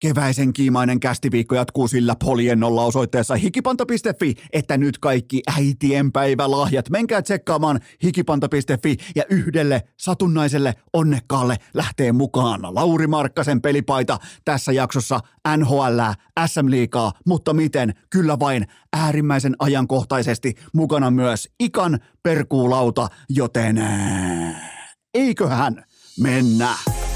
Keväisen kiimainen kästiviikko jatkuu sillä poljennolla osoitteessa hikipanta.fi, että nyt kaikki äitienpäivälahjat. Menkää tsekkaamaan hikipanta.fi ja yhdelle satunnaiselle onnekkaalle lähtee mukaan Lauri Markkasen pelipaita tässä jaksossa NHL, SM-liigaa, mutta miten? Kyllä vain äärimmäisen ajankohtaisesti mukana myös Ikan perkuulauta, joten eiköhän mennä.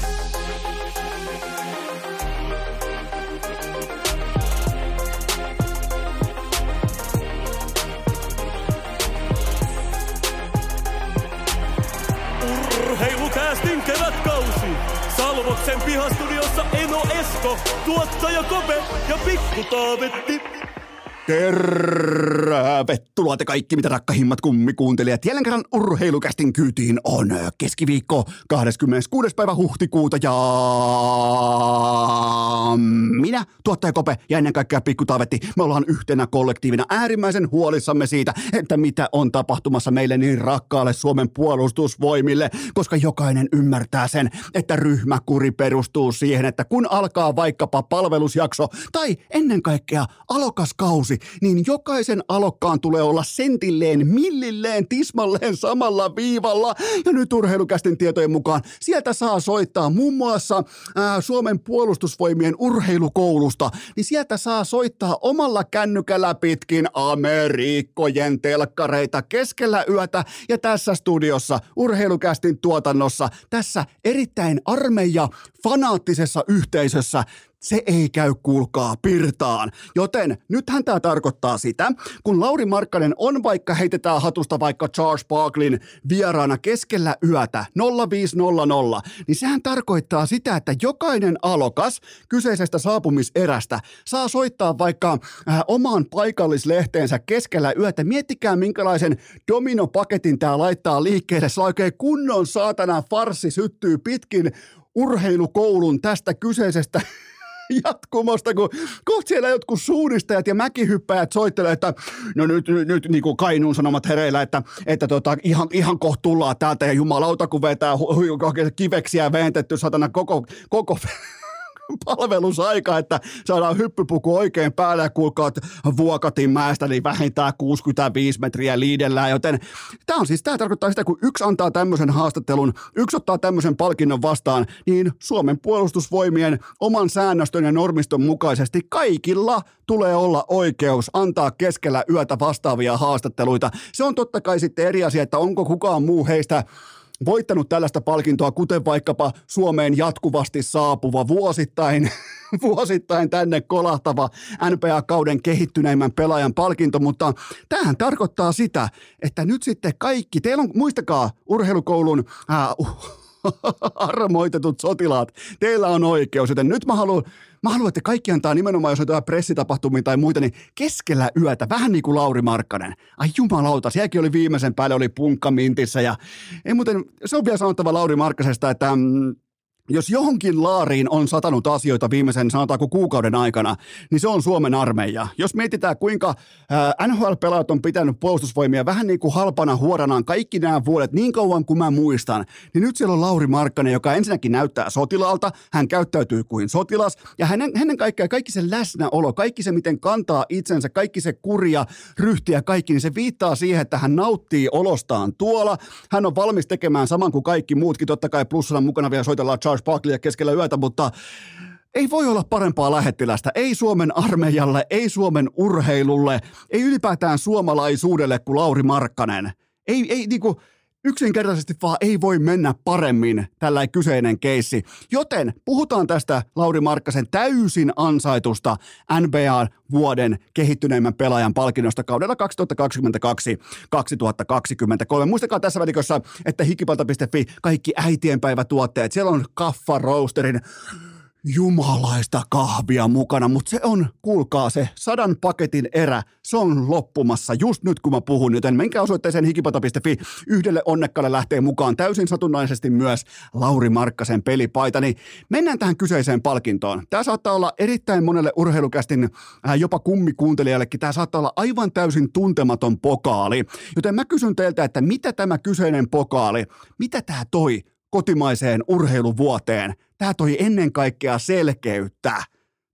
Urheilukäästin kevätkausi. Salvoksen pihastudiossa Eno Esko, tuottaja Kope ja Pikku Taavetti. Tervetuloa te kaikki, mitä rakkahimmat kummikuuntelijat. Jälleen kerran Urheilukästin kyytiin on keskiviikko 26. päivä huhtikuuta ja minä, tuottaja Kope ja ennen kaikkea Pikku Taavetti. Me ollaan yhtenä kollektiivina äärimmäisen huolissamme siitä, että mitä on tapahtumassa meille niin rakkaalle Suomen puolustusvoimille, koska jokainen ymmärtää sen, että ryhmäkuri perustuu siihen, että kun alkaa vaikkapa palvelusjakso tai ennen kaikkea alokaskausi, niin jokaisen alokkaan tulee olla sentilleen, millilleen, tismalleen samalla viivalla. Ja nyt Urheilukästin tietojen mukaan sieltä saa soittaa muun muassa Suomen puolustusvoimien urheilukoulusta, niin sieltä saa soittaa omalla kännykällä pitkin Amerikkojen telkkareita keskellä yötä ja tässä studiossa Urheilukästin tuotannossa, tässä erittäin armeija-fanaattisessa yhteisössä. Se ei käy, kuulkaa, pirtaan. Joten nythän tämä tarkoittaa sitä, kun Lauri Markkanen on vaikka heitetään hatusta vaikka Charles Barkleyn vieraana keskellä yötä 0500, niin sehän tarkoittaa sitä, että jokainen alokas kyseisestä saapumiserästä saa soittaa vaikka omaan paikallislehteensä keskellä yötä. Miettikää, minkälaisen dominopaketin tämä laittaa liikkeelle. Se oikein kunnon saatana farssi syttyy pitkin urheilukoulun tästä kyseisestä jatkumosta, kun kohta siellä jotkut suunnistajat ja mäkihyppäjät soittelee, että no nyt niin kuin Kainuun Sanomat hereillä, että ihan kohta tullaan täältä ja jumalauta, kun vetää kiveksiä ventetty satana koko palvelusaika, että saadaan hyppypuku oikein päälle ja kuulkaa Vuokatin mäestä, niin vähintään 65 metriä liidellään, joten tämä tarkoittaa sitä, kun yksi antaa tämmöisen haastattelun, yksi ottaa tämmöisen palkinnon vastaan, niin Suomen puolustusvoimien oman säännöstön ja normiston mukaisesti kaikilla tulee olla oikeus antaa keskellä yötä vastaavia haastatteluita. Se on totta kai sitten eri asia, että onko kukaan muu heistä voittanut tällaista palkintoa, kuten vaikkapa Suomeen jatkuvasti saapuva vuosittain tänne kolahtava NBA-kauden kehittyneimmän pelaajan palkinto, mutta tämähän tarkoittaa sitä, että nyt sitten kaikki, teillä on, muistakaa urheilukoulun armoitetut sotilaat, teillä on oikeus, joten nyt mä haluan, että kaikki antaa nimenomaan, jos on jotain pressitapahtumia tai muita, niin keskellä yötä, vähän niin kuin Lauri Markkanen. Ai jumalauta, sielläkin oli viimeisen päälle, oli punkka mintissä ja ei muuten, se on vielä sanottava Lauri Markkasesta, että jos johonkin laariin on satanut asioita viimeisen, sanotaanko kuukauden aikana, niin se on Suomen armeija. Jos mietitään, kuinka NHL-pelaajat on pitänyt puolustusvoimia vähän niin kuin halpana huoranaan kaikki nämä vuodet, niin kauan kuin mä muistan, niin nyt siellä on Lauri Markkanen, joka ensinnäkin näyttää sotilaalta, hän käyttäytyy kuin sotilas, ja hänen kaikki se läsnäolo, kaikki se, miten kantaa itsensä, kaikki se kurja, ryhtiä, kaikki, niin se viittaa siihen, että hän nauttii olostaan tuolla, hän on valmis tekemään saman kuin kaikki muutkin, totta kai plussana mukana vielä soitellaan Charles Barkley keskellä yötä, mutta ei voi olla parempaa lähettilästä, ei Suomen armeijalle, ei Suomen urheilulle, ei ylipäätään suomalaisuudelle kuin Lauri Markkanen. Ei niinku, yksinkertaisesti vaan ei voi mennä paremmin tällä kyseinen keissi. Joten puhutaan tästä Lauri Markkasen täysin ansaitusta NBA-vuoden kehittyneimmän pelaajan palkinnosta kaudella 2022-2023. Muistakaa tässä välikössä, että hikipanta.fi, kaikki äitienpäivätuotteet, siellä on Kaffa Roasterin jumalaista kahvia mukana, mutta se on, kuulkaa, se 100 paketin erä, se on loppumassa just nyt kun mä puhun, joten menkää osoitteeseen hikipanta.fi, yhdelle onnekkaalle lähtee mukaan täysin satunnaisesti myös Lauri Markkasen pelipaita, niin mennään tähän kyseiseen palkintoon. Tämä saattaa olla erittäin monelle urheilukästin jopa kummikuuntelijallekin, tämä saattaa olla aivan täysin tuntematon pokaali, joten mä kysyn teiltä, että mitä tämä kyseinen pokaali, mitä tämä toi kotimaiseen urheiluvuoteen? Tämä toi ennen kaikkea selkeyttä.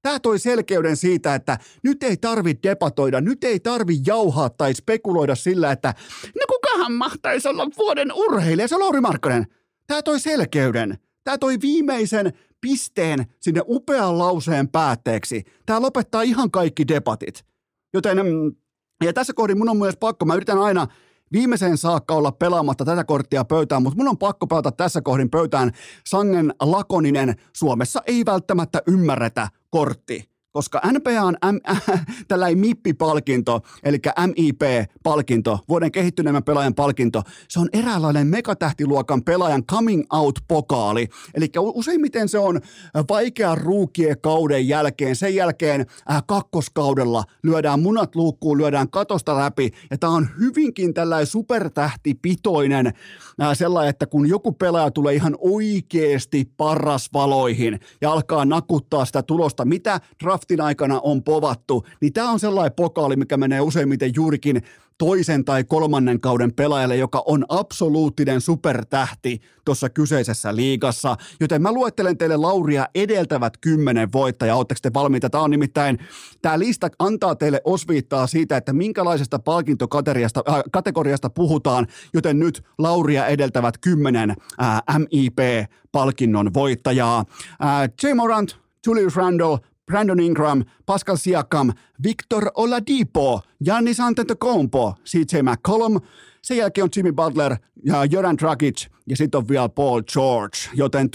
Tämä toi selkeyden siitä, että nyt ei tarvitse debatoida, nyt ei tarvitse jauhaa tai spekuloida sillä, että no kukahan mahtaisi olla vuoden urheilija, se on Lauri Markkanen. Tämä toi selkeyden. Tämä toi viimeisen pisteen sinne upean lauseen päätteeksi. Tämä lopettaa ihan kaikki debatit. Joten, ja tässä kohdin mun on myös pakko, mä yritän aina viimeiseen saakka olla pelaamatta tätä korttia pöytään, mutta mun on pakko pelata tässä kohdin pöytään sangen lakoninen Suomessa ei välttämättä ymmärretä kortti. Koska NBAn tällainen MIP-palkinto, eli MIP-palkinto, vuoden kehittyneemmän pelaajan palkinto, se on eräänlainen megatähtiluokan pelaajan coming out-pokaali. Eli useimmiten se on vaikean ruukiekauden jälkeen, sen jälkeen kakkoskaudella lyödään munat luukkuun, lyödään katosta läpi, ja tämä on hyvinkin tällainen supertähtipitoinen sellainen, että kun joku pelaaja tulee ihan oikeasti parasvaloihin ja alkaa nakuttaa sitä tulosta, mitä draftin aikana on povattu, niin tämä on sellainen pokaali, mikä menee useimmiten juurikin toisen tai kolmannen kauden pelaajalle, joka on absoluuttinen supertähti tuossa kyseisessä liigassa. Joten mä luettelen teille Lauria edeltävät 10 voittajaa. Oletteko te valmiita? Tämä on nimittäin, tämä lista antaa teille osviittaa siitä, että minkälaisesta palkintokategoriasta puhutaan, joten nyt Lauria edeltävät 10 MIP-palkinnon voittajaa. J. Morant, Julius Randle, Brandon Ingram, Pascal Siakam, Victor Oladipo, Giannis Antetokounmpo, CJ McCollum, sen jälkeen on Jimmy Butler ja Goran Dragic ja sitten on vielä Paul George, joten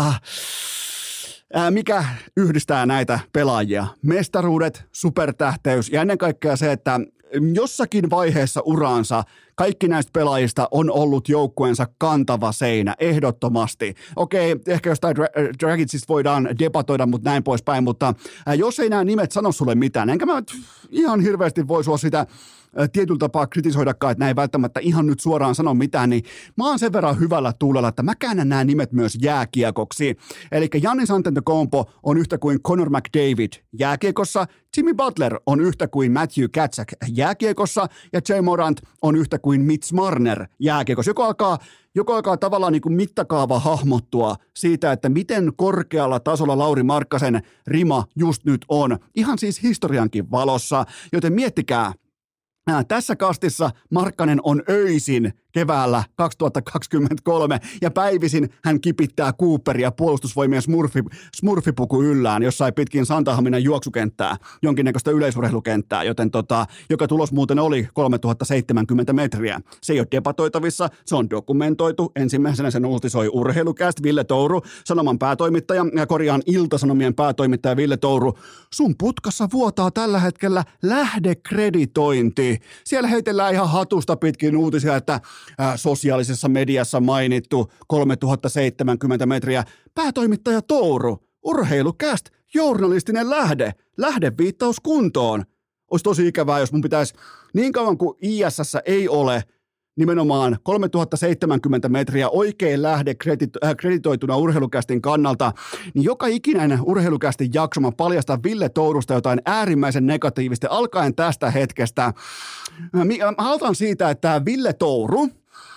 mikä yhdistää näitä pelaajia? Mestaruudet, supertähteys ja ennen kaikkea se, että jossakin vaiheessa uraansa kaikki näistä pelaajista on ollut joukkueensa kantava seinä, ehdottomasti. Okei, ehkä jostain Dragicista voidaan debatoida, mutta näin poispäin, mutta jos ei nämä nimet sano sulle mitään, enkä mä ihan hirveästi voi sua sitä tietyllä tapaa kritisoidakaan, että näin ei välttämättä ihan nyt suoraan sano mitään, niin mä oon sen verran hyvällä tuulella, että mä käännän nämä nimet myös jääkiekoksi. Eli Giannis Antetokounmpo on yhtä kuin Connor McDavid jääkiekossa, Jimmy Butler on yhtä kuin Matthew Tkachuk jääkiekossa ja J. Morant on yhtä kuin Mitch Marner jääkiekossa, joka alkaa tavallaan niin kuin mittakaava hahmottua siitä, että miten korkealla tasolla Lauri Markkasen rima just nyt on. Ihan siis historiankin valossa, joten miettikää, tässä kastissa Markkanen on öisin keväällä 2023 ja päivisin hän kipittää Cooperia puolustusvoimien smurfipuku yllään jossain pitkin Santahaminan juoksukenttää, jonkinnäköistä yleisurheilukenttää, joten joka tulos muuten oli 3070 metriä. Se ei ole debatoitavissa, se on dokumentoitu. Ensimmäisenä sen uutisoi Urheilucast Ville Touru, Sanoman päätoimittaja, Ilta-Sanomien päätoimittaja Ville Touru. Sun putkassa vuotaa tällä hetkellä lähdekreditointi. Siellä heitellään ihan hatusta pitkin uutisia, että sosiaalisessa mediassa mainittu 3070 metriä. Päätoimittaja Touru, Urheilucast, journalistinen lähdeviittaus kuntoon. Olisi tosi ikävää, jos mun pitäisi niin kauan kuin ISS ei ole nimenomaan 3070 metriä oikein kreditoituna Urheilucastin kannalta, niin joka ikinen Urheilucastin jakso mä paljastan Ville Tourusta jotain äärimmäisen negatiivista alkaen tästä hetkestä. Mä aloitan siitä, että Ville Touru,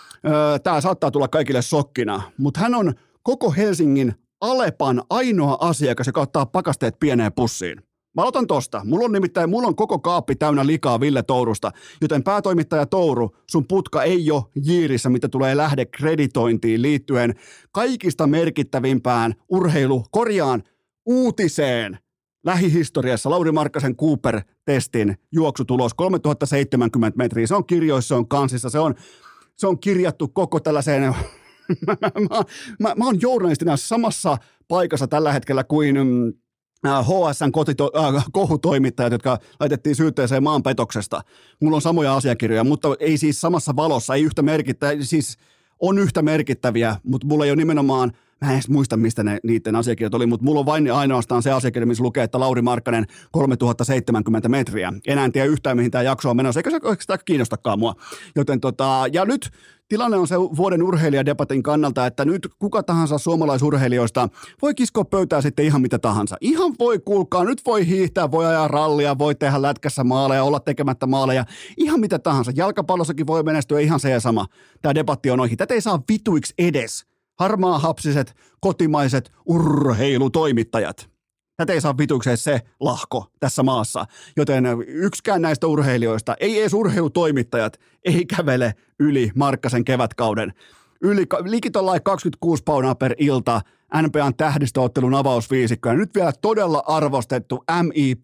tää saattaa tulla kaikille shokkina, mutta hän on koko Helsingin Alepan ainoa asiakas, joka ottaa pakasteet pieneen pussiin. Mä aloitan tosta. Mulla on koko kaappi täynnä likaa Ville Tourusta, joten päätoimittaja Touru, sun putka ei ole jiirissä, mitä tulee lähdekreditointiin liittyen kaikista merkittävimpään uutiseen lähihistoriassa. Lauri Markkasen Cooper-testin juoksutulos 3070 metriä. Se on kirjoissa, se on kansissa, se on kirjattu koko tällaiseen. Mä oon journalistina samassa paikassa tällä hetkellä kuin HSN kohutoimittajat, jotka laitettiin syytteeseen maanpetoksesta. Mulla on samoja asiakirjoja, mutta ei siis samassa valossa, ei yhtä siis on yhtä merkittäviä, mutta mulla ei ole nimenomaan, mä en edes muista, mistä niiden asiakirjat oli, mutta mulla on vain ainoastaan se asiakirja, missä lukee, että Lauri Markkanen 3070 metriä. Enää en tiedä yhtään, mihin tämä jakso on menossa, eikä se oikeastaan kiinnostakaan mua. Joten ja nyt tilanne on se vuoden urheilijadebatin kannalta, että nyt kuka tahansa suomalaisurheilijoista voi kiskoa pöytää sitten ihan mitä tahansa. Ihan voi, kuulkaa, nyt voi hiihtää, voi ajaa rallia, voi tehdä lätkässä maaleja, olla tekemättä maaleja, ihan mitä tahansa. Jalkapallossakin voi menestyä ihan se ja sama. Tämä debatti on ohi. Tätä ei saa vituiksi edes harmaahapsiset, kotimaiset urheilutoimittajat. Tätä ei saa vitukseen se lahko tässä maassa. Joten yksikään näistä urheilijoista, ei edes urheilutoimittajat, ei kävele yli Markkasen kevätkauden. Likitollain 26 paunaa per ilta NBAn tähdistöottelun avausviisikko. Ja nyt vielä todella arvostettu MIP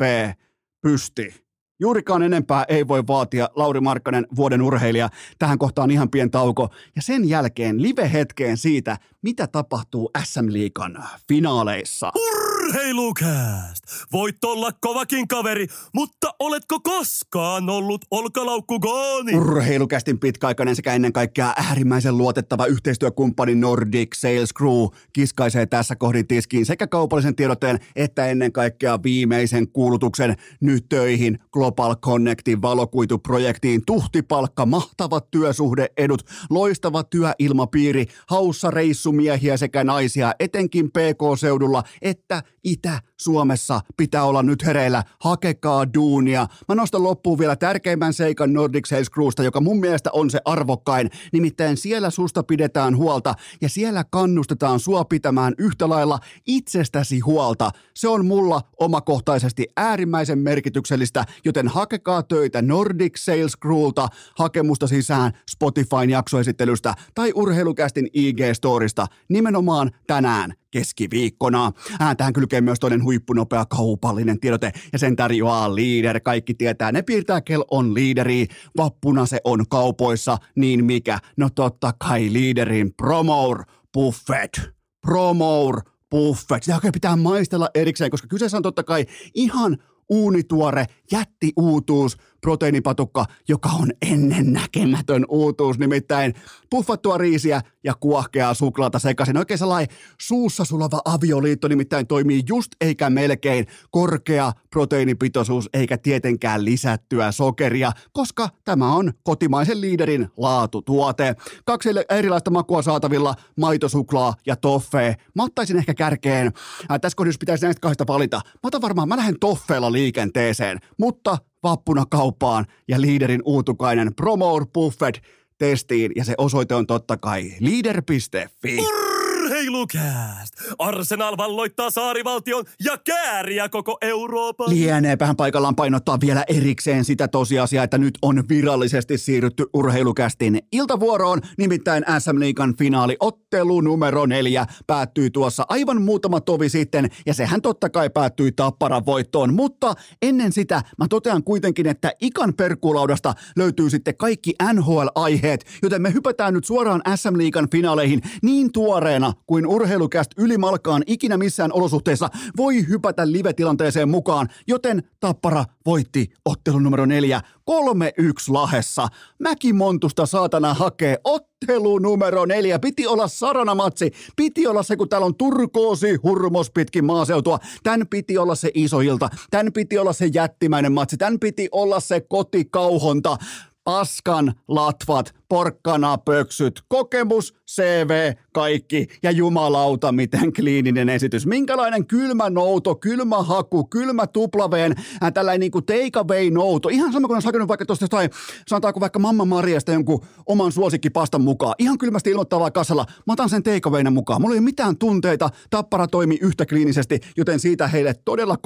pysti. Juurikaan enempää ei voi vaatia Lauri Markkanen, vuoden urheilija. Tähän kohtaan ihan pieni tauko. Ja sen jälkeen live-hetkeen siitä, mitä tapahtuu SM-liigan finaaleissa. Urheilukääst! Voit olla kovakin kaveri, mutta oletko koskaan ollut olkalaukkugooni? Urheilukästin pitkäaikainen sekä ennen kaikkea äärimmäisen luotettava yhteistyökumppani Nordic Sales Crew kiskaisee tässä kohdin tiskiin sekä kaupallisen tiedotteen että ennen kaikkea viimeisen kuulutuksen nyt töihin Global Connectin valokuituprojektiin. Tuhtipalkka, mahtavat työsuhdeedut, loistava työilmapiiri, haussa reissumiehiä sekä naisia etenkin PK-seudulla että Itä-Suomessa pitää olla nyt hereillä. Hakekaa duunia. Mä nostan loppuun vielä tärkeimmän seikan Nordic Sales Crewsta, joka mun mielestä on se arvokkain. Nimittäin siellä susta pidetään huolta ja siellä kannustetaan sua pitämään yhtä lailla itsestäsi huolta. Se on mulla omakohtaisesti äärimmäisen merkityksellistä, joten hakekaa töitä Nordic Sales Crewlta, hakemusta sisään Spotifyn jaksoesittelystä tai Urheilukästin IG-storista nimenomaan tänään keskiviikkona. Tähän kylkee myös toinen huippunopea kaupallinen tiedote ja sen tarjoaa Leader. Kaikki tietää, ne piirtää kel on Leaderi. Vappuna se on kaupoissa, niin mikä? No totta kai Leaderin Promour Buffet. Promour Buffet. Sitä oikein pitää maistella erikseen, koska kyseessä on totta kai ihan uunituore jättiuutuus, proteiinipatukka, joka on ennennäkemätön uutuus, nimittäin puffattua riisiä ja kuohkeaa suklaata sekaisin. Oikein sellainen suussa sulava avioliitto nimittäin toimii just eikä melkein, korkea proteiinipitoisuus eikä tietenkään lisättyä sokeria, koska tämä on kotimaisen Leaderin laatutuote. 2 erilaista makua saatavilla, maitosuklaa ja toffee. Mä ottaisin ehkä kärkeen, tässä kohdassa pitäisi näistä 2 valita. Mä lähden toffeella liikenteeseen, mutta vappuna kauppaan ja Leaderin uutukainen Promour Buffet testiin ja se osoite on totta kai leader.fi. Urheilukääst! Arsenal valloittaa saarivaltion ja kääriä koko Euroopan. Lieneepähän paikallaan painottaa vielä erikseen sitä tosiasiaa, että nyt on virallisesti siirrytty Urheilukästin iltavuoroon. Nimittäin SM-liigan finaali ottelu numero 4 päättyi tuossa aivan muutama tovi sitten ja sehän totta kai päättyi Tapparan voittoon. Mutta ennen sitä mä totean kuitenkin, että Ikan perkulaudasta löytyy sitten kaikki NHL-aiheet, joten me hypätään nyt suoraan SM-liigan finaaleihin niin tuoreena kuin Urheilukäst ylimalkaan ikinä missään olosuhteissa voi hypätä live-tilanteeseen mukaan, joten Tappara voitti ottelun numero 4 3-1 Lahessa. Mäkimontusta saatana hakee ottelu numero 4. Piti olla saranamatsi, piti olla se, kun täällä on turkoosi hurmos pitkin maaseutua. Tän piti olla se iso ilta, tän piti olla se jättimäinen matsi, tän piti olla se kotikauhonta. Paskan latvat, porkkanapöksyt, kokemus, CV, kaikki ja jumalauta miten kliininen esitys. Minkälainen kylmä nouto, kylmä haku, kylmä tuplaveen, tällainen niinku take away nouto. Ihan sama kuin olisi hakenut vaikka tuosta jostain, sanotaanko vaikka Mamma Mariasta jonkun oman suosikkipastan mukaan. Ihan kylmästi ilmoittavaa kasalla. Mä otan sen take awayna mukaan. Mulla ei ole mitään tunteita. Tappara toimi yhtä kliinisesti, joten siitä heille todella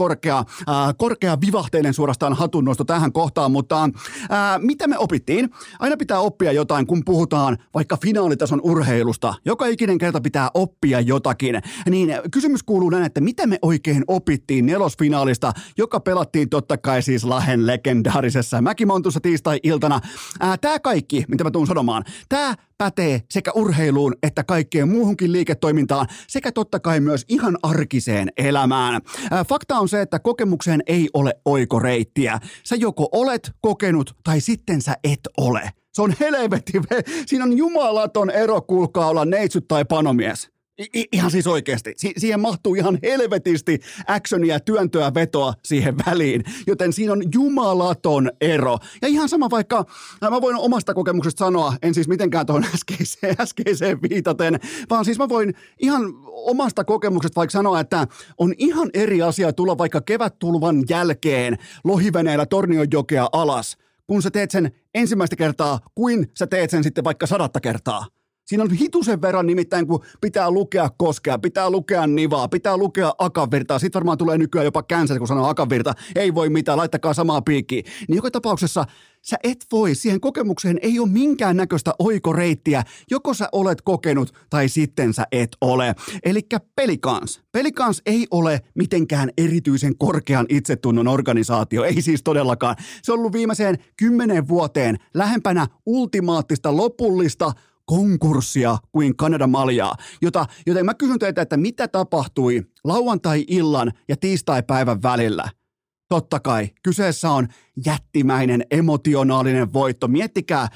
korkea vivahteinen suorastaan hatunnosto tähän kohtaan. Mutta mitä me opittiin? Aina pitää oppia jotain, kun puhutaan vaikka finaalitason urheilusta. Joka ikinen kerta pitää oppia jotakin. Niin kysymys kuuluu näin, että mitä me oikein opittiin nelosfinaalista, joka pelattiin totta kai siis Lahden legendaarisessa Mäkimontussa tiistai-iltana. Tää kaikki, mitä mä tuun sanomaan, tää pätee sekä urheiluun että kaikkeen muuhunkin liiketoimintaan sekä totta kai myös ihan arkiseen elämään. Fakta on se, että kokemukseen ei ole oikoreittiä. Sä joko olet kokenut tai sitten sä et ole. Se on helvetti. Siinä on jumalaton ero, kuulkaa, olla neitsyt tai panomies. Ihan siis oikeasti. Siihen mahtuu ihan helvetisti actionia, työntöä, vetoa siihen väliin. Joten siinä on jumalaton ero. Ja ihan sama vaikka, mä voin omasta kokemuksesta sanoa, en siis mitenkään tuohon äskeiseen viitaten, vaan siis mä voin ihan omasta kokemuksesta vaikka sanoa, että on ihan eri asia tulla vaikka kevättulvan jälkeen lohiveneellä Tornionjokea alas, kun sä teet sen ensimmäistä kertaa, kuin sä teet sen sitten vaikka 100 kertaa. Siinä on hitusen verran nimittäin, kun pitää lukea Koskea, pitää lukea Nivaa, pitää lukea Akanvirtaa. Sitten varmaan tulee nykyään jopa cancel, kun sanoo Akanvirta. Ei voi mitään, laittakaa samaa piikkiä. Niin joka tapauksessa sä et voi, siihen kokemukseen ei ole minkäännäköistä oikoreittiä. Joko sä olet kokenut tai sitten sä et ole. Elikkä Pelicans. Pelicans ei ole mitenkään erityisen korkean itsetunnon organisaatio, ei siis todellakaan. Se on ollut viimeiseen 10 vuoteen lähempänä ultimaattista lopullista konkurssia kuin Kanadan maljaa, joten mä kysyn teiltä, että mitä tapahtui lauantai-illan ja tiistai-päivän välillä? Totta kai, kyseessä on jättimäinen emotionaalinen voitto. Miettikää,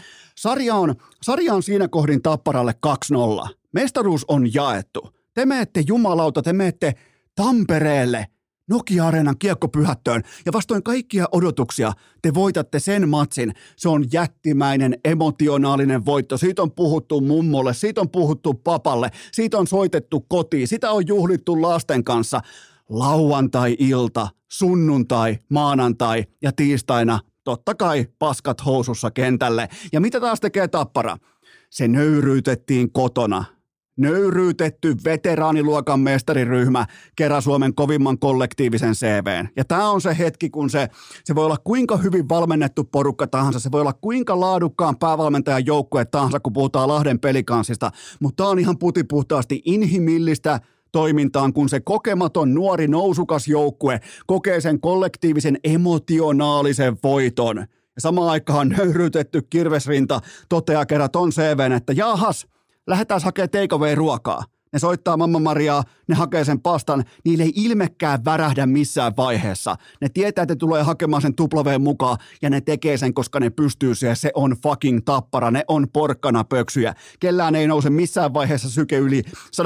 sarja on siinä kohdin Tapparalle 2-0. Mestaruus on jaettu. Te menette jumalauta, te menette Tampereelle Nokia-areenan kiekkopyhättöön ja vastoin kaikkia odotuksia te voitatte sen matsin. Se on jättimäinen emotionaalinen voitto. Siitä on puhuttu mummolle, siitä on puhuttu papalle, siitä on soitettu kotiin, sitä on juhlittu lasten kanssa. Lauantai-ilta, sunnuntai, maanantai ja tiistaina totta kai paskat housussa kentälle. Ja mitä taas tekee Tappara? Se nöyryytettiin kotona. Nöyryytetty veteraaniluokan mestariryhmä kerää Suomen kovimman kollektiivisen CV:n. Ja tämä on se hetki, kun se voi olla kuinka hyvin valmennettu porukka tahansa, se voi olla kuinka laadukkaan päävalmentajan joukkue tahansa, kun puhutaan Lahden Pelicansista, mutta tämä on ihan putipuhtaasti inhimillistä toimintaan, kun se kokematon nuori nousukas joukkue kokee sen kollektiivisen emotionaalisen voiton. Ja samaan aikaan nöyryytetty kirvesrinta toteaa kerran ton CV:n, että jahas, lähdetään hakemaan takeaway-ruokaa. Ne soittaa Mamma Mariaa, ne hakee sen pastan, niille ei ilmekään värähdä missään vaiheessa. Ne tietää, että tulee hakemaan sen tuplaveen mukaan ja ne tekee sen, koska ne pystyy siihen. Se on fucking Tappara, ne on porkkanapöksyjä. Kellään ei nouse missään vaiheessa syke yli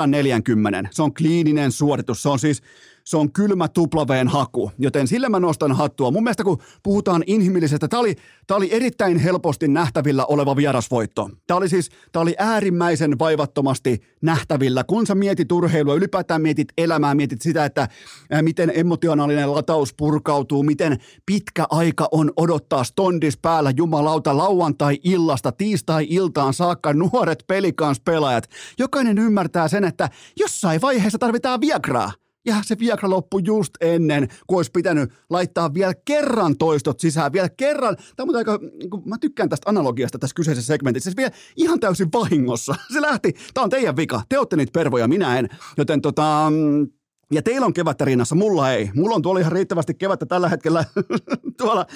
140. Se on kliininen suoritus, se on kylmä tuplaveen haku, joten sillä mä nostan hattua. Mun mielestä kun puhutaan inhimillisestä, tää oli erittäin helposti nähtävillä oleva vierasvoitto. Tää oli äärimmäisen vaivattomasti nähtävillä, kun sä mietit urheilua, ylipäätään mietit elämää, mietit sitä, että miten emotionaalinen lataus purkautuu, miten pitkä aika on odottaa stondis päällä jumalauta lauantai-illasta, tiistai-iltaan saakka nuoret Pelicans-pelaajat. Jokainen ymmärtää sen, että jossain vaiheessa tarvitaan Viagraa. Ja se Viagra loppui just ennen, kun olisi pitänyt laittaa vielä kerran toistot sisään, vielä kerran. Tämä on aika, mä tykkään tästä analogiasta tässä kyseisessä segmentissä, se vielä ihan täysin vahingossa. Se lähti, tämä on teidän vika, te olette niitä pervoja, minä en, joten ja teillä on kevättä rinnassa, mulla ei. Mulla on tuolla ihan riittävästi kevättä tällä hetkellä tuolla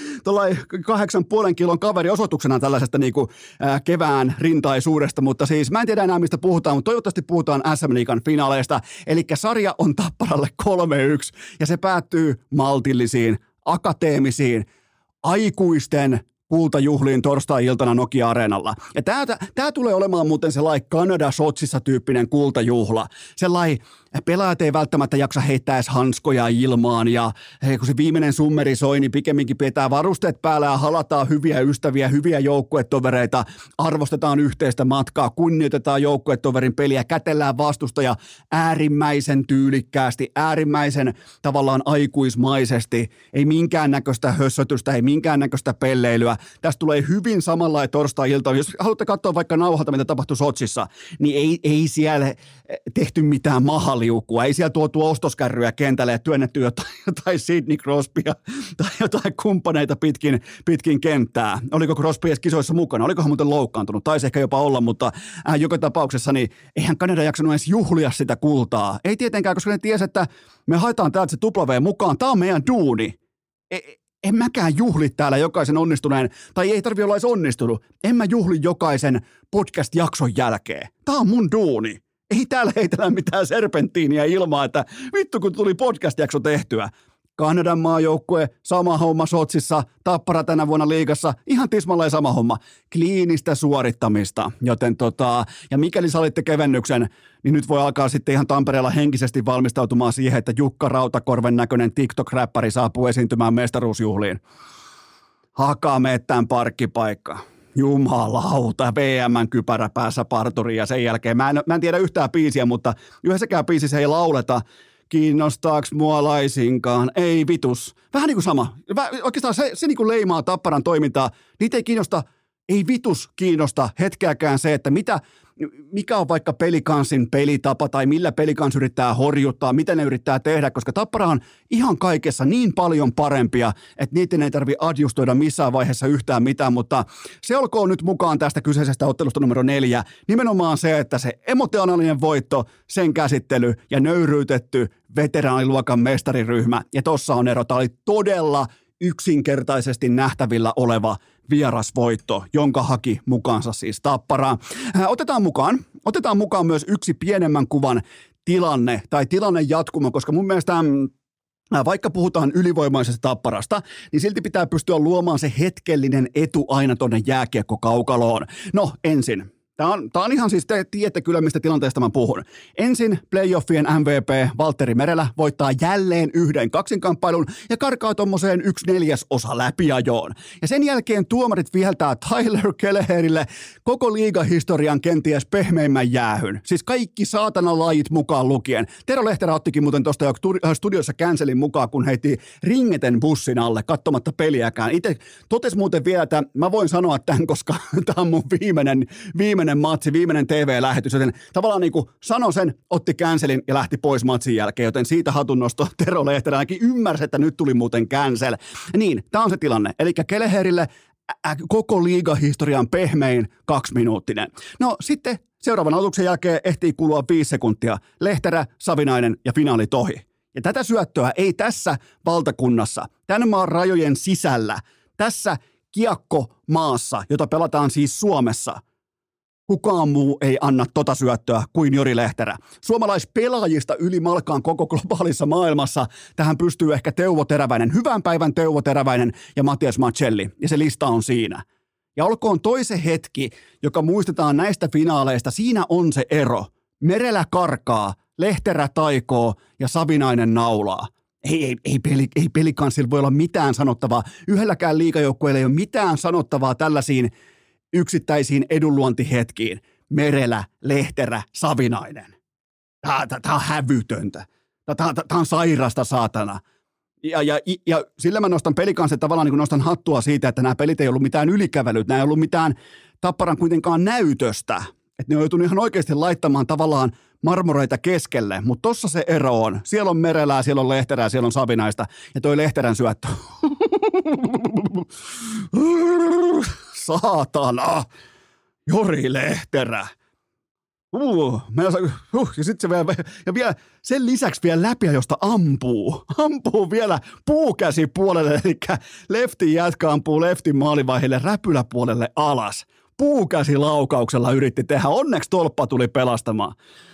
8,5 kilon kaveri osoituksena tällaisesta kevään rintaisuudesta, mutta siis mä en tiedä enää mistä puhutaan, mutta toivottavasti puhutaan SM Liigan finaaleista. Eli sarja on Tapparalle 3-1 ja se päättyy maltillisiin, akateemisiin, aikuisten kultajuhliin torstai-iltana Nokia-areenalla. Ja tää tulee olemaan muuten sellainen Kanada-Sotsissa tyyppinen kultajuhla. Sellainen pelaajat ei välttämättä jaksa heittää edes hanskoja ilmaan ja kun se viimeinen summeri soi, niin pikemminkin pitää varusteet päällä ja halataan hyviä ystäviä, hyviä joukkuetovereita, arvostetaan yhteistä matkaa, kunnioitetaan joukkuetoverin peliä, kätellään vastustaja äärimmäisen tyylikkäästi, äärimmäisen tavallaan aikuismaisesti, ei minkäännäköistä hössötystä, ei minkäännäköistä pelleilyä. Tästä tulee hyvin samanlainen torstai-ilta. Jos haluatte katsoa vaikka nauhalta, mitä tapahtui Sotsissa, niin ei siellä tehty mitään mahaliukua. Ei siellä tuotu ostoskärryjä kentälle ja työnnetty jotain Sidney Crosbya tai jotain kumppaneita pitkin kenttää. Oliko Crosby edes kisoissa mukana? Olikohan muuten loukkaantunut? Taisi ehkä jopa olla, mutta joka tapauksessa niin eihän Kanada jaksanut edes juhlia sitä kultaa. Ei tietenkään, koska ne tiesi, että me haetaan täältä se tuplaveen mukaan. Tämä on meidän duuni. En mäkään juhli täällä jokaisen onnistuneen, tai ei tarvitse olla edes onnistunut. En mä juhli jokaisen podcast-jakson jälkeen. Tää on mun duuni. Ei täällä heitellä mitään serpenttiiniä ilmaa, että vittu kun tuli podcast-jakso tehtyä. Kanadan maajoukkue, sama homma Sotsissa, Tappara tänä vuonna liigassa, ihan tismalleen sama homma. Kliinistä suorittamista, joten ja mikäli salitte kevennyksen, niin nyt voi alkaa sitten ihan Tampereella henkisesti valmistautumaan siihen, että Jukka Rautakorven näköinen TikTok-räppäri saapuu esiintymään mestaruusjuhliin. Hakaa mettään parkkipaikka. Jumalauta, VM-kypärä päässä parturiin ja sen jälkeen. Mä en tiedä yhtään biisiä, mutta yhdessäkään biisissä ei lauleta. Kiinnostaaks mua laisinkaan? Ei vitus. Vähän niin kuin sama. Oikeastaan se niin kuin leimaa Tapparan toimintaa. Niitä ei kiinnosta ei vitus kiinnosta hetkeäkään se, että mikä on vaikka Pelicansin pelitapa tai millä Pelicans yrittää horjuttaa, mitä ne yrittää tehdä, koska Tappara on ihan kaikessa niin paljon parempia, että niiden ei tarvitse adjustoida missään vaiheessa yhtään mitään, mutta se olkoon nyt mukaan tästä kyseisestä ottelusta numero 4, nimenomaan se, että se emotionaalinen voitto, sen käsittely ja nöyryytetty veteraaniluokan mestariryhmä, ja tossa on ero, tämä oli todella yksinkertaisesti nähtävillä oleva vierasvoitto, jonka haki mukaansa siis Tappara. Otetaan mukaan myös yksi pienemmän kuvan tilanne tai tilanne jatkumo, koska mun mielestä vaikka puhutaan ylivoimaisesta Tapparasta, niin silti pitää pystyä luomaan se hetkellinen etu aina tonne jääkiekkokaukaloon. No ensin. Tämä on ihan siis, te tiedätte kyllä, mistä tilanteesta mä puhun. Ensin playoffien MVP Valtteri Merelä voittaa jälleen yhden kaksinkamppailun ja karkaa tommoseen 1/4 läpiajoon. Ja sen jälkeen tuomarit viheltää Tyler Kelleherille koko liigahistorian kenties pehmeimmän jäähyn. Siis kaikki saatana lajit mukaan lukien. Tero Lehterä ottikin muuten tuosta jo studiossa cancelin mukaan, kun heitti ringeten bussin alle katsomatta peliäkään. Itse totes muuten vielä, että mä voin sanoa tämän, koska tämä on mun viimeinen matsi, viimeinen TV-lähetys, joten tavallaan niin kuin sanoi sen, otti cancelin ja lähti pois matsin jälkeen, joten siitä hatunnosto Tero Lehterä ainakin ymmärsi, että nyt tuli muuten cancel. Niin, tämä on se tilanne. Eli Kelleherille koko liigahistorian pehmein 2-minuuttinen. No sitten seuraavan aloituksen jälkeen ehtii kulua 5 sekuntia. Lehterä, Savinainen ja finaali ohi. Ja tätä syöttöä ei tässä valtakunnassa, tämän maan rajojen sisällä, tässä kiekkomaassa, jota pelataan siis Suomessa, kukaan muu ei anna tota syöttöä kuin Jori Lehterä. Suomalaispelaajista yli malkaan koko globaalissa maailmassa tähän pystyy ehkä Teuvo Teräväinen, hyvän päivän Teuvo Teräväinen ja Matias Macelli, ja se lista on siinä. Ja olkoon toisen hetki, joka muistetaan näistä finaaleista, siinä on se ero. Merelä karkaa, Lehterä taikoo ja Savinainen naulaa. Ei Pelicansilla voi olla mitään sanottavaa. Yhdelläkään liigajoukkueella ei ole mitään sanottavaa tällaisiin yksittäisiin edunluontihetkiin. Merelä, Lehterä, Savinainen. Tämä on hävytöntä. Tämä on sairasta saatana. Ja sillä mä nostan Pelicansin tavallaan niin kuin nostan hattua siitä, että nämä pelit ei ollut mitään ylikävelyt, nämä ei ollut mitään Tapparan kuitenkaan näytöstä. Että ne on joutunut ihan oikeasti laittamaan tavallaan marmoreita keskelle, mutta tossa se ero on. Siellä on Merelää, siellä on Lehterää, siellä on Savinaista ja toi Lehterän syöttö. Saatana! Jori Lehterä! Ja sitten se vielä sen lisäksi vielä läpiajosta ampuu vielä puukäsi puolelle, eli leftin jätkä ampuu leftin maalivahdille räpyläpuolelle alas. Puukäsi laukauksella yritti tehdä, onneksi tolppa tuli pelastamaan.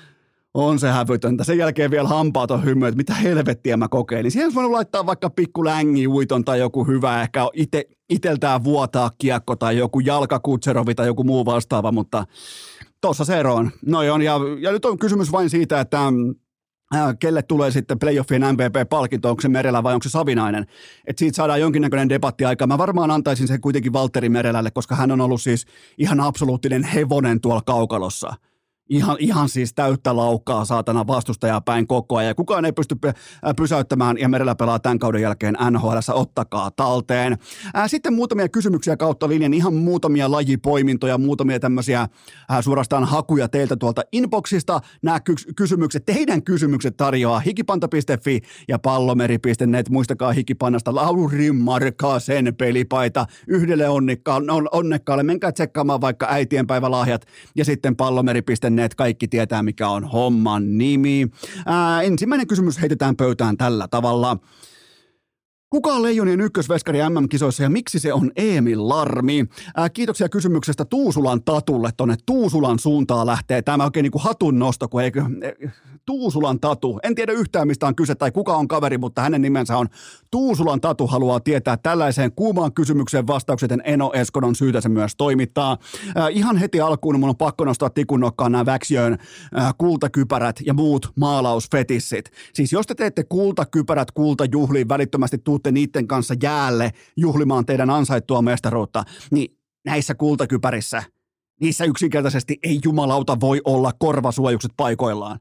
On se hävytöntä. Sen jälkeen vielä hampaaton hymy, että mitä helvettiä mä kokeilin. Siihen olisi voinut laittaa vaikka pikku längi uiton tai joku hyvä, ehkä iteltään vuotaa kiekko tai joku jalkakutserovi tai joku muu vastaava, mutta tossa se ero on. Noi on, ja nyt on kysymys vain siitä, että kelle tulee sitten playoffien MVP-palkinto, onko se Merelä vai onko se Savinainen. Että siitä saadaan jonkinnäköinen debatti aikaa. Mä varmaan antaisin sen kuitenkin Valtteri Merelälle, koska hän on ollut siis ihan absoluuttinen hevonen tuolla kaukalossa. Ihan siis täyttä laukkaa saatana vastustajaa päin koko ajan. Kukaan ei pysty pysäyttämään ja Merelä pelaa tämän kauden jälkeen NHL:ssä, ottakaa talteen. Sitten muutamia kysymyksiä kautta linjan, ihan muutamia lajipoimintoja, muutamia tämmöisiä suorastaan hakuja teiltä tuolta inboxista. Nämä kysymykset, teidän kysymykset tarjoaa hikipanta.fi ja pallomeri.net. Muistakaa hikipannasta Lauri Markkasen pelipaita yhdelle onnekkaalle. Menkää tsekkaamaan vaikka äitienpäivälahjat ja sitten pallomeri.net. Kaikki tietää, mikä on homman nimi. Ensimmäinen kysymys heitetään pöytään tällä tavalla. Kuka on Leijonien ykkösveskari MM-kisoissa ja miksi se on Emil Larmi? Kiitoksia kysymyksestä Tuusulan Tatulle. Tuonne Tuusulan suuntaan lähtee tämä oikein niin kuin hatun nosto, kun eikö Tuusulan Tatu. En tiedä yhtään, mistä on kyse tai kuka on kaveri, mutta hänen nimensä on Tuusulan Tatu. Haluaa tietää tällaiseen kuumaan kysymykseen vastaukset, Eno Eskon on syytä se myös toimittaa. Ihan heti alkuun mun on pakko nostaa tikun nokkaan nämä Väksiöön kultakypärät ja muut maalausfetissit. Siis jos te teette kultakypärät kultajuhliin, välittömästi tuutte niiden kanssa jäälle juhlimaan teidän ansaittua mestaruutta, niin näissä kultakypärissä, niissä yksinkertaisesti ei jumalauta voi olla korvasuojukset paikoillaan.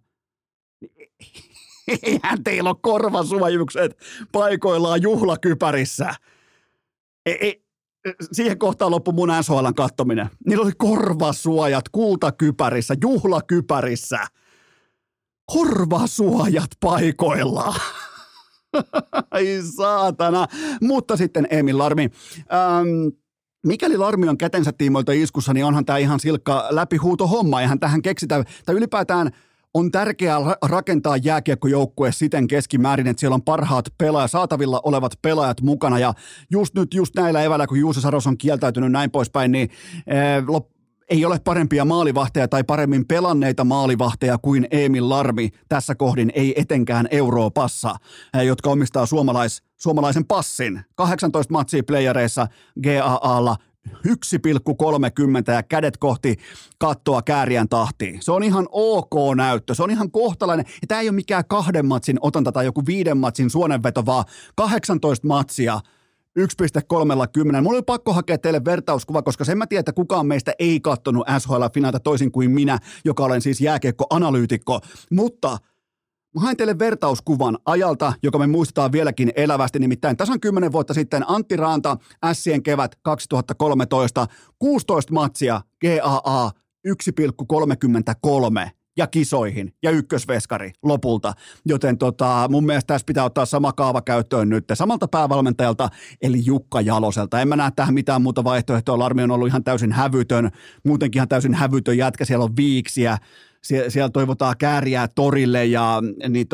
Eihän teillä ole korvasuojukset paikoillaan juhlakypärissä. siihen kohtaan loppui mun SHL:n kattominen. Niillä oli korvasuojat kultakypärissä, juhlakypärissä. Korvasuojat paikoillaan. Ai saatana. Mutta sitten Emil Larmi. Mikäli Larmi on kätensä tiimoilta iskussa, niin onhan tämä ihan silkka läpihuutohomma. Eihän tähän keksitä, tai ylipäätään on tärkeää rakentaa jääkiekkojoukkue siten keskimäärin, että siellä on parhaat pelaajat, saatavilla olevat pelaajat mukana. Ja just näillä eväillä, kun Juuso Saros on kieltäytynyt näin poispäin, niin ei ole parempia maalivahteja tai paremmin pelanneita maalivahteja kuin Emil Larmi tässä kohdin, ei etenkään Euroopassa, jotka omistaa suomalaisen passin. 18 matsia playereissa GAAlla 1,30 ja kädet kohti kattoa kääriän tahtiin. Se on ihan ok näyttö, se on ihan kohtalainen. Ja tämä ei ole mikään 2 matsin otanta tai joku 5 matsin suonenveto, vaan 18 matsia 1,30. Mulla oli pakko hakea teille vertauskuva, koska sen mä tiedän, että kukaan meistä ei kattonut SHL-finaalta toisin kuin minä, joka olen siis jääkiekko-analyytikko. Mutta mä hain teille vertauskuvan ajalta, joka me muistetaan vieläkin elävästi, nimittäin tasan 10 vuotta sitten Antti Raanta, Ässien kevät 2013, 16 matsia, GAA 1,33 ja kisoihin ja ykkösveskari lopulta, joten mun mielestä tässä pitää ottaa sama kaava käyttöön nyt samalta päävalmentajalta, eli Jukka Jaloselta. En mä näe tähän mitään muuta vaihtoehtoa, Larmi on ollut ihan täysin hävytön, muutenkin ihan täysin hävytön jätkä, siellä on viiksiä, siellä toivotaan kääriää torille ja niin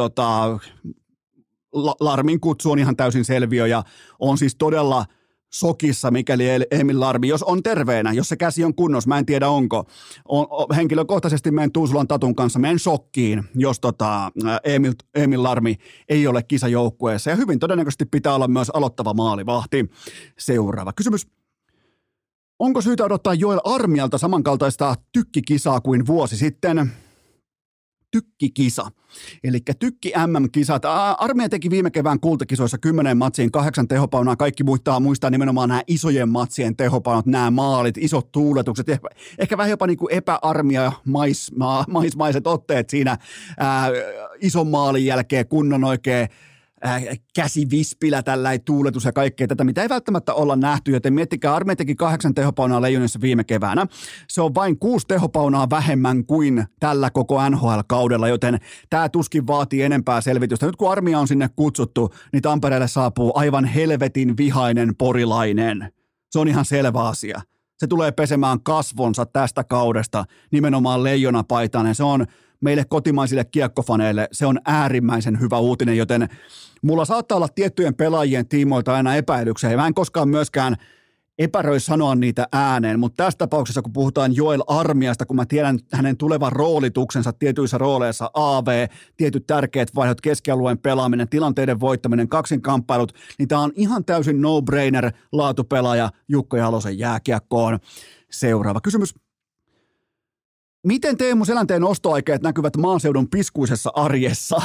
Larmin kutsu on ihan täysin selviö ja on siis todella sokissa, mikäli Emil Larmi, jos on terveenä, jos se käsi on kunnossa, mä en tiedä onko. Henkilökohtaisesti menen Tuusulan Tatun kanssa, menen shokkiin, jos Emil Larmi ei ole kisajoukkueessa. Ja hyvin todennäköisesti pitää olla myös aloittava maalivahti. Seuraava kysymys. Onko syytä odottaa Joel Armialta samankaltaista tykkikisaa kuin vuosi sitten? Tykkikisa. Eli tykki MM-kisat. Armia teki viime kevään kultakisoissa 10 matsiin 8 tehopaunaa. Kaikki muistaa nimenomaan nämä isojen matsien tehopaunat, nämä maalit, isot tuuletukset. Ehkä vähän jopa niin kuin epäarmia maismaiset otteet siinä ison maalin jälkeen, kunnon oikein käsivispilä, tällainen tuuletus ja kaikkea tätä, mitä ei välttämättä olla nähty, joten miettikää, Armia teki 8 tehopaunaa Leijonissa viime keväänä. Se on vain 6 tehopaunaa vähemmän kuin tällä koko NHL-kaudella, joten tämä tuskin vaatii enempää selvitystä. Nyt kun Armia on sinne kutsuttu, niin Tampereelle saapuu aivan helvetin vihainen porilainen. Se on ihan selvä asia. Se tulee pesemään kasvonsa tästä kaudesta nimenomaan leijonapaitainen. Se on meille kotimaisille kiekkofaneille, se on äärimmäisen hyvä uutinen, joten mulla saattaa olla tiettyjen pelaajien tiimoilta aina epäilyksiä, ja mä en koskaan myöskään epäröi sanoa niitä ääneen, mutta tässä tapauksessa, kun puhutaan Joel Armiasta, kun mä tiedän hänen tulevan roolituksensa tietyissä rooleissa, AV, tietyt tärkeät vaihdot, keskialueen pelaaminen, tilanteiden voittaminen, kaksinkamppailut, niin tää on ihan täysin no-brainer laatupelaaja Jukka Jalosen jääkiekkoon. Seuraava kysymys. Miten Teemu Selänteen ostoaikeet näkyvät maaseudun piskuisessa arjessa?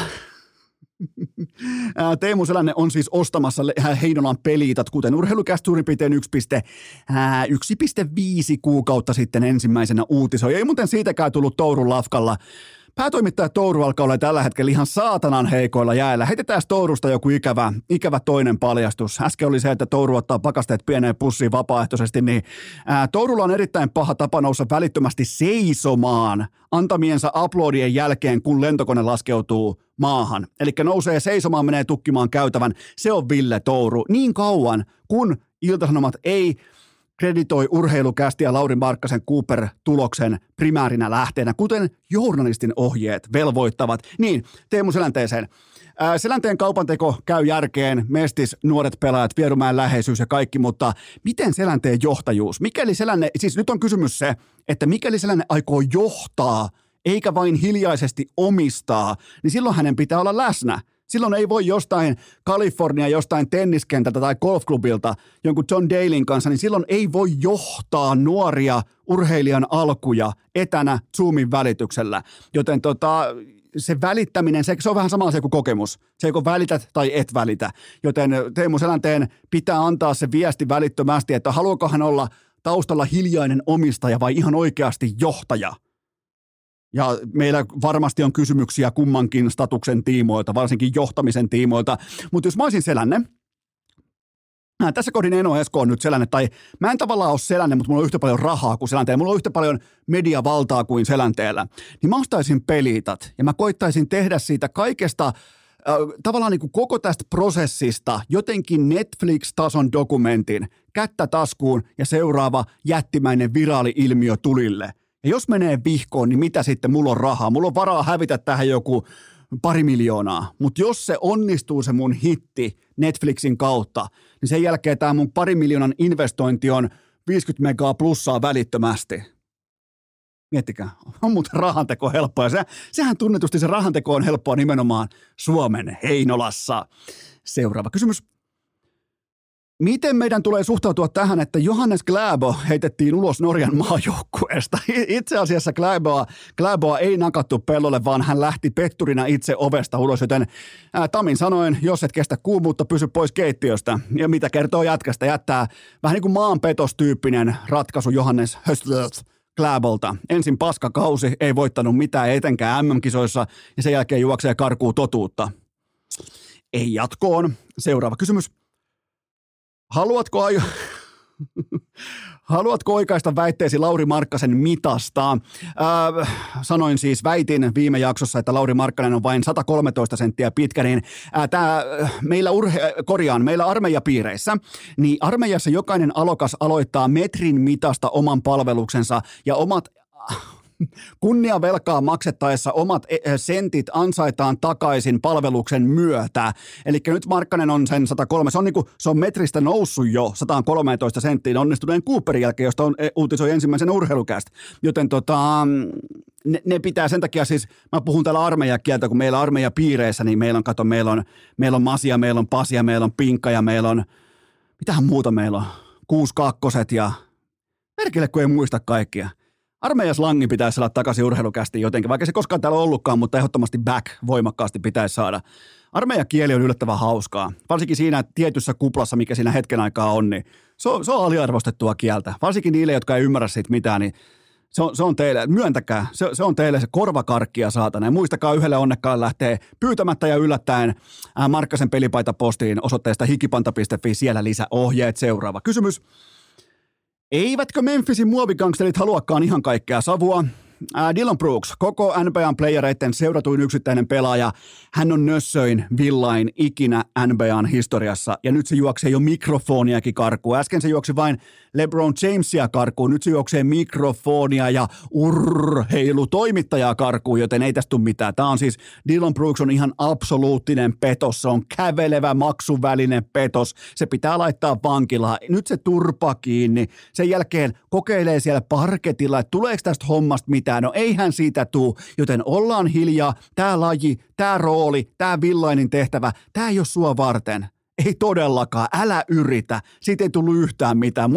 Teemu Selänne on siis ostamassa Heinolan Peliitat, kuten Urheilucast suurin piirtein 1,5 kuukautta sitten ensimmäisenä uutisoi. Ei muuten siitäkään tullut Tourun lafkalla. Päätoimittaja Touru alkaa olla tällä hetkellä ihan saatanan heikoilla jäällä. Heitetään Tourusta joku ikävä toinen paljastus. Äsken oli se, että Touru ottaa pakasteet pieneen pussiin vapaaehtoisesti, niin Tourulla on erittäin paha tapa nousta välittömästi seisomaan antamiensa uploadien jälkeen, kun lentokone laskeutuu maahan. Eli nousee seisomaan, menee tukkimaan käytävän. Se on Ville Touru. Niin kauan, kun Ilta-Sanomat ei kreditoi Urheilucast ja Lauri Markkasen Cooper-tuloksen primäärinä lähteenä, kuten journalistin ohjeet velvoittavat. Niin, Teemu Selänteeseen. Selänteen kaupanteko käy järkeen, mestis, nuoret pelaajat, Vierumäen läheisyys ja kaikki, mutta miten Selänteen johtajuus? Mikäli Selänne, siis nyt on kysymys se, että mikäli Selänne aikoo johtaa, eikä vain hiljaisesti omistaa, niin silloin hänen pitää olla läsnä. Silloin ei voi jostain jostain tenniskentältä tai golfklubilta jonkun John Dalein kanssa, niin silloin ei voi johtaa nuoria urheilijan alkuja etänä Zoomin välityksellä. Joten se välittäminen, se on vähän sama asia kuin kokemus. Se joko välität tai et välitä. Joten Teemu Selänteen pitää antaa se viesti välittömästi, että haluaako hän olla taustalla hiljainen omistaja vai ihan oikeasti johtaja. Ja meillä varmasti on kysymyksiä kummankin statuksen tiimoilta, varsinkin johtamisen tiimoilta. Mutta jos mä olisin Selänne, Tässä kohdin Eno Esko on nyt Selänne, tai mä en tavallaan ole Selänne, mutta mulla on yhtä paljon rahaa kuin Selänteellä, mulla on yhtä paljon mediavaltaa kuin Selänteellä. Niin mä ostaisin Pelitat ja mä koittaisin tehdä siitä kaikesta, tavallaan niin kuin koko tästä prosessista jotenkin Netflix-tason dokumentin, kättä taskuun ja seuraava jättimäinen viraali-ilmiö tulille. Ja jos menee vihkoon, niin mitä sitten? Mulla on rahaa, mulla on varaa hävitä tähän joku 2 miljoonaa, mutta jos se onnistuu se mun hitti Netflixin kautta, niin sen jälkeen tämä mun 2 miljoonan investointi on 50 megaa plussaa välittömästi. Miettikää, on muuten rahanteko helppoa. Sehän tunnetusti se rahanteko on helppoa nimenomaan Suomen Heinolassa. Seuraava kysymys. Miten meidän tulee suhtautua tähän, että Johannes Klæbo heitettiin ulos Norjan maajoukkueesta? Itse asiassa Klæboa ei nakattu pellolle, vaan hän lähti petturina itse ovesta ulos, joten Tamin sanoen, jos et kestä kuumuutta, pysy pois keittiöstä. Ja mitä kertoo jätkästä, jättää vähän niin kuin maanpetostyyppinen ratkaisu Johannes Klæbolta. Ensin paskakausi, ei voittanut mitään etenkään MM-kisoissa ja sen jälkeen juoksee karkuun totuutta. Ei jatkoon. Seuraava kysymys. Haluatko oikaista väitteesi Lauri Markkasen mitasta? Väitin viime jaksossa, että Lauri Markkanen on vain 113 senttiä pitkä, niin meillä armeijapiireissä, niin armeijassa jokainen alokas aloittaa metrin mitasta oman palveluksensa ja omat kunniavelkaa maksettaessa omat sentit ansaitaan takaisin palveluksen myötä. Eli nyt Markkanen on sen 103, se on metristä noussut jo 113 senttiin onnistuneen Cooperin jälkeen, josta uutisoi ensimmäisen urheilukästä. Joten ne pitää sen takia siis, mä puhun täällä armeijakieltä, kun meillä armeijapiireissä, niin meillä on Masia, meillä on Pasia, meillä on Pinkka ja meillä on, mitähän muuta meillä on, 62 ja perkele, kun ei muista kaikkia. Armeijaslangi pitäisi saada takaisin urheilukästi jotenkin, vaikka se koskaan täällä ollutkaan, mutta ehdottomasti back voimakkaasti pitäisi saada. Armeijakieli on yllättävän hauskaa, varsinkin siinä tietyssä kuplassa, mikä siinä hetken aikaa on, niin se on aliarvostettua kieltä. Varsinkin niille, jotka ei ymmärrä siitä mitään, niin se on teille, myöntäkää, se on teille se korvakarkkia saatana. Ja muistakaa yhdelle onnekkaan lähtee pyytämättä ja yllättäen Markkasen pelipaita postiin osoitteesta hikipanta.fi, siellä lisäohjeet. Seuraava kysymys. Eivätkö Memphisin muovigangsterit haluakaan ihan kaikkea savua? Dillon Brooks, koko NBAn playereiden seuratuin yksittäinen pelaaja. Hän on nössöin villain ikinä NBAn historiassa ja nyt se juoksee jo mikrofoniakin karkuun. Äsken se juoksi vain LeBron Jamesia karkuun, nyt se juoksee mikrofonia ja urheilutoimittajaa karkuun, joten ei tästä tule mitään. Tämä on siis, Dillon Brooks on ihan absoluuttinen petos, se on kävelevä maksuvälinen petos, se pitää laittaa vankilaan. Nyt se turpa kiinni, sen jälkeen kokeilee siellä parketilla, että tuleeko tästä hommasta mitään. No eihän siitä tuu, joten ollaan hiljaa, tämä laji, tämä rooli, tämä villainin tehtävä, tämä ei ole sua varten. Ei todellakaan, älä yritä, siitä ei tullut yhtään mitään.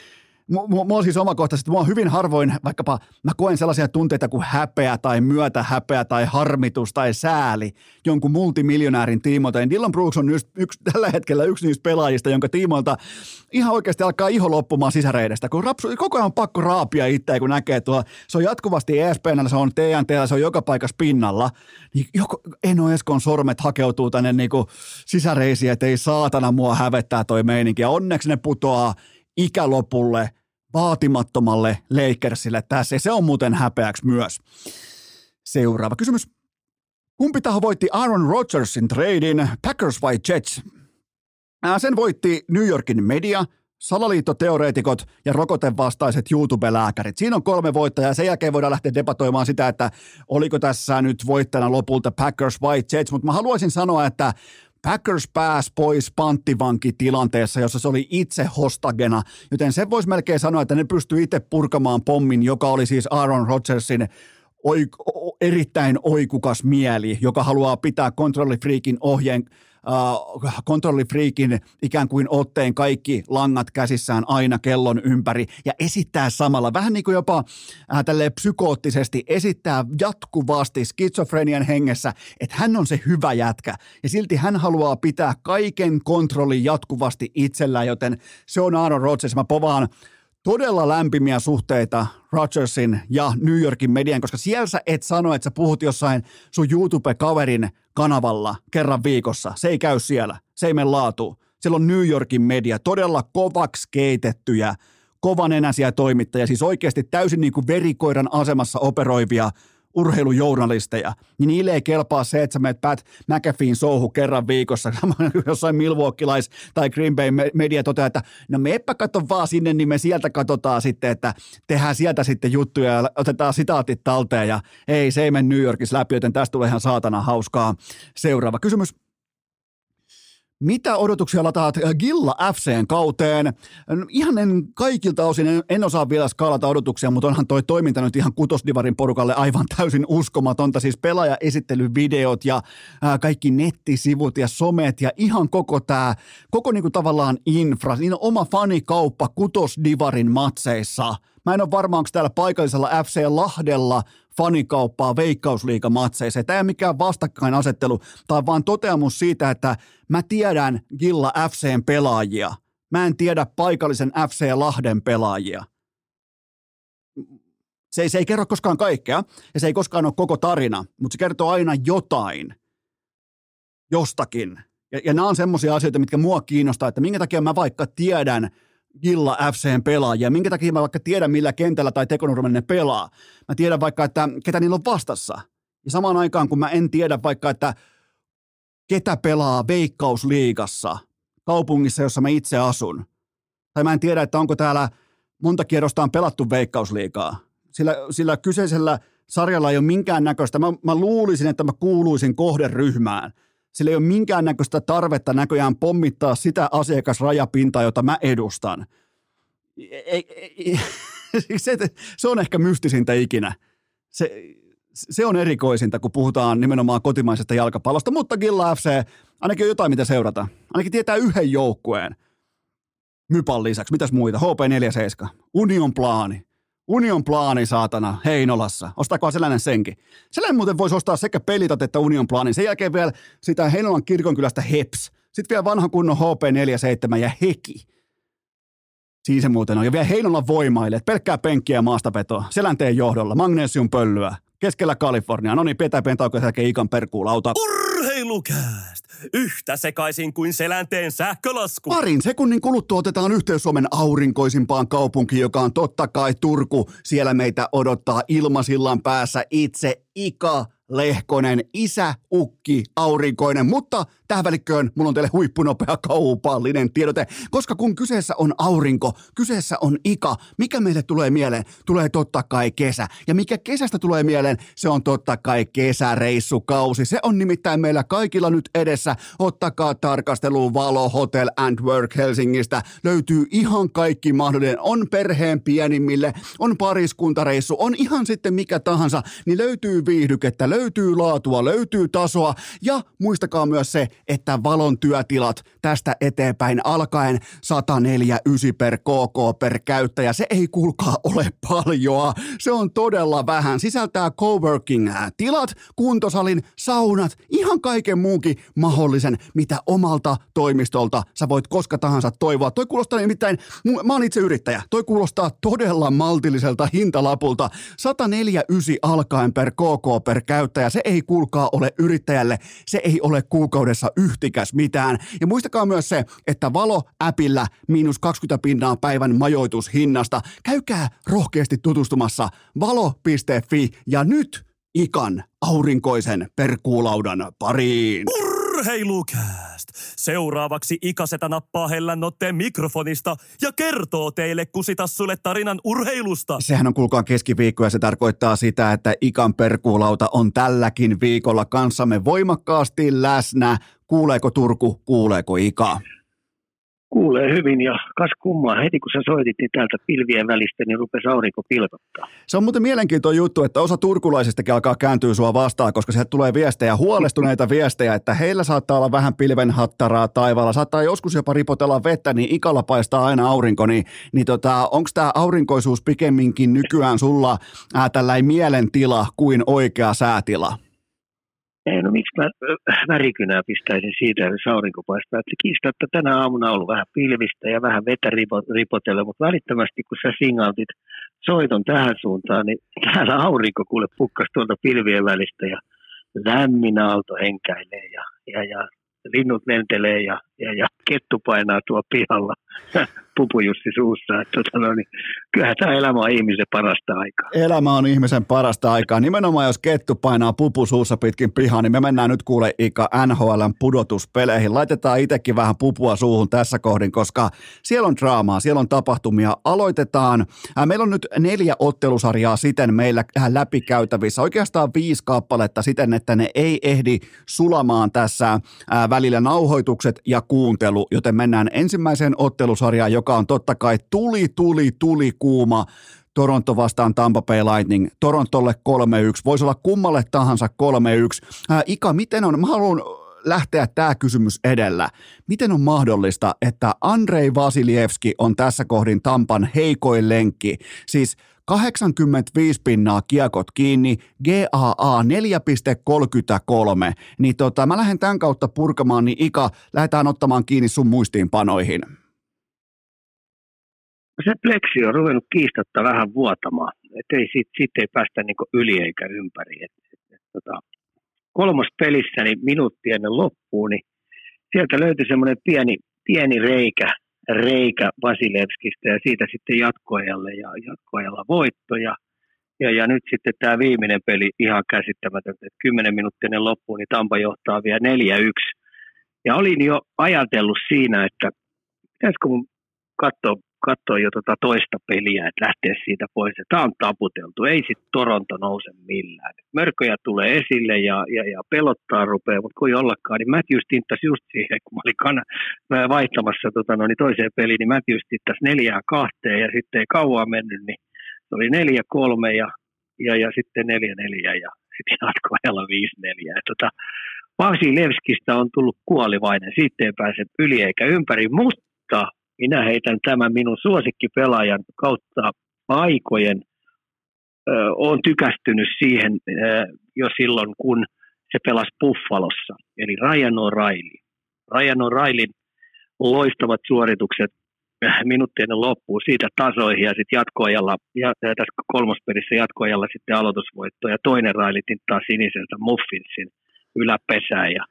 Mua siis omakohtaisesti, mua hyvin harvoin, vaikkapa mä koen sellaisia tunteita kuin häpeä tai myötähäpeä tai harmitus tai sääli jonkun multimiljonäärin tiimoilta. Ja Dillon Brooks on tällä hetkellä yksi niistä pelaajista, jonka tiimoilta ihan oikeasti alkaa iho loppumaan sisäreidestä, kun koko ajan on pakko raapia itseä, kun näkee tuolla. Se on jatkuvasti ESPN:llä, se on TNT:llä, se on joka paikassa pinnalla. Niin Eno Eskon sormet hakeutuu tänne niinku sisäreisiin, että ei saatana mua hävettää toi meininki. Ja onneksi ne putoaa ikälopulle, vaatimattomalle Lakersille. Se on muuten häpeäksi myös. Seuraava kysymys. Kumpi taho voitti Aaron Rodgersin treidin, Packers vai Jets? Sen voitti New Yorkin media, salaliittoteoreetikot ja rokotevastaiset YouTube-lääkärit. Siinä on 3 voittajaa. Sen jälkeen voidaan lähteä debatoimaan sitä, että oliko tässä nyt voittajana lopulta Packers vai Jets, mutta mä haluaisin sanoa, että Packers pääsi pois panttivankitilanteessa, jossa se oli itse hostagena, joten sen voisi melkein sanoa, että ne pystyi itse purkamaan pommin, joka oli siis Aaron Rodgersin erittäin oikukas mieli, joka haluaa pitää kontrollifriikin ikään kuin otteen kaikki langat käsissään aina kellon ympäri ja esittää samalla, vähän niin kuin jopa tälleen psykoottisesti esittää jatkuvasti skitsofrenian hengessä, että hän on se hyvä jätkä ja silti hän haluaa pitää kaiken kontrollin jatkuvasti itsellään, joten se on Aaron Rodgers. Mä povaan todella lämpimiä suhteita Rodgersin ja New Yorkin median, koska siellä sä et sano, että sä puhut jossain sun YouTube-kaverin kanavalla kerran viikossa. Se ei käy siellä. Se ei mene laatuun. Siellä on New Yorkin media, todella kovaksi keitettyjä, kovanenäisiä toimittajia, siis oikeasti täysin niin kuin verikoiran asemassa operoivia urheilujournalisteja, niin niille ei kelpaa se, että sä menet Pat McAfeen showhun kerran viikossa, jossain Milwaukee-lais tai Green Bay media toteaa, että no meppä katso vaan sinne, niin me sieltä katsotaan sitten, että tehdään sieltä sitten juttuja ja otetaan sitaatit talteen ja ei, se ei mene New Yorkissa läpi, joten tästä tulee ihan saatana hauskaa. Seuraava kysymys. Mitä odotuksia lataat Gilla FC:n kauteen? Ihan kaikilta osin en osaa vielä skaalata odotuksia, mutta onhan toi toiminta nyt ihan kutosdivarin porukalle aivan täysin uskomatonta. Siis pelaajaesittelyvideot ja kaikki nettisivut ja somet ja ihan koko niinku tavallaan infra. Siinä on oma fanikauppa kutosdivarin matseissa. Mä en ole varma, onko täällä paikallisella FC Lahdella fanikauppaa Veikkausliiga-matseissa. Tämä ei ole mikään vastakkainasettelu, tai vaan toteamus siitä, että mä tiedän Gilla FC:n pelaajia. Mä en tiedä paikallisen FC Lahden pelaajia. Se ei kerro koskaan kaikkea, ja se ei koskaan ole koko tarina, mutta se kertoo aina jotain jostakin. Ja nämä on semmoisia asioita, mitkä mua kiinnostaa, että minkä takia mä vaikka tiedän Gilla FC:n pelaajia, minkä takia mä vaikka tiedän, millä kentällä tai Tekonurmella ne pelaa. Mä tiedän vaikka, että ketä niillä on vastassa. Ja samaan aikaan, kun mä en tiedä vaikka, että ketä pelaa Veikkausliigassa, kaupungissa, jossa mä itse asun. Tai mä en tiedä, että onko täällä monta kierrosta on pelattu Veikkausliigaa. Sillä kyseisellä sarjalla ei ole minkäännäköistä, mä luulisin, että mä kuuluisin kohderyhmään. Sillä ei ole minkäännäköistä tarvetta näköjään pommittaa sitä asiakasrajapintaa, jota mä edustan. Se on ehkä mystisintä ikinä. Se on erikoisinta, kun puhutaan nimenomaan kotimaisesta jalkapallosta, mutta Gilla FC, ainakin on jotain, mitä seurata. Ainakin tietää yhden joukkueen. Mypan lisäksi. Mitäs muita? HP47. Union Plaani, saatana, Heinolassa. Ostaako sellainen senkin? Sellainen muuten voisi ostaa sekä Pelitot että Union Plaanin. Sen jälkeen vielä sitä Heinolan kirkonkylästä Heps. Sitten vielä vanhan kunnon HP47 ja Heki. Siinä se muuten on. Ja vielä Heinolan voimailijat. Pelkkää penkkiä ja maastapetoa. Selänteen johdolla. Magnesiumpöllyä. Keskellä Kaliforniaa. No niin, pidetään pieni tauko, jälkeen Ikan perkuulauta. Urheilukääst! Yhtä sekaisin kuin Selänteen sähkölasku. Parin sekunnin kuluttua otetaan yhteys Suomen aurinkoisimpaan kaupunkiin, joka on totta kai Turku. Siellä meitä odottaa ilmasillan päässä itse Ika Lehkonen, isä, ukki, aurinkoinen, mutta tähän välikköön mulla on teille huippunopea kaupallinen tiedote, koska kun kyseessä on aurinko, kyseessä on Ika, mikä meille tulee mieleen? Tulee totta kai kesä. Ja mikä kesästä tulee mieleen? Se on totta kai kesäreissukausi. Se on nimittäin meillä kaikilla nyt edessä. Ottakaa tarkasteluun Valo Hotel and Work Helsingistä. Löytyy ihan kaikki mahdollinen. On perheen pienimmille, on pariskuntareissu, on ihan sitten mikä tahansa, niin löytyy viihdykettä, löytyy laatua, löytyy tasoa ja muistakaa myös se, että Valon työtilat tästä eteenpäin alkaen 104,9 per KK per käyttäjä. Se ei kuulkaa ole paljoa, se on todella vähän. Sisältää coworking-tilat, kuntosalin, saunat, ihan kaiken muunkin mahdollisen, mitä omalta toimistolta sä voit koska tahansa toivoa. Toi kuulostaa nimittäin, mä oon itse yrittäjä, toi kuulostaa todella maltilliselta hintalapulta. 104,9 alkaen per KK per käyttäjä. Se ei kuulkaa ole yrittäjälle, se ei ole kuukaudessa yhtikäs mitään. Ja muistakaa myös se, että Valo-äpillä -20% päivän majoitushinnasta. Käykää rohkeasti tutustumassa valo.fi ja nyt Ikan aurinkoisen perkuulaudan pariin. Urheilukääst! Seuraavaksi Ikasetä nappaa Hellänotteen mikrofonista ja kertoo teille Kusitassulle tarinan urheilusta. Sehän on kuulkaa keskiviikko ja se tarkoittaa sitä, että Ikan perkuulauta on tälläkin viikolla kanssamme voimakkaasti läsnä. Kuuleeko Turku, kuuleeko Ika? Kuulee hyvin ja kas kummaa, heti kun sä soitit, niin täältä pilvien välistä, niin rupesi aurinko pilkottaa. Se on muuten mielenkiintoinen juttu, että osa turkulaisistakin alkaa kääntyä sua vastaan, koska sieltä tulee viestejä, huolestuneita viestejä, että heillä saattaa olla vähän pilvenhattaraa taivaalla, saattaa joskus jopa ripotella vettä, niin Ikalla paistaa aina aurinko, niin onko tämä aurinkoisuus pikemminkin nykyään sulla tällainen mielentila kuin oikea säätila? Ei, no miksi mä värikynää pistäisin siitä, jos aurinko paistaa. Että kiistatta tänä aamuna on ollut vähän pilvistä ja vähän vettä ripotella, mutta välittömästi kun sä signaaltit soiton tähän suuntaan, niin täällä aurinko kuule pukkas tuolta pilvien välistä ja lämmin aalto henkäilee ja linnut lentelee ja kettu painaa tuo pihalla pupujussi suussa. Niin, kyllähän tämä elämä on ihmisen parasta aikaa. Elämä on ihmisen parasta aikaa. Nimenomaan jos kettu painaa pupu suussa pitkin pihaa, niin me mennään nyt kuule Ika NHL:n pudotuspeleihin. Laitetaan itsekin vähän pupua suuhun tässä kohdin, koska siellä on draamaa, siellä on tapahtumia. Aloitetaan. Meillä on nyt 4 ottelusarjaa siten meillä läpikäytävissä. Oikeastaan 5 kappaletta siten, että ne ei ehdi sulamaan tässä välillä nauhoitukset ja kuuntelu, joten mennään ensimmäiseen ottelusarjaan, joka on totta kai tuli kuuma. Toronto vastaan Tampa Bay Lightning. Torontolle 3-1. Voisi olla kummalle tahansa 3-1. Ika, miten on, mä haluan lähteä tämä kysymys edellä. Miten on mahdollista, että Andrei Vasilevski on tässä kohdin Tampan heikoin lenkki? Siis 85 pinnaa kiekot kiinni, GAA 4,33. Niin mä lähden tämän kautta purkamaan, niin Ika, lähdetään ottamaan kiinni sun muistiinpanoihin. Se pleksi on ruvennut kiistatta vähän vuotamaan, että siitä ei päästä niinku yli eikä ympäri. Kolmos pelissä niin minuutti ennen loppuun, niin sieltä löytyi semmoinen pieni reikä Vasilevskistä ja siitä sitten jatkoajalle ja jatkoajalla voitto. Ja nyt sitten tämä viimeinen peli ihan käsittämätöntä, että 10 minuuttia ennen loppuun, niin Tampa johtaa vielä 4-1. Ja olin jo ajatellut siinä, että pitäisikö mun katsoa jo toista peliä, että lähteä siitä pois. Tämä on taputeltu, ei sitten Toronto nouse millään. Mörköjä tulee esille ja pelottaa rupeaa, mutta kun ei ollakaan, niin Matthews tinttasi just siihen, kun mä olin vaihtamassa toiseen peliin, niin Matthews tinttasi 4-2 ja sitten ei kauan mennyt, niin se oli 4-3 ja sitten 4-4 ja sitten jatkoajalla 5-4. Vasilevskista on tullut kuolivainen, siitä ei pääse yli eikä ympäri, mutta minä heitän tämän minun suosikkipelaajan kautta aikojen. Olen tykästynyt siihen jo silloin, kun se pelasi Buffalossa, eli Ryan O'Reilly. Ryan O'Reillyn loistavat suoritukset minuuttien loppuun siitä tasoihin ja sitten jatkoajalla, ja tässä kolmospelissä jatkoajalla sitten aloitusvoitto ja toinen Raili tinttaa siniseltä Muffinsin yläpesään ja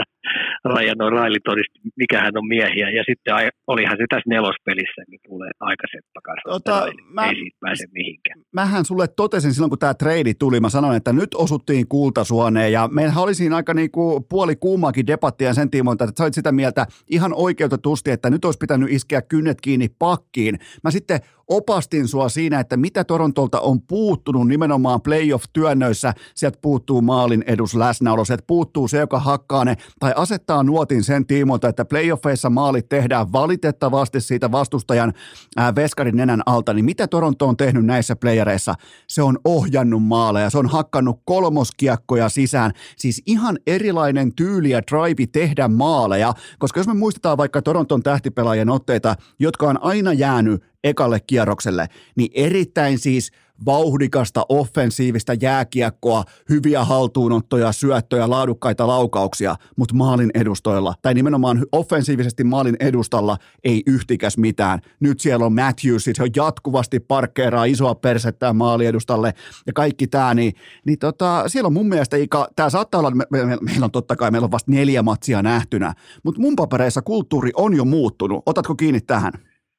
Ryan O'Reilly todisti, mikä hän on miehiä, ja sitten olihan se tässä nelospelissä, niin tulee aika seppakansa, ei siitä pääse mihinkään. Mähän sulle totesin silloin, kun tämä trade tuli, mä sanoin, että nyt osuttiin kultasuoneen, ja meillähän oli siinä aika niinku puoli kuumaakin debattia sen tiimoilta, että sä olit sitä mieltä ihan oikeutetusti, että nyt olisi pitänyt iskeä kynnet kiinni pakkiin. Mä sitten opastin sua siinä, että mitä Torontolta on puuttunut nimenomaan playoff-työnnöissä. Sieltä puuttuu maalin edus läsnäolo, sieltä puuttuu se, joka hakkaa ne tai asettaa nuotin sen tiimoilta, että playoffeissa maalit tehdään valitettavasti siitä vastustajan veskarin nenän alta. Niin mitä Toronto on tehnyt näissä playereissa? Se on ohjannut maaleja, se on hakkannut kolmoskiekkoja sisään. Siis ihan erilainen tyyli ja drive tehdä maaleja, koska jos me muistetaan vaikka Toronton tähtipelaajien otteita, jotka on aina jäänyt ekalle kierrokselle, niin erittäin siis vauhdikasta, offensiivista jääkiekkoa, hyviä haltuunottoja, syöttöjä, laadukkaita laukauksia, mutta maalin edustoilla, tai nimenomaan offensiivisesti maalin edustalla ei yhtikäs mitään. Nyt siellä on Matthews, se on jatkuvasti parkkeeraa isoa persettää maaliedustalle ja kaikki tämä, niin siellä on mun mielestä, tämä saattaa olla, meillä on totta kai, meillä on vasta 4 matsia nähtynä, mutta mun papereissa kulttuuri on jo muuttunut. Otatko kiinni tähän?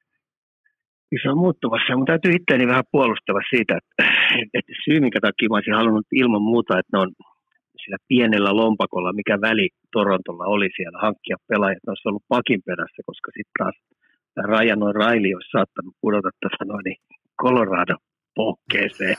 Se on muuttuvassa, mutta täytyy itseäni vähän puolustella siitä, että syy, minkä takia mä olisin halunnut ilman muuta, että ne on sillä pienellä lompakolla, mikä väli Torontolla oli siellä, hankkia pelaajat, ne olisi ollut pakin perässä, koska sitten taas Ryan O'Reilly olisi saattanut pudota Colorado pohkeeseen,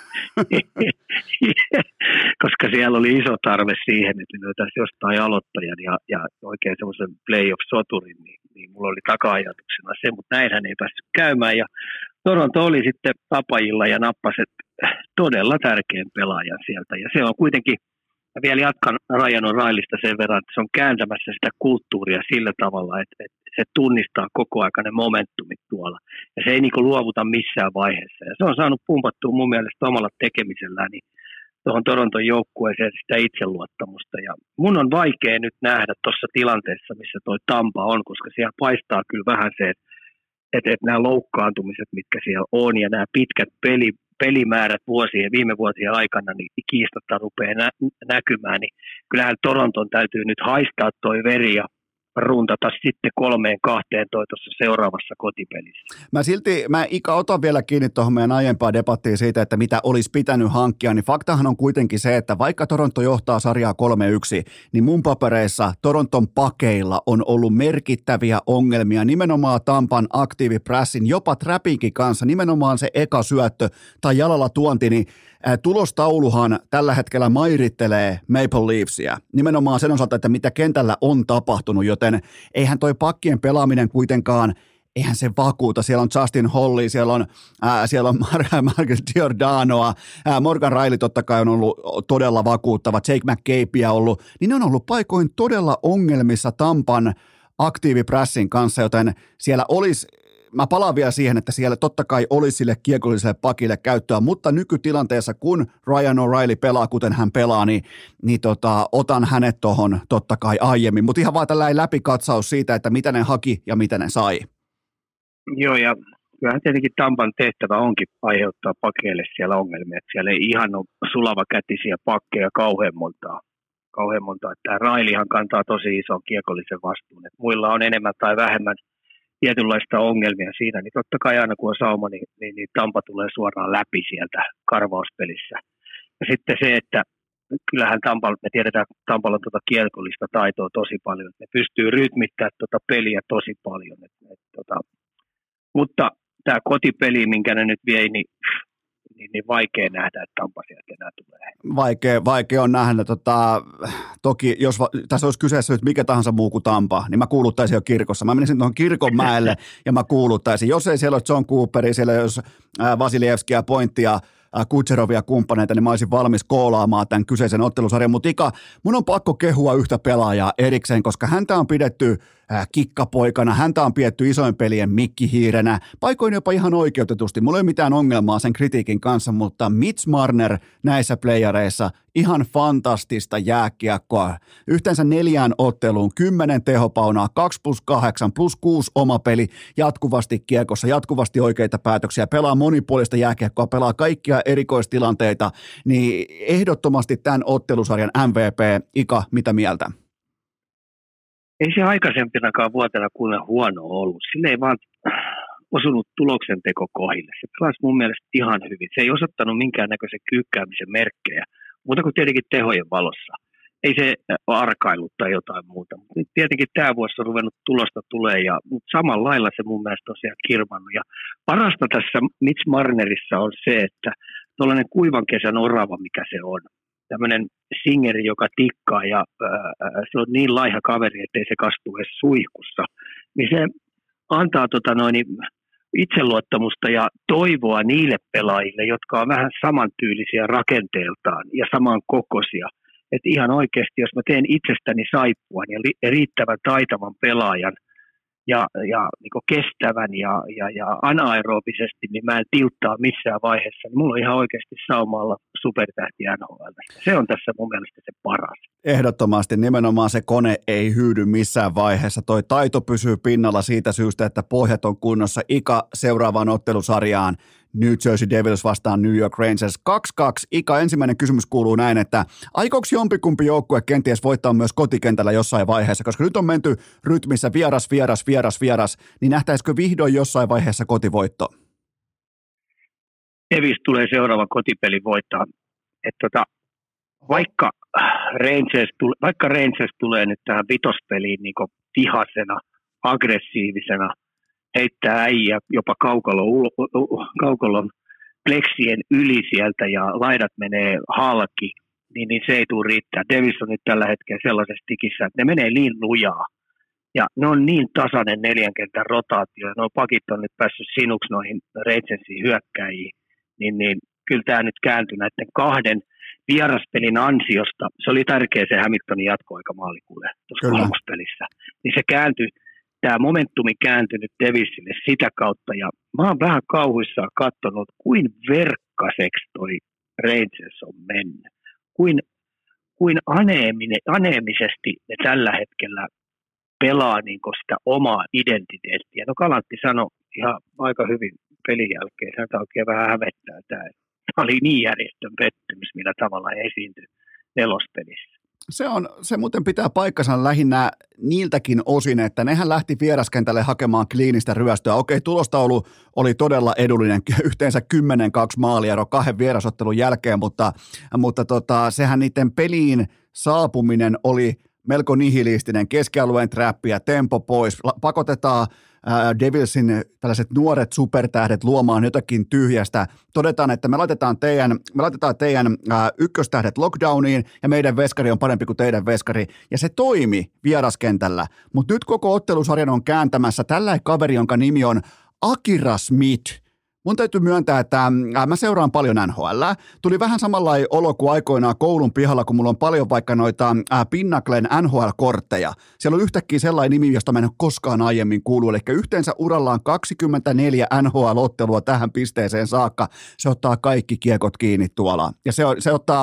koska siellä oli iso tarve siihen, että ne löytäisi jostain aloittajan ja oikein semmoisen playoff-soturin, niin mulla oli taka-ajatuksena se, mutta näinhän ei päässyt käymään. Ja Toronto oli sitten apajilla ja nappasi todella tärkeän pelaajan sieltä. Ja se on kuitenkin, mä vielä jatkan Ryan O'Reillysta sen verran, että se on kääntämässä sitä kulttuuria sillä tavalla, että se tunnistaa koko ajan ne momentumit tuolla. Ja se ei niinku luovuta missään vaiheessa. Ja se on saanut pumpattua mun mielestä omalla tekemisellään niin tuohon Toronton joukkueeseen sitä itseluottamusta. Ja mun on vaikea nyt nähdä tuossa tilanteessa, missä toi Tampa on, koska siellä paistaa kyllä vähän se, että nämä loukkaantumiset, mitkä siellä on, ja nämä pitkät pelimäärät viime vuosien aikana, niin kiistatta rupeaa näkymään. Niin kyllähän Toronton täytyy nyt haistaa toi veri ja runtata sitten 3-2 tuossa seuraavassa kotipelissä. Mä Ika otan vielä kiinni tuohon meidän aiempaan debattiin siitä, että mitä olisi pitänyt hankkia, niin faktahan on kuitenkin se, että vaikka Toronto johtaa sarjaa 3-1, niin mun papereissa Toronton pakeilla on ollut merkittäviä ongelmia nimenomaan Tampan aktiivipressin, jopa trappinkin kanssa, nimenomaan se eka syöttö tai jalalla tuonti, niin tulostauluhan tällä hetkellä mairittelee Maple Leafsia, nimenomaan sen osalta, että mitä kentällä on tapahtunut, joten eihän toi pakkien pelaaminen kuitenkaan, eihän se vakuuta. Siellä on Justin Holly, siellä on Marcus Giordanoa, Morgan Rielly totta kai on ollut todella vakuuttava, Jake McCabeä ollut, niin ne on ollut paikoin todella ongelmissa Tampan aktiivipressin kanssa, joten siellä olisi, mä palaan vielä siihen, että siellä totta kai olisi sille kiekolliselle pakille käyttöä, mutta nykytilanteessa, kun Ryan O'Reilly pelaa, kuten hän pelaa, niin otan hänet tohon totta kai aiemmin. Mutta ihan vaan tällainen läpikatsaus siitä, että mitä ne haki ja mitä ne sai. Joo, ja kyllähän tietenkin Tampan tehtävä onkin aiheuttaa pakeille siellä ongelmia. Että siellä ei ihan ole sulavakätisiä pakkeja kauhean montaa. Tämä Railihan kantaa tosi ison kiekollisen vastuun. Et muilla on enemmän tai vähemmän tietynlaista ongelmia siinä, niin totta kai aina kun on sauma, niin Tampa tulee suoraan läpi sieltä karvauspelissä. Ja sitten se, että kyllähän me tiedetään, että Tampalla on kiekollista taitoa tosi paljon, että ne pystyy rytmittämään peliä tosi paljon. Mutta tämä kotipeli, minkä ne nyt vei, niin vaikea nähdä, että Tampa sieltä enää tulee. Vaikea on nähdä. Toki jos tässä olisi kyseessä nyt mikä tahansa muu kuin Tampa, niin mä kuuluttaisin jo kirkossa. Mä menisin tuohon Kirkonmäelle ja mä kuuluttaisin. Jos ei siellä ole John Cooperi, siellä jos Vasilievskia, Pointtia, Kutserovia kumppaneita, niin mä olisin valmis koolaamaan tämän kyseisen ottelusarjan. Mutta Ika, mun on pakko kehua yhtä pelaajaa erikseen, koska häntä on pidetty kikkapoikana, häntä on pidetty isoin pelien mikkihiirenä, paikoin jopa ihan oikeutetusti. Mulla ei ole mitään ongelmaa sen kritiikin kanssa, mutta Mitch Marner näissä playareissa ihan fantastista jääkiekkoa. Yhteensä 4 otteluun, 10 tehopaunaa, 2+8 +6 oma peli, jatkuvasti kiekossa, jatkuvasti oikeita päätöksiä, pelaa monipuolista jääkiekkoa, pelaa kaikkia erikoistilanteita, niin ehdottomasti tämän ottelusarjan MVP. Ika, mitä mieltä? Ei se aikaisempinakaan vuotena kun huono ollut. Sille ei vaan osunut tuloksenteko kohdille. Se pelasi mun mielestä ihan hyvin. Se ei osoittanut minkäännäköisen kyykkäämisen merkkejä, mutta kuin tietenkin tehojen valossa. Ei se arkailut tai jotain muuta. Nyt tietenkin tämä vuosi on ruvennut tulosta tulee, mutta samalla lailla se mun mielestä on siellä kirmannut. Ja parasta tässä Mitch Marnerissa on se, että tuollainen kuivan kesän orava, mikä se on, tämmöinen singeri, joka tikkaa ja se on niin laiha kaveri, ettei se kastu edes suihkussa, niin se antaa itseluottamusta ja toivoa niille pelaajille, jotka on vähän samantyylisiä rakenteeltaan ja samankokoisia. Että ihan oikeasti, jos mä teen itsestäni saippuan ja riittävän taitavan pelaajan ja niin kestävän ja anaerobisesti, niin mä en tilttaa missään vaiheessa. Niin mulla on ihan oikeasti saumalla supertähti NHL. Se on tässä mun mielestä se paras. Ehdottomasti nimenomaan se kone ei hyydy missään vaiheessa. Toi taito pysyy pinnalla siitä syystä, että pohjat on kunnossa. Ika seuraavaan ottelusarjaan. New Jersey Devils vastaan New York Rangers 2-2. Ika, ensimmäinen kysymys kuuluu näin, että aikooko jompikumpi joukkue kenties voittaa myös kotikentällä jossain vaiheessa, koska nyt on menty rytmissä vieras, niin nähtäisikö vihdoin jossain vaiheessa kotivoitto? Devils tulee seuraava kotipeli voittaa. Vaikka Rangers tulee nyt tähän vitospeliin niin vihasena, aggressiivisena, heittää äijä jopa kaukolon pleksien yli sieltä ja laidat menee halki, niin se ei tule riittää. Devils on nyt tällä hetkellä sellaisessa tikissä, että ne menee niin lujaa. Ja ne on niin tasainen 4 kentän rotaatio, ja nuo pakit on nyt päässyt sinuksi noihin Rangersiin hyökkäjiin, niin kyllä tämä nyt kääntyi näiden 2 vieraspelin ansiosta. Se oli tärkeä se Hamiltonin jatkoaikamaali tuossa kolmospelissä. Niin se kääntyi. Tämä momentumi kääntynyt Devilsille sitä kautta, ja mä oon vähän kauhuissaan katsonut, kuin verkkaseksi toi Rangers on mennyt. Kuin aneemisesti ne tällä hetkellä pelaa niin sitä omaa identiteettiä. No Kalantti sanoi ihan aika hyvin pelin jälkeen, sieltä oikein vähän hävettää tämä. Tämä oli niin järjestön pettymys, millä tavalla esiintyi nelospelissä. Se muuten pitää paikkansa lähinnä niiltäkin osin, että nehän lähti vieraskentälle hakemaan kliinistä ryöstöä. Okei, tulostaulu oli todella edullinen, yhteensä 10-2 maaliero 2 vierasottelun jälkeen, mutta sehän niiden peliin saapuminen oli melko nihilistinen, keskialueen trappi ja tempo pois, pakotetaan Devilsin tällaiset nuoret supertähdet luomaan jotakin tyhjästä. Todetaan, että me laitetaan teidän ykköstähdet lockdowniin ja meidän veskari on parempi kuin teidän veskari. Ja se toimi vieraskentällä. Mutta nyt koko ottelusarjan on kääntämässä tällainen kaveri, jonka nimi on Akira Smith. Mun täytyy myöntää, että mä seuraan paljon NHL. Tuli vähän samanlainen olo kuin aikoinaan koulun pihalla, kun mulla on paljon vaikka noita Pinnaclen NHL-kortteja. Siellä on yhtäkkiä sellainen nimi, josta mä en ole koskaan aiemmin kuullut. Eli yhteensä urallaan 24 NHL-ottelua tähän pisteeseen saakka. Se ottaa kaikki kiekot kiinni tuolla. Ja se ottaa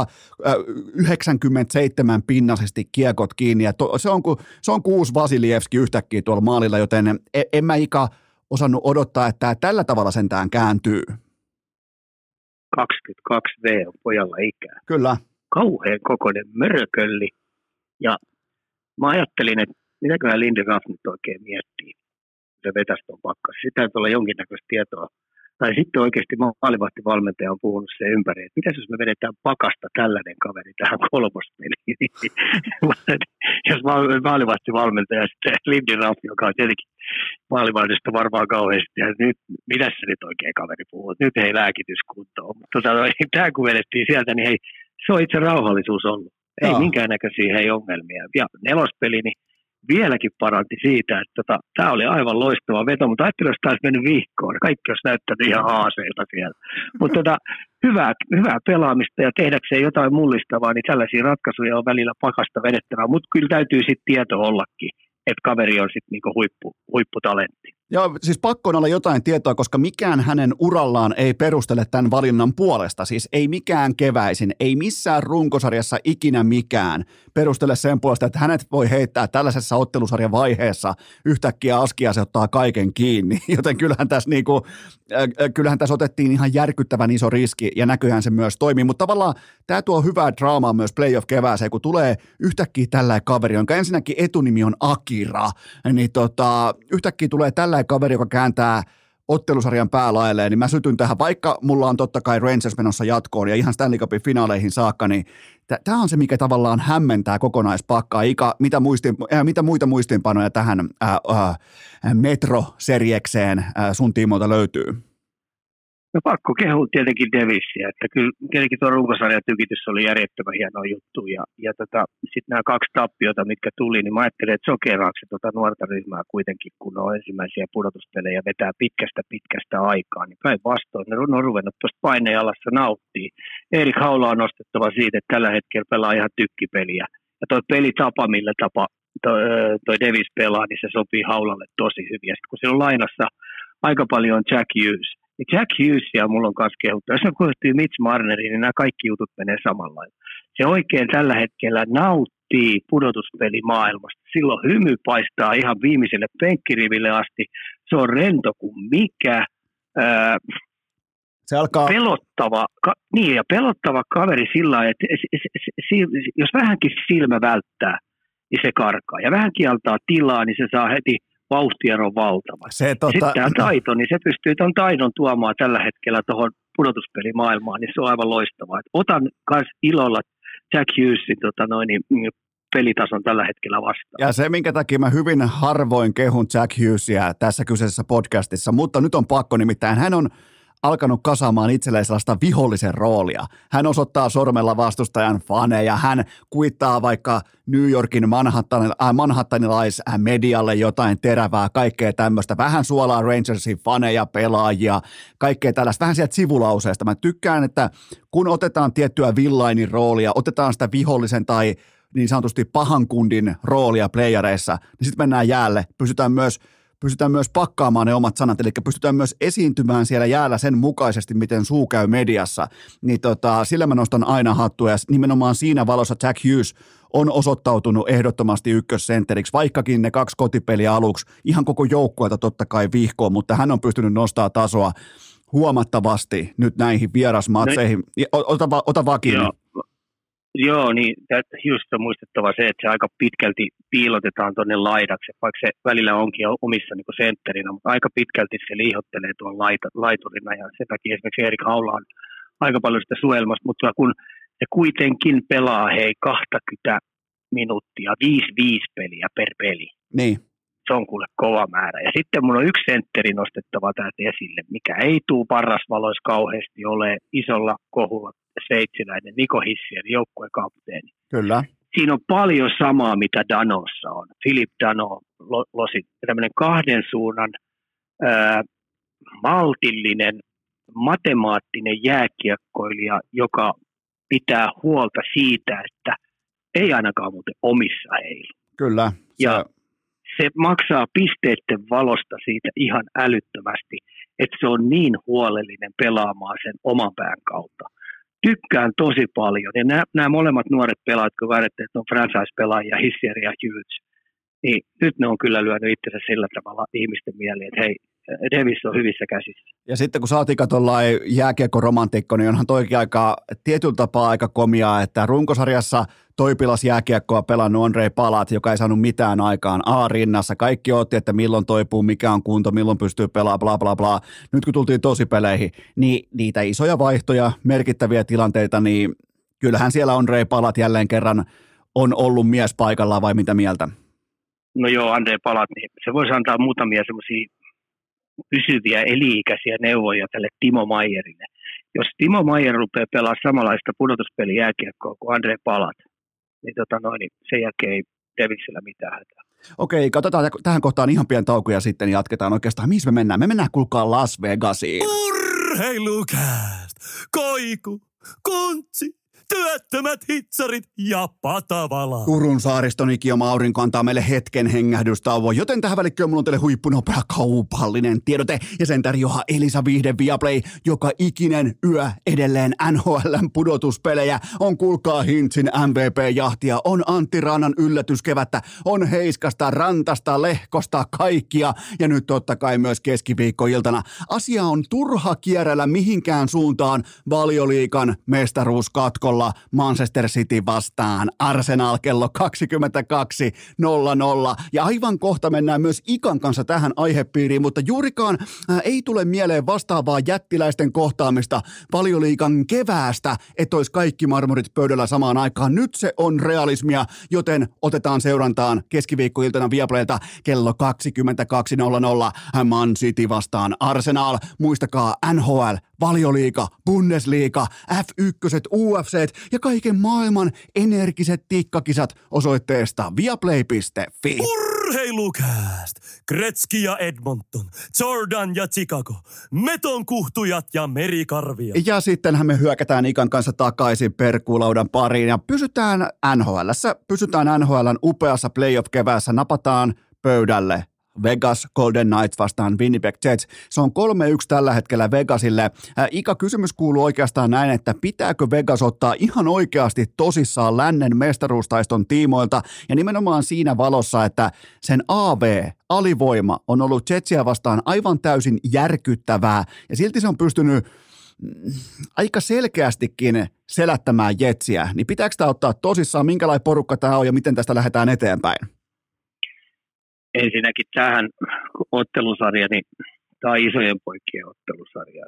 97 pinnasesti kiekot kiinni. Ja se on 6 Vasilievski yhtäkkiä tuolla maalilla, joten en mä osannut odottaa, että tällä tavalla sentään kääntyy. 22V on pojalla ikää. Kyllä. Kauhean kokoinen mörkölli. Ja mä ajattelin, että mitäköhän Lindy Ruff nyt oikein miettii. Se vetäisi tuon pakkas. Sitä täytyy olla jonkinnäköistä tietoa. Tai sitten oikeasti maalivahtivalmentaja on puhunut sen ympäri, että mitäs jos me vedetään pakasta tällainen kaveri tähän kolmospeliin. Jos maalivahtivalmentaja sitten Lindy Ruff, joka on tietenkin maalivahdista varmaan kauheasti, ja nyt, mitäs se nyt oikein kaveri puhuu, nyt ei lääkityskuntoon. Tämä kun vedettiin sieltä, niin hei, se on itse rauhallisuus ollut. Ei minkäännäköisiä ongelmia. Ja nelospeli, niin vieläkin paranti siitä, että tämä oli aivan loistava veto, mutta ajattelin, jos tämä olisi mennyt vihkoon, kaikki olisi näyttänyt ihan haaseilta siellä. Mutta hyvää pelaamista ja tehdäkseen jotain mullistavaa, niin tällaisia ratkaisuja on välillä pakasta vedettävää, mutta kyllä täytyy sitten tieto ollakin, että kaveri on sitten niinku huipputalentti. Joo, siis pakko on olla jotain tietoa, koska mikään hänen urallaan ei perustele tämän valinnan puolesta. Siis ei mikään keväisin, ei missään runkosarjassa ikinä mikään perustele sen puolesta, että hänet voi heittää tällaisessa ottelusarjan vaiheessa yhtäkkiä askia se ottaa kaiken kiinni. Joten kyllähän tässä otettiin ihan järkyttävän iso riski ja näköjään se myös toimii. Mutta tavallaan tämä tuo hyvää draamaa myös playoff-kevääseen, kun tulee yhtäkkiä tällainen kaveri, jonka ensinnäkin etunimi on Akira, niin yhtäkkiä tulee tällainen kaveri, joka kääntää ottelusarjan päälaelleen, niin mä sytyn tähän, vaikka mulla on totta kai Rangers menossa jatkoon ja ihan Stanley Cupin finaaleihin saakka, niin tämä on se, mikä tavallaan hämmentää kokonaispakkaa. Mitä muita muistiinpanoja tähän Metro-serjekseen sun tiimoilta löytyy? No pakko kehua tietenkin Davisia, että kyllä tietenkin tuo runkosarjan tykitys oli järjettömän hieno juttu ja sitten nämä 2 tappiota, mitkä tuli, niin mä ajattelin, että sokeraaksi nuorta ryhmää kuitenkin, kun on ensimmäisiä pudotuspelejä vetää pitkästä aikaa, niin päinvastoin ne on ruvennut tuosta paineenalassa nauttii. Erik Haula on nostettava siitä, että tällä hetkellä pelaa ihan tykkipeliä ja tuo pelitapa, millä toi Davis pelaa, niin se sopii Haulalle tosi hyvin. Ja sitten kun siellä on lainassa aika paljon Jack Hughes, niin Jack Hughesia mulla on kanssa kehuttu. Jos me puhuttiin Mitch Marneriin, niin nämä kaikki jutut menee samalla. Se oikein tällä hetkellä nauttii pudotuspelimaailmasta. Silloin hymy paistaa ihan viimeiselle penkkiriville asti. Se on rento kuin mikä. Se alkaa pelottava kaveri sillä lailla, että jos vähänkin silmä välttää, niin se karkaa. Ja vähänkin antaa tilaa, niin se saa heti vauhtiero valtava. Sitten tämä taito, niin se pystyy tuon taidon tuomaan tällä hetkellä tuohon pudotuspelimaailmaan, niin se on aivan loistavaa. Otan myös ilolla Jack Hughesin pelitason tällä hetkellä vastaan. Ja se, minkä takia mä hyvin harvoin kehun Jack Hughesia tässä kyseisessä podcastissa, mutta nyt on pakko, nimittäin hän on alkanut kasaamaan itselleen sellaista vihollisen roolia. Hän osoittaa sormella vastustajan faneja, hän kuittaa vaikka New Yorkin manhattanilaismedialle jotain terävää, kaikkea tämmöistä, vähän suolaa Rangersin faneja, pelaajia, kaikkea tällaista, vähän sieltä sivulauseesta. Mä tykkään, että kun otetaan tiettyä villainin roolia, otetaan sitä vihollisen tai niin sanotusti pahan kundin roolia playereissa, niin sitten mennään jäälle, pystytään myös pakkaamaan ne omat sanat, eli pystytään myös esiintymään siellä jäällä sen mukaisesti, miten suu käy mediassa, niin sillä mä nostan aina hattua, ja nimenomaan siinä valossa Jack Hughes on osoittautunut ehdottomasti ykkössentteriksi, vaikkakin ne 2 kotipeliä aluksi ihan koko joukkueelta totta kai vihkoon, mutta hän on pystynyt nostamaan tasoa huomattavasti nyt näihin vierasmatseihin. Ota vaan kiinni. Joo, niin just on muistettava se, että se aika pitkälti piilotetaan tuonne laidaksi, vaikka se välillä onkin omissa niin kuin sentterinä, mutta aika pitkälti se liihottelee tuon laiturina, ja sen takia esimerkiksi Erik Haula on aika paljon sitä suojelmasta, mutta kun se kuitenkin pelaa 20 minuuttia, 5-5 peliä per peli. Niin. Se on kuule kova määrä. Ja sitten mun on yksi sentteri nostettava täältä esille, mikä ei tuu parrasvaloissa kauheasti ole isolla kohulla sveitsiläinen Niko Hischier, joukkueen kapteeni. Kyllä. Siinä on paljon samaa, mitä Danossa on. Philippe Dano, tämmöinen kahden suunnan maltillinen, matemaattinen jääkiekkoilija, joka pitää huolta siitä, että ei ainakaan muuten omissa heilu. Kyllä. Ja se maksaa pisteiden valosta siitä ihan älyttömästi, että se on niin huolellinen pelaamaan sen oman pään kautta. Tykkään tosi paljon. Ja nämä molemmat nuoret pelaajat, kun väitettiin, että on franchise-pelaajia, Hischier ja Hughes, niin nyt ne on kyllä lyönyt itsensä sillä tavalla ihmisten mieliin, että hei, Davis on hyvissä käsissä. Ja sitten kun saatiin tuollainen jääkiekkoromantikko, niin onhan toikin tietyllä tapaa aika komiaa, että runkosarjassa toipilas jääkiekkoa pelannut Ondrej Palat, joka ei saanut mitään aikaan A-rinnassa. Kaikki otti, että milloin toipuu, mikä on kunto, milloin pystyy pelaamaan, bla bla bla. Nyt kun tultiin tosipeleihin, niin niitä isoja vaihtoja, merkittäviä tilanteita, niin kyllähän siellä Ondrej Palat jälleen kerran on ollut mies paikallaan, vai mitä mieltä? No joo, Ondrej Palat, niin se voisi antaa muutamia semmoisia pysyviä eli-ikäisiä neuvoja tälle Timo Meierille. Jos Timo Meier rupeaa pelaamaan samanlaista pudotuspelijääkiekkoa kuin Ondrej Palat, niin, niin sen jälkeen ei Davisillä mitään hätää. Okei, katsotaan tähän kohtaan ihan pieni tauko ja sitten jatketaan oikeastaan. Missä me mennään? Me mennään kuulkaa Las Vegasiin. Urheilukääst! Koiku, Kuntsi, työttömät hitsarit ja Patavala. Turun saariston ikioma aurinko antaa meille hetken hengähdystauon, joten tähän välikköön mulla on teille huippunopea kaupallinen tiedote ja sen tarjoaa Elisa Vihde Viaplay, joka ikinen yö edelleen NHL:n pudotuspelejä. On kuulkaa Hintsin MVP-jahtia, on Antti Rannan yllätyskevättä, on Heiskasta, Rantasta, Lehkosta, kaikkia ja nyt totta kai myös keskiviikkoiltana. Asia on turha kierrellä mihinkään suuntaan Valioliigan mestaruuskatkolla. Manchester City vastaan Arsenal kello 22.00 ja aivan kohta mennään myös Ikan kanssa tähän aihepiiriin, mutta juurikaan ei tule mieleen vastaavaa jättiläisten kohtaamista Valioliigan keväästä, että olisi kaikki marmorit pöydällä samaan aikaan. Nyt se on realismia, joten otetaan seurantaan keskiviikkoiltana Viaplaylta kello 22.00 Man City vastaan Arsenal. Muistakaa NHL, Valioliiga, Bundesliga, F1, UFC ja kaiken maailman energiset tikkakisat osoitteesta viaplay.fi. Urheilukääst! Gretzky ja Edmonton, Jordan ja Chicago, Meton kuhtujat ja merikarvia. Ja sittenhän me hyökätään Ikan kanssa takaisin perkuulaudan pariin ja pysytään NHL:n upeassa playoff-keväässä, napataan pöydälle Vegas Golden Knights vastaan Winnipeg Jets. Se on 3-1 tällä hetkellä Vegasille. Ika, kysymys kuuluu oikeastaan näin, että pitääkö Vegas ottaa ihan oikeasti tosissaan lännen mestaruustaiston tiimoilta ja nimenomaan siinä valossa, että sen alivoima on ollut Jetsiä vastaan aivan täysin järkyttävää ja silti se on pystynyt aika selkeästikin selättämään Jetsiä. Niin pitääkö tämä ottaa tosissaan, minkälainen porukka tämä on ja miten tästä lähdetään eteenpäin? Ensinnäkin tähän ottelusarja, niin tämä on isojen poikien ottelusarja.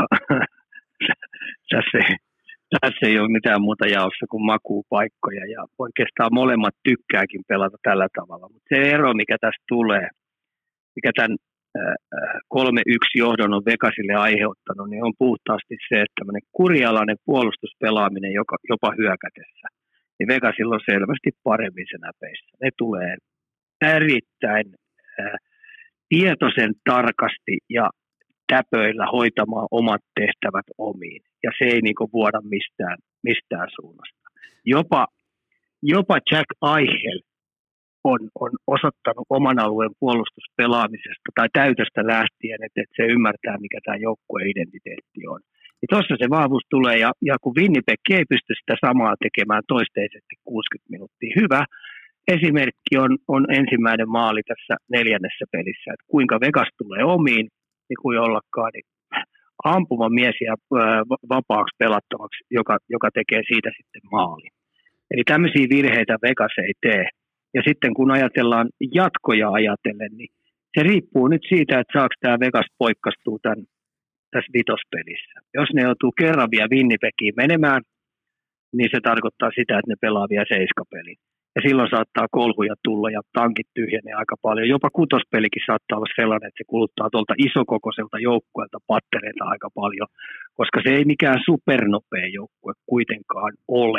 Tässä ei ole mitään muuta jaossa kuin makuupaikkoja ja oikeastaan molemmat tykkääkin pelata tällä tavalla. Mutta se ero, mikä tästä tulee, mikä tämän 3-1 johdon on Vegasille aiheuttanut, niin on puhtaasti se, että tämmöinen kurialainen puolustuspelaaminen jopa hyökätessä. Niin Vegasilla on selvästi paremmin se näpeissä. Ne tulee erittäin tietoisen tarkasti ja täpöillä hoitamaan omat tehtävät omiin. Ja se ei niinku vuoda mistään suunnasta. Jopa Jack Eichel on osoittanut oman alueen puolustuspelaamisesta tai täytöstä lähtien, että se ymmärtää, mikä tämä joukkueen identiteetti on. Ja tuossa se vahvuus tulee, ja kun Winnipeg ei pysty sitä samaa tekemään toisteisesti 60 minuuttia, hyvä. Esimerkki on ensimmäinen maali tässä 4. pelissä, että kuinka Vegas tulee omiin, niin kuin jollakaan, niin ampuma mies ja vapaaksi pelattavaksi, joka tekee siitä sitten maali. Eli tämmöisiä virheitä Vegas ei tee. Ja sitten kun ajatellaan jatkoja ajatellen, niin se riippuu nyt siitä, että saako tämä Vegas poikkastua tässä vitospelissä. Jos ne joutuu kerran vielä Winnipegiin menemään, niin se tarkoittaa sitä, että ne pelaa vielä seiskapeliin. Ja silloin saattaa kolhuja tulla ja tankit tyhjenee aika paljon. Jopa kutospelikin saattaa olla sellainen, että se kuluttaa tuolta isokokoiselta joukkueelta pattereita aika paljon, koska se ei mikään supernopea joukkue kuitenkaan ole.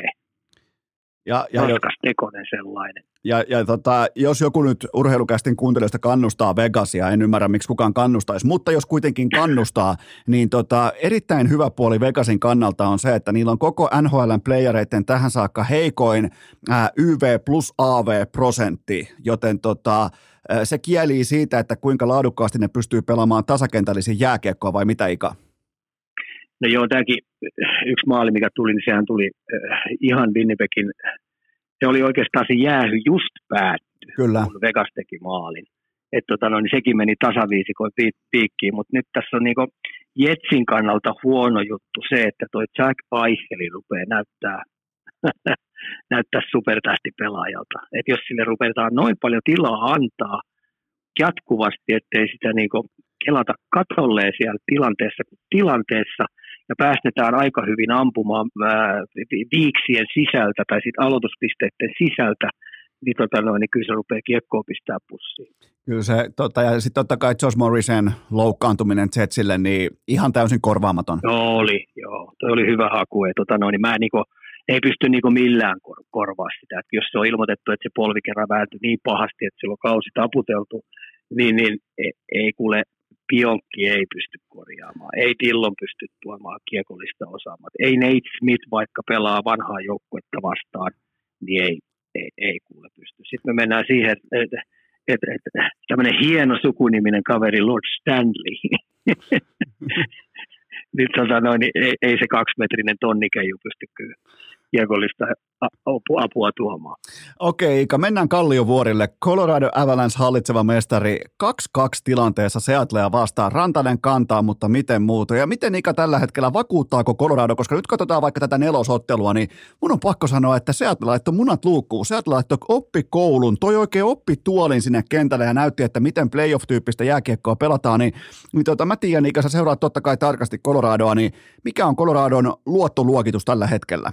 Raskas tekoinen sellainen. Jos joku nyt urheilukästin kuuntelijoista kannustaa Vegasia, en ymmärrä miksi kukaan kannustaisi, mutta jos kuitenkin kannustaa, niin erittäin hyvä puoli Vegasin kannalta on se, että niillä on koko NHL:n playereiden tähän saakka heikoin YV plus AV-prosentti, joten se kielii siitä, että kuinka laadukkaasti ne pystyy pelaamaan tasakentällisin jääkiekkoa vai mitä Ika? No joo, tämäkin yksi maali, mikä tuli, niin sehän tuli ihan Winnipegin, se oli oikeastaan se jäähy just päätty, kun Vegas teki maalin. Että niin sekin meni tasaviisikoin piikkiin, mutta nyt tässä on niinku Jetsin kannalta huono juttu se, että toi Jack Eichel rupeaa näyttää supertähtipelaajalta. Että jos sille rupeataan noin paljon tilaa antaa jatkuvasti, ettei sitä niinku kelata katolleen siellä tilanteessa, ja päästetään aika hyvin ampumaan viiksien sisältä tai sitten aloituspisteiden sisältä, niin, niin kyllä se rupeaa kiekkoa pistää pussiin. Kyllä se, ja sitten totta kai Josh Morrisen loukkaantuminen Jetsille, niin ihan täysin korvaamaton. Toi oli hyvä haku, niin mä ei pysty millään korvaa sitä, että jos se on ilmoitettu, että se polvi kerran vääntyi niin pahasti, että sillä on kausi taputeltu, niin ei kuule, Pionkki ei pysty korjaamaan, ei Dillon pysty tuomaan kiekollista osaamaan. Ei Nate Smith, vaikka pelaa vanhaa joukkuetta vastaan, niin ei kuule pysty. Sitten me mennään siihen, että tämmöinen hieno sukuniminen kaveri Lord Stanley, nyt ei se 2-metrinen tonnikeiju pysty kyllä kiekollista apua tuomaan. Okei, Ika, mennään Kalliovuorille. Colorado Avalanche hallitseva mestari 2-2 tilanteessa Seattlea vastaan. Rantanen kantaa, mutta miten muuta? Ja miten Ika tällä hetkellä vakuuttaako Colorado? Koska nyt katsotaan vaikka tätä nelosottelua, niin mun on pakko sanoa, että Seattle laittoi munat luukkuun. Seattle laittoi oppikoulun, toi oikein oppituolin sinne kentälle ja näytti, että miten playoff-tyyppistä jääkiekkoa pelataan. Niin mä tiedän, Ika, sä seuraat totta kai tarkasti Coloradoa, niin mikä on Coloradon luottoluokitus tällä hetkellä?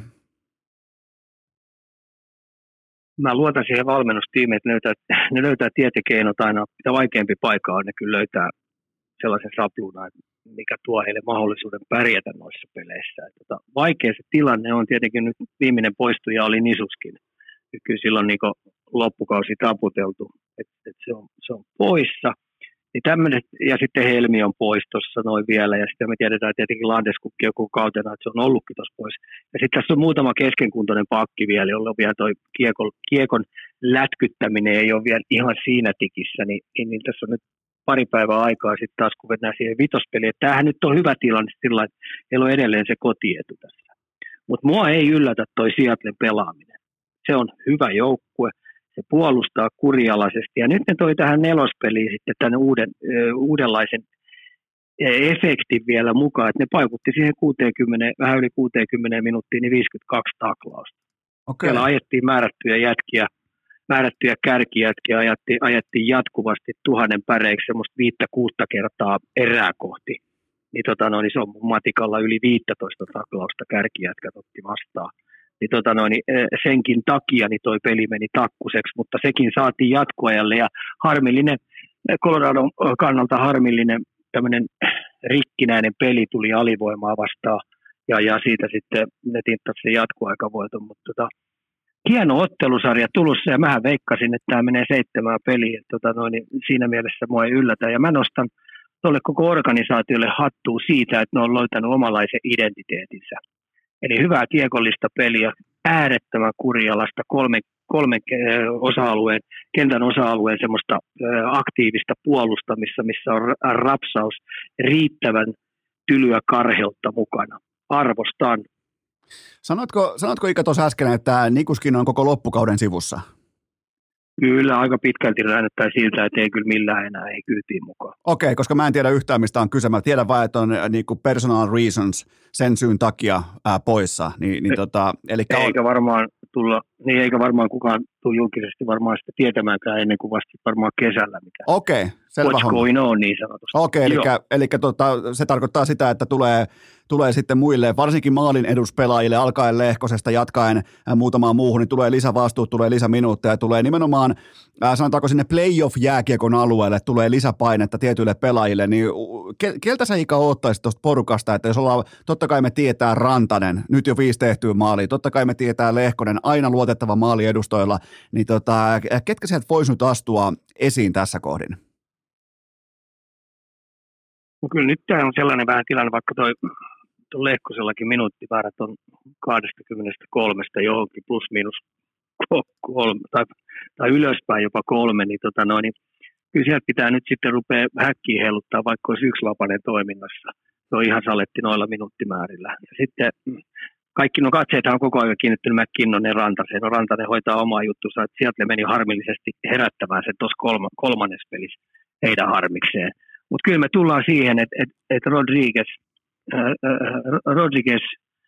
Mä luotan siihen valmennustiimiin, että ne löytää tietekeinot aina. Mitä vaikeampi paikka on, ne kyllä löytää sellaisen sapluunan, mikä tuo heille mahdollisuuden pärjätä noissa peleissä. Vaikea se tilanne on tietenkin nyt viimeinen poistuja oli Nisuskin. Kyllä silloin loppukausi taputeltu, että se on poissa. Niin tämmönet, ja sitten Helmi on pois tuossa noin vielä, ja sitten me tiedetään että tietenkin Landeskukki joku kautena, että se on ollutkin tuossa pois. Ja sitten tässä on muutama keskenkuntoinen pakki vielä, jolla on vielä toi kiekon lätkyttäminen ei ole vielä ihan siinä tikissä, niin tässä on nyt pari päivää aikaa sitten taas, kun mennään siihen vitospeliin. Tämähän nyt on hyvä tilanne sillä, että heillä on edelleen se kotietu tässä. Mutta mua ei yllätä toi Seattlen pelaaminen. Se on hyvä joukkue. Se puolustaa kurialaisesti. Ja nyt ne toi tähän nelospeliin sitten tämän uudenlaisen efektin vielä mukaan, että ne paikutti siihen 60, vähän yli 60 minuuttiin, niin 52 taklausta. Okay. Siellä ajettiin määrättyjä kärkijätkiä, ajettiin jatkuvasti 1000 päreiksi semmoista 5-6 kertaa erää kohti. Niin, niin se on matikalla yli 15 taklausta kärkijätkät otti vastaan. Niin, senkin takia niin toi peli meni takkuseksi, mutta sekin saatiin jatkoajalle ja harmillinen, Coloradon kannalta harmillinen tämmöinen rikkinäinen peli tuli alivoimaa vastaan ja siitä sitten ne tinttasi sen jatkoaikavoiton, mutta hieno ottelusarja tulossa ja mähän veikkasin, että tämä menee 7 peliä, niin siinä mielessä mua ei yllätä ja mä nostan tuolle koko organisaatiolle hattua siitä, että ne on löytänyt omanlaisen identiteetinsä. Eli hyvää kiekollista peliä, äärettömän kurialasta, kolmen osa-alueen, kentän osa-alueen semmoista aktiivista puolustamista, missä on rapsaus riittävän tylyä karheutta mukana. Arvostan. Sanotko Ika tuossa äsken, että Nikuskin on koko loppukauden sivussa? Kyllä, aika pitkälti näyttää siltä, että ei kyllä millään enää ei kyytiin mukaan. Okei, koska mä en tiedä yhtään, mistä on kyse. Mä tiedän vain, että on niinku personal reasons sen syyn takia poissa. Eikä varmaan tulla, niin eikä varmaan kukaan tule julkisesti varmaan sitä tietämäänkään ennen kuin vasta varmaan kesällä. Okei, selvä homma. What's going on, niin sanotusti. Okei, eli se tarkoittaa sitä, että tulee sitten muille, varsinkin maalin eduspelaajille, alkaen Lehkosesta, jatkaen muutamaan muuhun, niin tulee lisävastuut, tulee lisäminuutteja, tulee nimenomaan, sanotaanko sinne playoff-jääkiekon alueelle, tulee lisäpainetta tietyille pelaajille, niin keltä sä Ika oottaisit tuosta porukasta, että jos ollaan, totta kai me tietää Rantanen, nyt jo 5 tehtyä maalia, totta kai me tietää Lehkonen, aina luotettava maali edustoilla, niin ketkä sieltä voisi nyt astua esiin tässä kohdin? No kyllä nyt tämä on sellainen vähän tilanne, vaikka tuon Lehkosellakin minuuttimäärät on 23 johonkin plus miinus 3 tai ylöspäin jopa 3, niin, niin kyllä sieltä pitää nyt sitten rupea häkkiä heiluttaa, vaikka olisi yksilapainen toiminnassa. Se on ihan saletti noilla minuuttimäärillä. Ja sitten kaikki katseethan on koko ajan kiinnittynyt McKinnonen Rantaseen. No Rantanen hoitaa omaa juttusa, että sieltä meni harmillisesti herättämään se tuossa kolmannes pelissä heidän harmikseen. Mutta kyllä me tullaan siihen, että Rodriguez,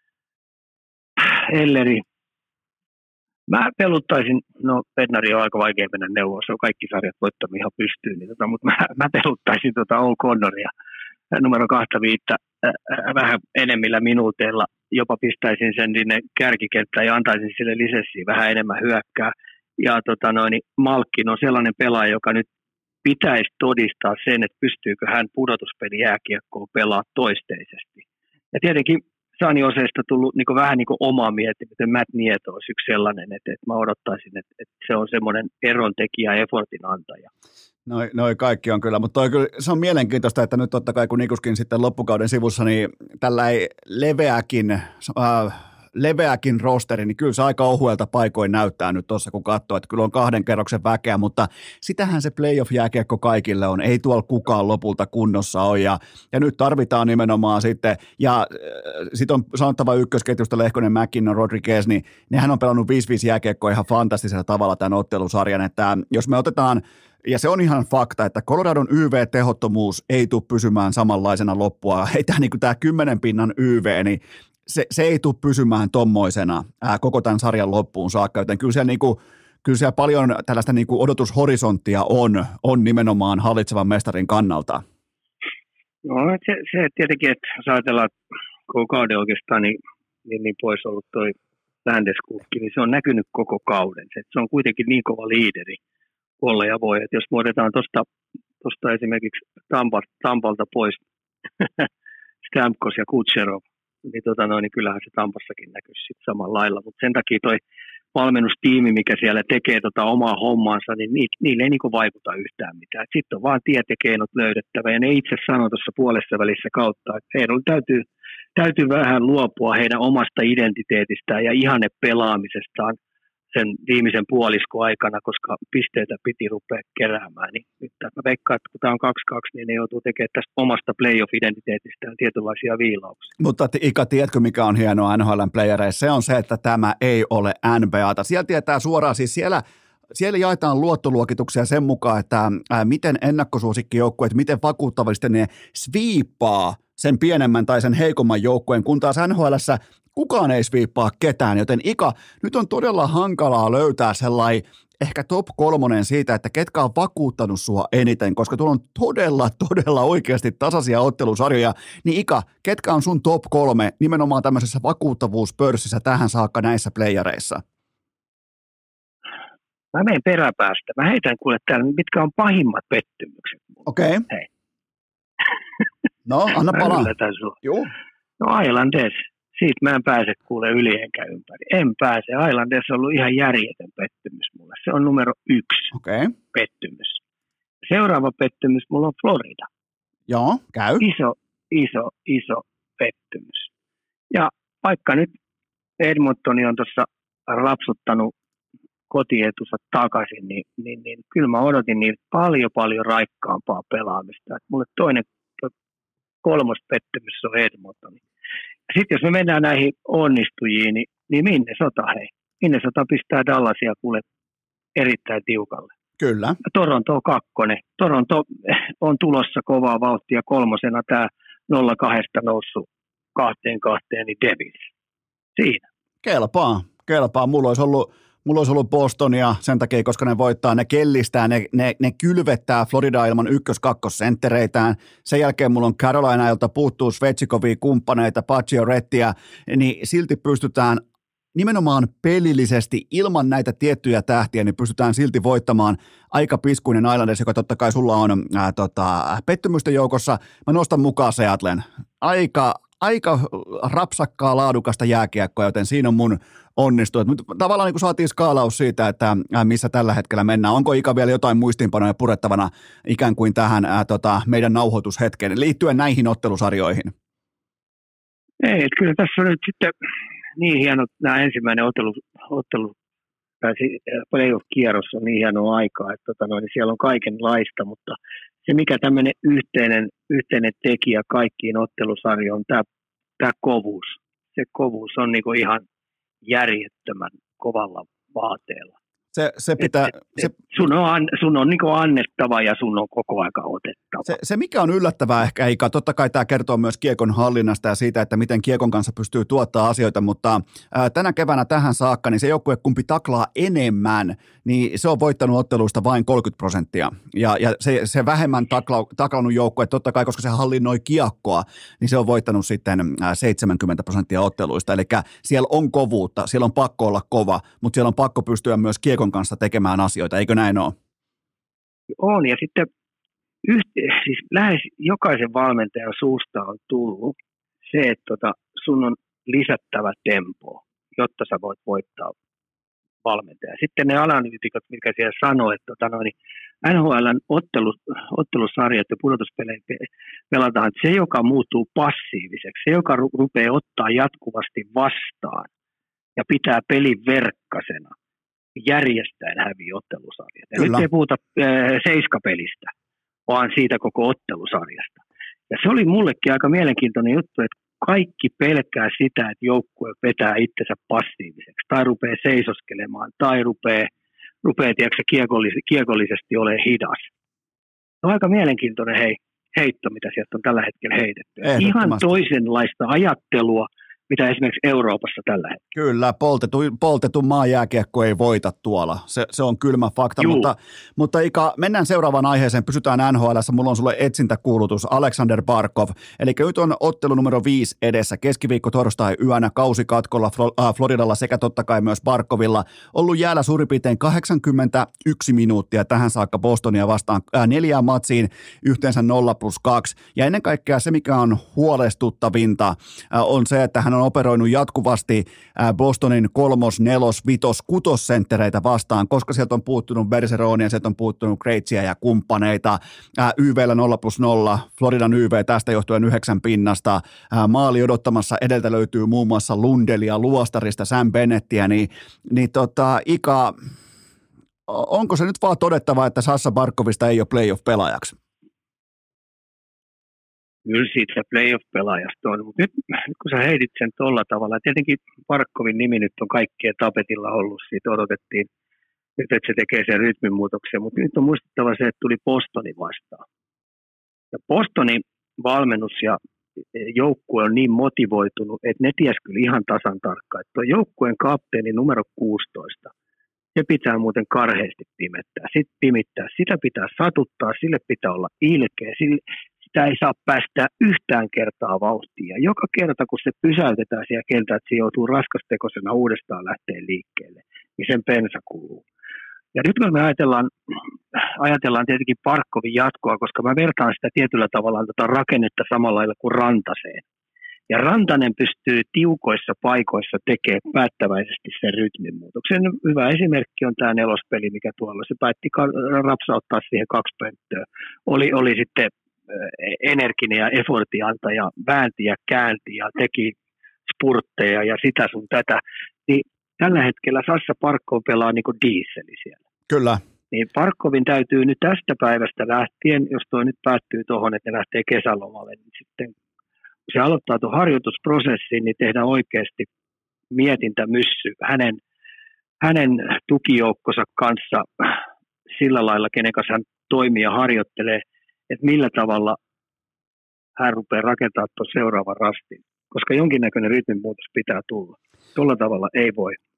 Elleri, mä peluttaisin, no Bednari on aika vaikea mennä neuvoa, se on kaikki sarjat voittanut ihan pystyyn, niin mutta mä peluttaisin O'Connoria numero 25 vähän enemmillä minuuteilla, jopa pistäisin sen sinne kärkikenttään ja antaisin sille lisenssiin vähän enemmän hyökkää. Ja Malkin on sellainen pelaaja, joka nyt pitäisi todistaa sen, että pystyykö hän pudotuspeli jääkiekkoon pelaa toisteisesti. Ja tietenkin Sani Oseesta tullut vähän omaa mietimistä. Matt Nieto olisi yksi sellainen, että mä odottaisin, että se on semmoinen erontekijä ja effortin antaja. Noi kaikki on kyllä, mutta se on mielenkiintoista, että nyt totta kai kun Nikuskin sitten loppukauden sivussa, niin tällä ei leveäkin rosteri, niin kyllä se aika ohuelta paikoin näyttää nyt tuossa, kun katsoo, että kyllä on 2 kerroksen väkeä, mutta sitähän se playoff-jääkiekko kaikille on, ei tuolla kukaan lopulta kunnossa ole, ja nyt tarvitaan nimenomaan sitten, ja sitten on sanottava ykkösketjusta Lehkonen, McKinnon, Rodriguez, niin nehän on pelannut 5-5 jääkiekkoa ihan fantastisella tavalla tämän ottelusarjan, että jos me otetaan, ja se on ihan fakta, että Coloradon YV-tehottomuus ei tule pysymään samanlaisena loppua, ei tämä 10 pinnan YV, niin se ei tule pysymään tommoisena koko tämän sarjan loppuun saakka, joten kyllä siellä paljon tällaista odotushorisonttia on nimenomaan hallitsevan mestarin kannalta. No se tietenkin, että jos ajatellaan, että koko kauden oikeastaan niin pois ollut toi Landeskukki, niin se on näkynyt koko kauden. Se on kuitenkin niin kova liideri olla ja voi, että jos me otetaan tuosta esimerkiksi Tampalta pois Stamkos ja Kutcherov, niin kyllähän se Tampassakin näkyisi sitten samalla lailla, mutta sen takia toi valmennustiimi, mikä siellä tekee omaa hommaansa, niin niille ei vaikuta yhtään mitään. Sitten on vaan tietekeinot löydettävä, ja ne itse sanoo tuossa puolessa välissä kautta, että heidän täytyy vähän luopua heidän omasta identiteetistään ja ihanne pelaamisestaan sen viimeisen puoliskon aikana, koska pisteitä piti rupea keräämään. Niin nyt mä veikkaan, että kun tämä on 2-2, niin ne joutuu tekemään tästä omasta playoff-identiteetistään tietynlaisia viilauksia. Mutta Ika, tiedätkö mikä on hienoa NHL:n playereissa? Se on se, että tämä ei ole NBAta. Siellä tietää suoraan, siis siellä jaetaan luottoluokituksia sen mukaan, että miten ennakkosuosikkijoukkueet, miten vakuuttavasti ne sviippaa sen pienemmän tai sen heikomman joukkueen, kun taas NHL:ssä kukaan ei sviippaa ketään, joten Ika, nyt on todella hankalaa löytää sellainen ehkä top 3 siitä, että ketkä on vakuuttanut sua eniten, koska tuolla on todella oikeasti tasaisia ottelusarjoja, niin Ika, ketkä on sun top 3 nimenomaan tämmöisessä vakuuttavuuspörssissä tähän saakka näissä playereissa? Mä menen peräpäästä. Mä heitän kuule täällä, mitkä on pahimmat pettymykset. Okei. Hei. No, anna palaa. Joo. No Islanders. Siitä mä en pääse kuule yli enkä ympäri. En pääse. Islanders on ollut ihan järjetön pettymys mulle. Se on numero 1 pettymys. Seuraava pettymys mulla on Florida. Joo, käy. Iso pettymys. Ja vaikka nyt Edmontoni on tuossa rapsuttanut kotietunsa takaisin, niin kyllä mä odotin niin paljon raikkaampaa pelaamista. Et mulle toinen 3. pettymys on Edmontoni. Sitten jos me mennään näihin onnistujiin, niin Minnesota pistää Dallasia kuule erittäin tiukalle. Kyllä. Toronto on 2. Toronto on tulossa kovaa vauhtia 3. Tämä 0-2 noussut 2-2, niin Devils. Siinä. kelpaa. Mulla olisi ollut Bostonia sen takia, koska ne voittaa, ne kellistää, ne kylvettää Floridaa ilman ykkös-kakkos-senttereitään. Sen jälkeen mulla on Carolina, jolta puuttuu Svechnikovia, kumppaneita, Paciorettia, niin silti pystytään nimenomaan pelillisesti ilman näitä tiettyjä tähtiä, niin pystytään silti voittamaan aika piskuinen Islanders, joka totta kai sulla on pettymysten joukossa. Mä nostan mukaan Seattlen. Aika rapsakkaa laadukasta jääkiekkoa, joten siinä on mun onnistu. Tavallaan niin kuin saatiin skaalaus siitä, että missä tällä hetkellä mennään. Onko Ika vielä jotain muistiinpanoja purettavana ikään kuin tähän meidän nauhoitushetkeen liittyen näihin ottelusarjoihin? Ei, että kyllä tässä on nyt sitten niin hieno, nämä ensimmäinen ottelu tai playoff-kierros on niin hienoa aikaa, että niin siellä on kaikenlaista, mutta se mikä tämmöinen yhteinen tekijä kaikkiin ottelusarjoihin on tämä kovuus. Se kovuus on niinku ihan järjettömän kovalla vaateella. Se pitää... Sun on niinku annettava ja sun on koko aika otettava. Se mikä on yllättävää ehkä, Ika, totta kai tämä kertoo myös kiekon hallinnasta ja siitä, että miten kiekon kanssa pystyy tuottaa asioita, mutta tänä keväänä tähän saakka, niin se joukkue kumpi taklaa enemmän, niin se on voittanut otteluista vain 30%. Ja se vähemmän taklannut joukkue, totta kai, koska se hallinnoi kiekkoa, niin se on voittanut sitten 70% otteluista. Eli siellä on kovuutta, siellä on pakko olla kova, mutta siellä on pakko pystyä myös kiekon kanssa tekemään asioita, eikö näin ole? On, ja sitten siis lähes jokaisen valmentajan suusta on tullut se, että sun on lisättävä tempo, jotta sä voit voittaa valmentaja. Sitten ne analyytikot, mitkä siellä sanoo, että NHL:n ottelusarjat ja pudotuspelejä pelataan, että se, joka muuttuu passiiviseksi, se, joka rupeaa ottaa jatkuvasti vastaan ja pitää pelin verkkasena, järjestäen hävii ottelusarjat. Ja nyt ei puhuta seiskapelistä, vaan siitä koko ottelusarjasta. Ja se oli mullekin aika mielenkiintoinen juttu, että kaikki pelkää sitä, että joukkue vetää itsensä passiiviseksi, tai rupeaa seisoskelemaan, tai rupeaa tiedätkö, kiekollisesti olemaan hidas. Se on aika mielenkiintoinen heitto, mitä sieltä on tällä hetkellä heitetty. Ihan toisenlaista ajattelua, mitä esimerkiksi Euroopassa tällä hetkellä. Kyllä, poltettu maajääkiekko ei voita tuolla. Se on kylmä fakta, mutta Ika, mennään seuraavaan aiheeseen. Pysytään NHL:ssä. Mulla on sulle etsintäkuulutus. Alexander Barkov. Eli nyt on ottelu numero 5 edessä. Keskiviikko, torstai yönä, kausikatkolla Floridalla sekä totta kai myös Barkovilla. Ollut jäällä suurin piirtein 81 minuuttia tähän saakka Bostonia vastaan 4 matsiin, yhteensä 0+2. Ja ennen kaikkea se, mikä on huolestuttavinta, on se, että hän on operoinut jatkuvasti Bostonin 3-, 4-, 5-, 6-senttereitä vastaan, koska sieltä on puuttunut Bergeronia, sieltä on puuttunut Krejciä ja kumppaneita. YV:llä 0+0, Floridan YV tästä johtuen 9 pinnasta. Maali odottamassa edeltä löytyy muun muassa Lundelia, Luostarista, Sam Bennettiä, niin Ika, onko se nyt vaan todettava, että Sassa Barkovista ei ole playoff-pelaajaksi? Kyllä siitä playoff-pelaajasta on, mutta nyt kun sä heitit sen tuolla tavalla, tietenkin Barkovin nimi nyt on kaikkien tapetilla ollut, siitä odotettiin nyt, että se tekee sen rytminmuutoksen, mutta nyt on muistettava se, että tuli Bostonin vastaan. Ja Bostonin valmennus ja joukkue on niin motivoitunut, että ne ties kyllä ihan tasan tarkkaan, että tuo joukkueen kapteeni numero 16, se pitää muuten karheasti pimittää, sitä pitää satuttaa, sille pitää olla ilkeä, sitä ei saa päästää yhtään kertaa vauhtiin. Ja joka kerta, kun se pysäytetään siellä kentältä, että se joutuu raskastekosena uudestaan lähteä liikkeelle, niin sen pensa kuluu. Ja nyt kun me ajatellaan tietenkin Barkovin jatkoa, koska mä vertaan sitä tietyllä tavalla rakennetta samalla lailla kuin Rantaseen. Ja Rantanen pystyy tiukoissa paikoissa tekemään päättäväisesti sen rytminmuutoksen. Hyvä esimerkki on tämä 4. peli, mikä tuolla. Se päätti rapsauttaa siihen 2 pönttöä. Oli sitten energinen ja effortti antaja, väänti ja käänti ja teki spurtteja ja sitä sun tätä. Niin tällä hetkellä Sassa Barkov pelaa niin kuin dieseli siellä. Kyllä. Niin Barkovin täytyy nyt tästä päivästä lähtien, jos tuo nyt päättyy tuohon, että ne lähtee kesälomalle, niin sitten kun se aloittaa tuon harjoitusprosessin, niin tehdään oikeasti mietintämyssy hänen tukijoukkonsa kanssa sillä lailla, kenen kanssa hän toimii ja harjoittelee, että millä tavalla hän rupeaa rakentamaan tuon seuraavan rastin. Koska jonkinnäköinen rytminmuutos pitää tulla. Tuolla tavalla ei voi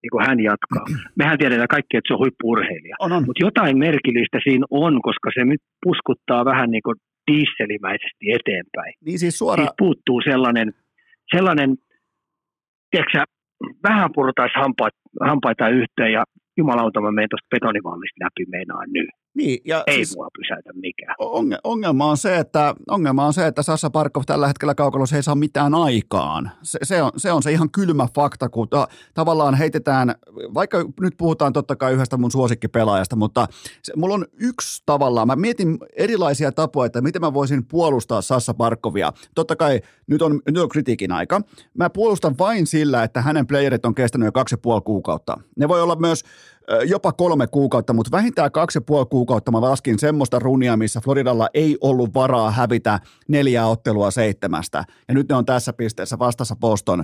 niin kuin hän jatkaa. Mehän tiedetään kaikki, että se on huippu-urheilija. On. Mutta jotain merkillistä siinä on, koska se nyt puskuttaa vähän niin kuin dieselimäisesti eteenpäin. Niin siis suoraan. Siis puuttuu sellainen tiedätkö, vähän purotaisi hampaita yhteen ja jumalauta mä menen tuosta betonivallista läpi meinaan nyt. Niin, ja ei siis mua pysäytä mikään. Ongelma on se, että Sasha Barkov tällä hetkellä kaukalossa ei saa mitään aikaan. Se on se ihan kylmä fakta, kun tavallaan heitetään, vaikka nyt puhutaan totta kai yhdestä mun suosikkipelaajasta, mutta mulla on yksi tavallaan, mä mietin erilaisia tapoja, että miten mä voisin puolustaa Sasha Barkovia. Totta kai nyt on kritiikin aika. Mä puolustan vain sillä, että hänen playerit on kestänyt jo 2,5 kuukautta. Ne voi olla myös jopa 3 kuukautta, mutta vähintään 2,5 kuukautta mä laskin semmoista runia, missä Floridalla ei ollut varaa hävitä 4 ottelua 7. Ja nyt ne on tässä pisteessä vastassa Boston.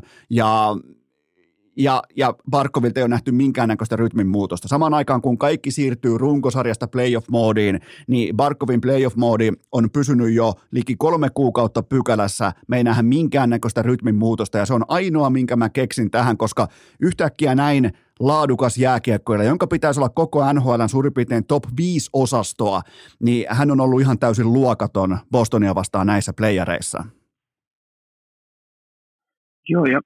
Ja Barkovilta ei ole nähty minkäännäköistä rytmin muutosta. Samaan aikaan, kun kaikki siirtyy runkosarjasta playoff-moodiin, niin Barkovin playoff-moodi on pysynyt jo liki 3 kuukautta pykälässä. Me ei nähdä minkäännäköistä rytmin muutosta, ja se on ainoa, minkä mä keksin tähän, koska yhtäkkiä näin laadukas jääkiekkoilija, jonka pitäisi olla koko NHL:n suurin piirtein top 5 osastoa, niin hän on ollut ihan täysin luokaton Bostonia vastaan näissä playereissa. Joo, ja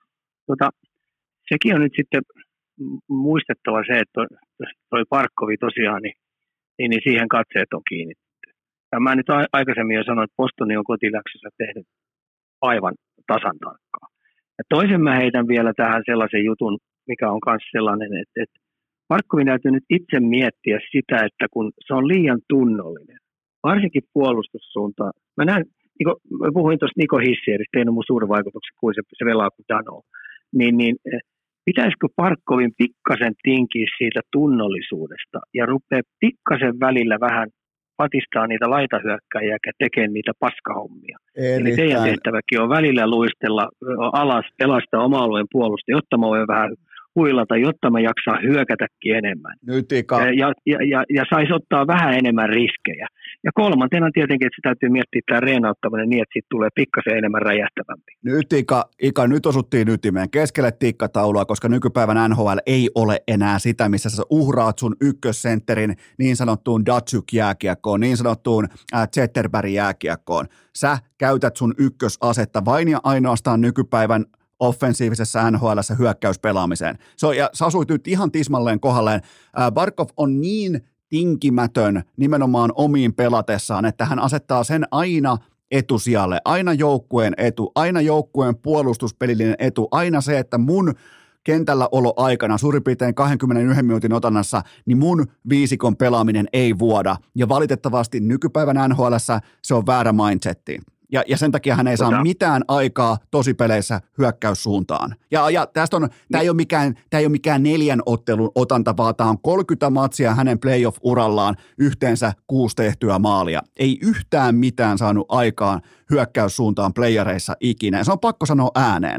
sekin on nyt sitten muistettava se, että toi Barkovi tosiaan, niin siihen katseet on kiinnitetty. Ja mä nyt aikaisemmin jo sanoin, että Bostoni on kotiläksyssä tehnyt aivan tasan tarkkaan. Ja toisen mä heitän vielä tähän sellaisen jutun, mikä on myös sellainen, että Barkovin täytyy nyt itse miettiä sitä, että kun se on liian tunnollinen, varsinkin puolustussuuntaan. Mä puhuin tuosta Niko Hissieristä, tein mun suuren vaikutuksen, kuin se velaa kuin Dano. Niin pitäisikö Barkovin pikkasen tinkiä siitä tunnollisuudesta ja rupeaa pikkasen välillä vähän patistaa niitä laitahyökkäjiä ja tekee niitä paskahommia. Eli teidän tehtäväkin on välillä luistella alas, pelastaa oma alueen puolusta, jotta mä voin vähän huilata, jotta mä jaksaa hyökätäkin enemmän. Nyt ja saisi ottaa vähän enemmän riskejä. Ja kolmantena tietenkin, että se täytyy miettiä tämä reenauttaminen niin, että siitä tulee pikkasen enemmän räjähtävämpi. Nyt Ika, nyt osuttiin ytimeen keskelle tikkataulua, koska nykypäivän NHL ei ole enää sitä, missä sä uhraat sun ykkössentterin niin sanottuun Datsuk-jääkiekkoon, niin sanottuun Zetterberg-jääkiekkoon. Sä käytät sun ykkösasetta vain ja ainoastaan nykypäivän offensiivisessa NHL:ssä hyökkäyspelaamiseen. Ja sä asuit nyt ihan tismalleen kohdalleen. Barkov on niin tinkimätön nimenomaan omiin pelatessaan, että hän asettaa sen aina etusijalle, aina joukkueen etu, aina joukkueen puolustuspelillinen etu, aina se, että mun kentällä olo aikana, suurin piirtein 21 minuutin otannassa, niin mun viisikon pelaaminen ei vuoda. Ja valitettavasti nykypäivän NHL:ssä se on väärä mindsetti. Ja sen takia hän ei saa mitään aikaa tosipeleissä hyökkäyssuuntaan. Ja tästä on, tämä ei ole mikään 4 ottelun otanta, vaan tämä on 30 matsia hänen playoff-urallaan, yhteensä 6 tehtyä maalia. Ei yhtään mitään saanut aikaan hyökkäyssuuntaan playereissa ikinä. Ja se on pakko sanoa ääneen.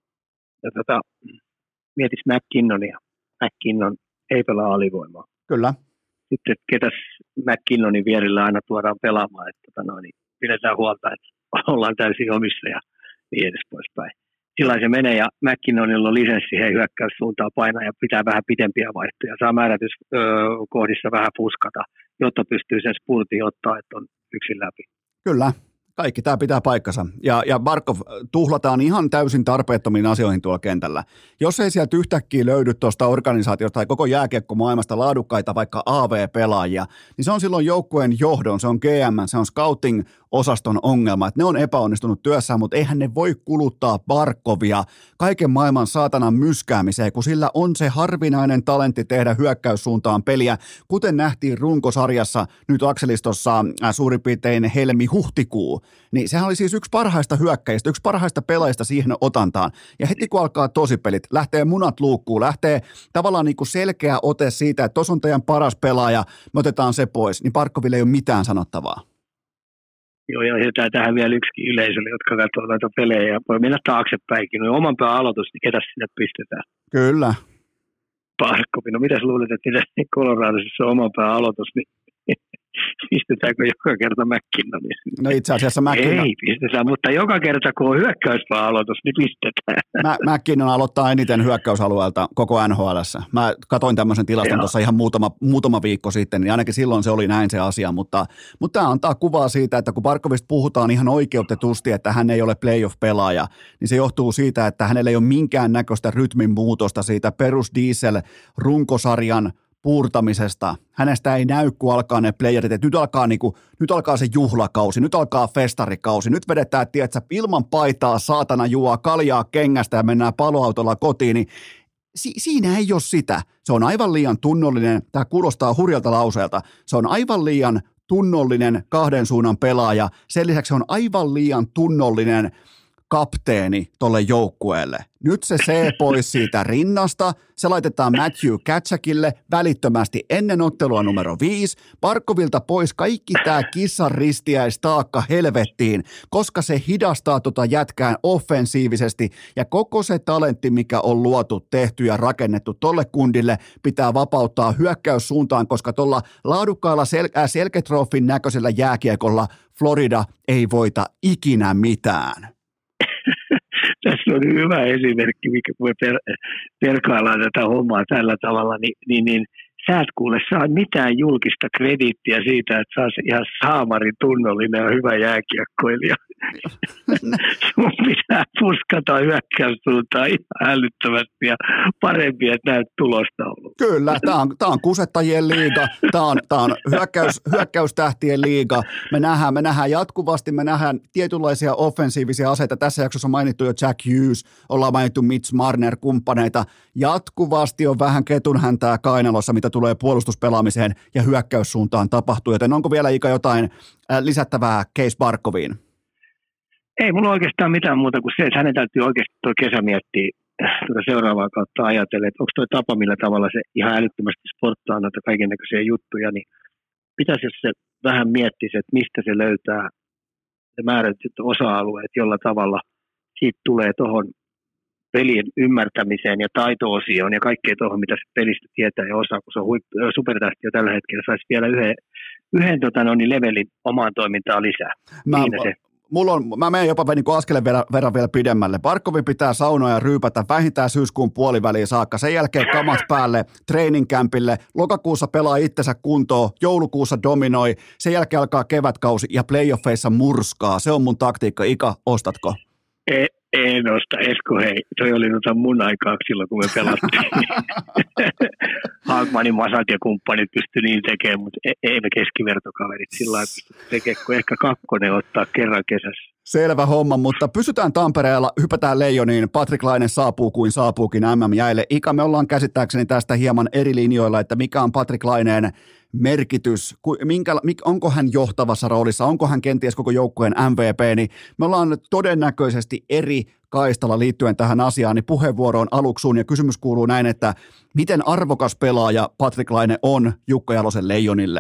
Ja mietis McKinnonia. McKinnon ei pelaa alivoimaa. Kyllä. Sitten ketäs McKinnonin vierillä aina tuodaan pelaamaan, että niin pidetään huolta, että ollaan täysin omissa ja niin edes poispäin. Silloin se menee ja McKinnonilla on lisenssi hyökkäyssuuntaan painaa ja pitää vähän pitempiä vaihtoja. Saa määrätyskohdissa vähän puskata, jotta pystyy sen spurtin ottaa, että on yksin läpi. Kyllä. Kaikki tämä pitää paikkansa. Ja Barkov tuhlataan ihan täysin tarpeettomiin asioihin tuolla kentällä. Jos ei sieltä yhtäkkiä löydy tuosta organisaatiosta tai koko jääkiekkomaailmasta laadukkaita vaikka AV-pelaajia, niin se on silloin joukkueen johdon, se on GM, se on scouting-osaston ongelma, että ne on epäonnistunut työssään, mutta eihän ne voi kuluttaa Barkovia kaiken maailman saatanan myskäämiseen, kun sillä on se harvinainen talentti tehdä hyökkäyssuuntaan peliä, kuten nähtiin runkosarjassa nyt Akselistossa suurin piirtein helmi-huhtikuu. Niin sehän oli siis yksi parhaista hyökkäistä, yksi parhaista pelaajista siihen otantaan. Ja heti kun alkaa tosipelit, lähtee munat luukkuun, lähtee tavallaan niin kuin selkeä ote siitä, että tuossa on teidän paras pelaaja, me otetaan se pois, niin Barkoville ei ole mitään sanottavaa. Joo, ja jätetään tähän vielä yksikin yleisölle, jotka katsoo näitä pelejä ja voi mennä taaksepäinkin. No oman pään aloitus, niin ketäs sinne pistetään? Kyllä. Barkovi, no mitäs luulet, että mitä Coloradosissa on oman pään aloitus, niin Pistetäänkö joka kerta McKinnonin? No itse asiassa Ei pistetä, mutta joka kerta kun on hyökkäyspää-aloitus, niin pistetään. McKinnon aloittaa eniten hyökkäysalueelta koko NHL:ssä. Mä katoin tämmöisen tilaston tuossa ihan muutama viikko sitten, niin ainakin silloin se oli näin se asia, mutta tämä antaa kuvaa siitä, että kun Barkovista puhutaan ihan oikeutetusti, että hän ei ole playoff-pelaaja, niin se johtuu siitä, että hänellä ei ole minkään näköistä rytmin muutosta siitä perusdiesel-runkosarjan puurtamisesta. Hänestä ei näy, kun alkaa ne playerit, että nyt alkaa se juhlakausi, nyt alkaa festarikausi, nyt vedetään, tiedätkö, ilman paitaa saatana juo kaljaa kengästä ja mennään paloautolla kotiin, niin siinä ei ole sitä. Se on aivan liian tunnollinen, tämä kuulostaa hurjalta lauseelta, se on aivan liian tunnollinen kahden suunnan pelaaja, sen lisäksi se on aivan liian tunnollinen kapteeni tolle joukkueelle. Nyt se pois siitä rinnasta, se laitetaan Matthew Katsakille välittömästi ennen ottelua numero 5, Barkovilta pois kaikki tää kissan ristiäistaakka helvettiin, koska se hidastaa tota jätkään offensiivisesti ja koko se talentti, mikä on luotu, tehty ja rakennettu tolle kundille, pitää vapauttaa hyökkäyssuuntaan, koska tuolla laadukkaalla selketrofin näköisellä jääkiekolla Florida ei voita ikinä mitään. Tässä on hyvä esimerkki, mikä kun me perkaillaan tätä hommaa tällä tavalla, niin sä et kuule saa mitään julkista krediittiä siitä, että sä oot ihan saamarin tunnollinen ja hyvä jääkiekkoilija. Sun pitää puskata hyökkäyssuuntaan ihan älyttömästi ja parempi, että näet tulostaulua. Kyllä, tää on kusettajien liiga, tää on hyökkäystähtien liiga. Me nähdään jatkuvasti, me nähdään tietynlaisia offensiivisia aseita. Tässä jaksossa on mainittu jo Jack Hughes, ollaan mainittu Mitch Marner, kumppaneita. Jatkuvasti on vähän ketunhäntää kainalossa, mitä tulee puolustuspelaamiseen ja hyökkäyssuuntaan tapahtuu. Joten onko vielä Ika jotain lisättävää Case Barkoviin? Ei mulla oikeastaan mitään muuta kuin se, että hänen täytyy oikeasti tuo kesä miettiä tuota seuraavaa kautta ajatellen, että onko tuo tapa, millä tavalla se ihan älyttömästi sporttaa noita kaikennäköisiä juttuja, niin pitäisi, jos se vähän miettisi, että mistä se löytää ne määrätyt osa-alueet, jolla tavalla siitä tulee tuohon pelien ymmärtämiseen ja taito-osioon ja kaikkeen tuohon, mitä se pelistä tietää ja osaa, kun se on supertähti jo tällä hetkellä, saisi vielä yhden levelin omaan toimintaan lisää. Mä menen jopa niin askeleen verran vielä pidemmälle. Barkovin pitää saunoa ja ryypätä vähintään syyskuun puoliväliin saakka. Sen jälkeen kamat päälle training campille. Lokakuussa pelaa itsensä kuntoon. Joulukuussa dominoi. Sen jälkeen alkaa kevätkausi ja playoffeissa murskaa. Se on mun taktiikka. Ika, ostatko? En osta. Esko, hei. Toi oli mun aikaa silloin, kun me pelattiin. Haagmanin Masat ja kumppanit pystyi niin tekemään, mutta ei me keskivertokaverit sillä lailla pysty tekemään, kun ehkä kakkonen ottaa kerran kesässä. Selvä homma, mutta pysytään Tampereella, hypätään Leijoniin. Patrick Laine saapuu kuin saapuukin MM-jäille. Ika, me ollaan käsittääkseni tästä hieman eri linjoilla, että mikä on Patrick Laineen merkitys, onko hän johtavassa roolissa, onko hän kenties koko joukkueen MVP, niin me ollaan todennäköisesti eri kaistalla liittyen tähän asiaan, niin puheenvuoroon aluksuun, ja kysymys kuuluu näin, että miten arvokas pelaaja Patrick Laine on Jukka Jalosen Leijonille?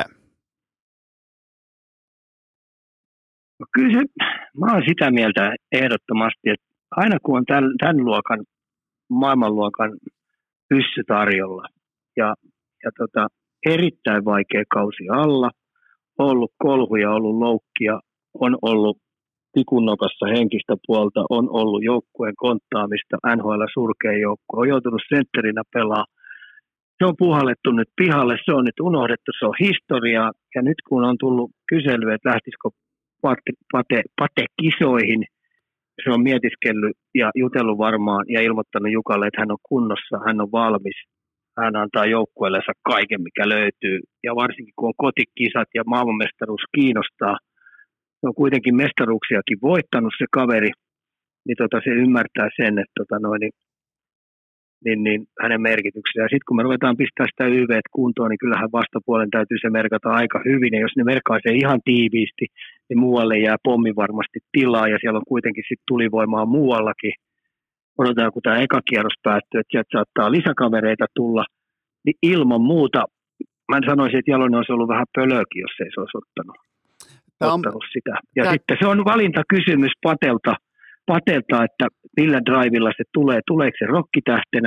No kyllä mä oon sitä mieltä ehdottomasti, että aina kun on tämän luokan, maailmanluokan pyssy tarjolla ja erittäin vaikea kausi alla, ollut kolhuja, ollut loukkia, on ollut tikunnokassa henkistä puolta, on ollut joukkueen konttaamista, NHL surkea joukkue, on joutunut sentterinä pelaa. Se on puhallettu nyt pihalle, se on nyt unohdettu, se on historiaa, ja nyt kun on tullut kysely, että lähtisikö Pate kisoihin, se on mietiskellyt ja jutellut varmaan ja ilmoittanut Jukalle, että hän on kunnossa, hän on valmis. Hän antaa joukkueellensa kaiken, mikä löytyy. Ja varsinkin kun on kotikisat ja maailmanmestaruus kiinnostaa, se on kuitenkin mestaruuksiakin voittanut se kaveri, niin se ymmärtää sen, että niin hänen merkityksensä. Ja sitten kun me ruvetaan pistää sitä YV:tä kuntoon, niin kyllähän vastapuolen täytyy se merkata aika hyvin. Ja jos ne merkaa se ihan tiiviisti, niin muualle jää pommi varmasti tilaa. Ja siellä on kuitenkin sitten tulivoimaa muuallakin. Odotetaan, kun tämä eka kierros päättyy, että sieltä saattaa lisäkavereita tulla. Niin ilman muuta, mä sanoisin, että Jalonen olisi ollut vähän pölöäkin, jos ei se olisi ottanut sitä. Ja sitten se on valintakysymys Patelta, että millä drivilla se tulee. Tuleeko se rokkitähtenä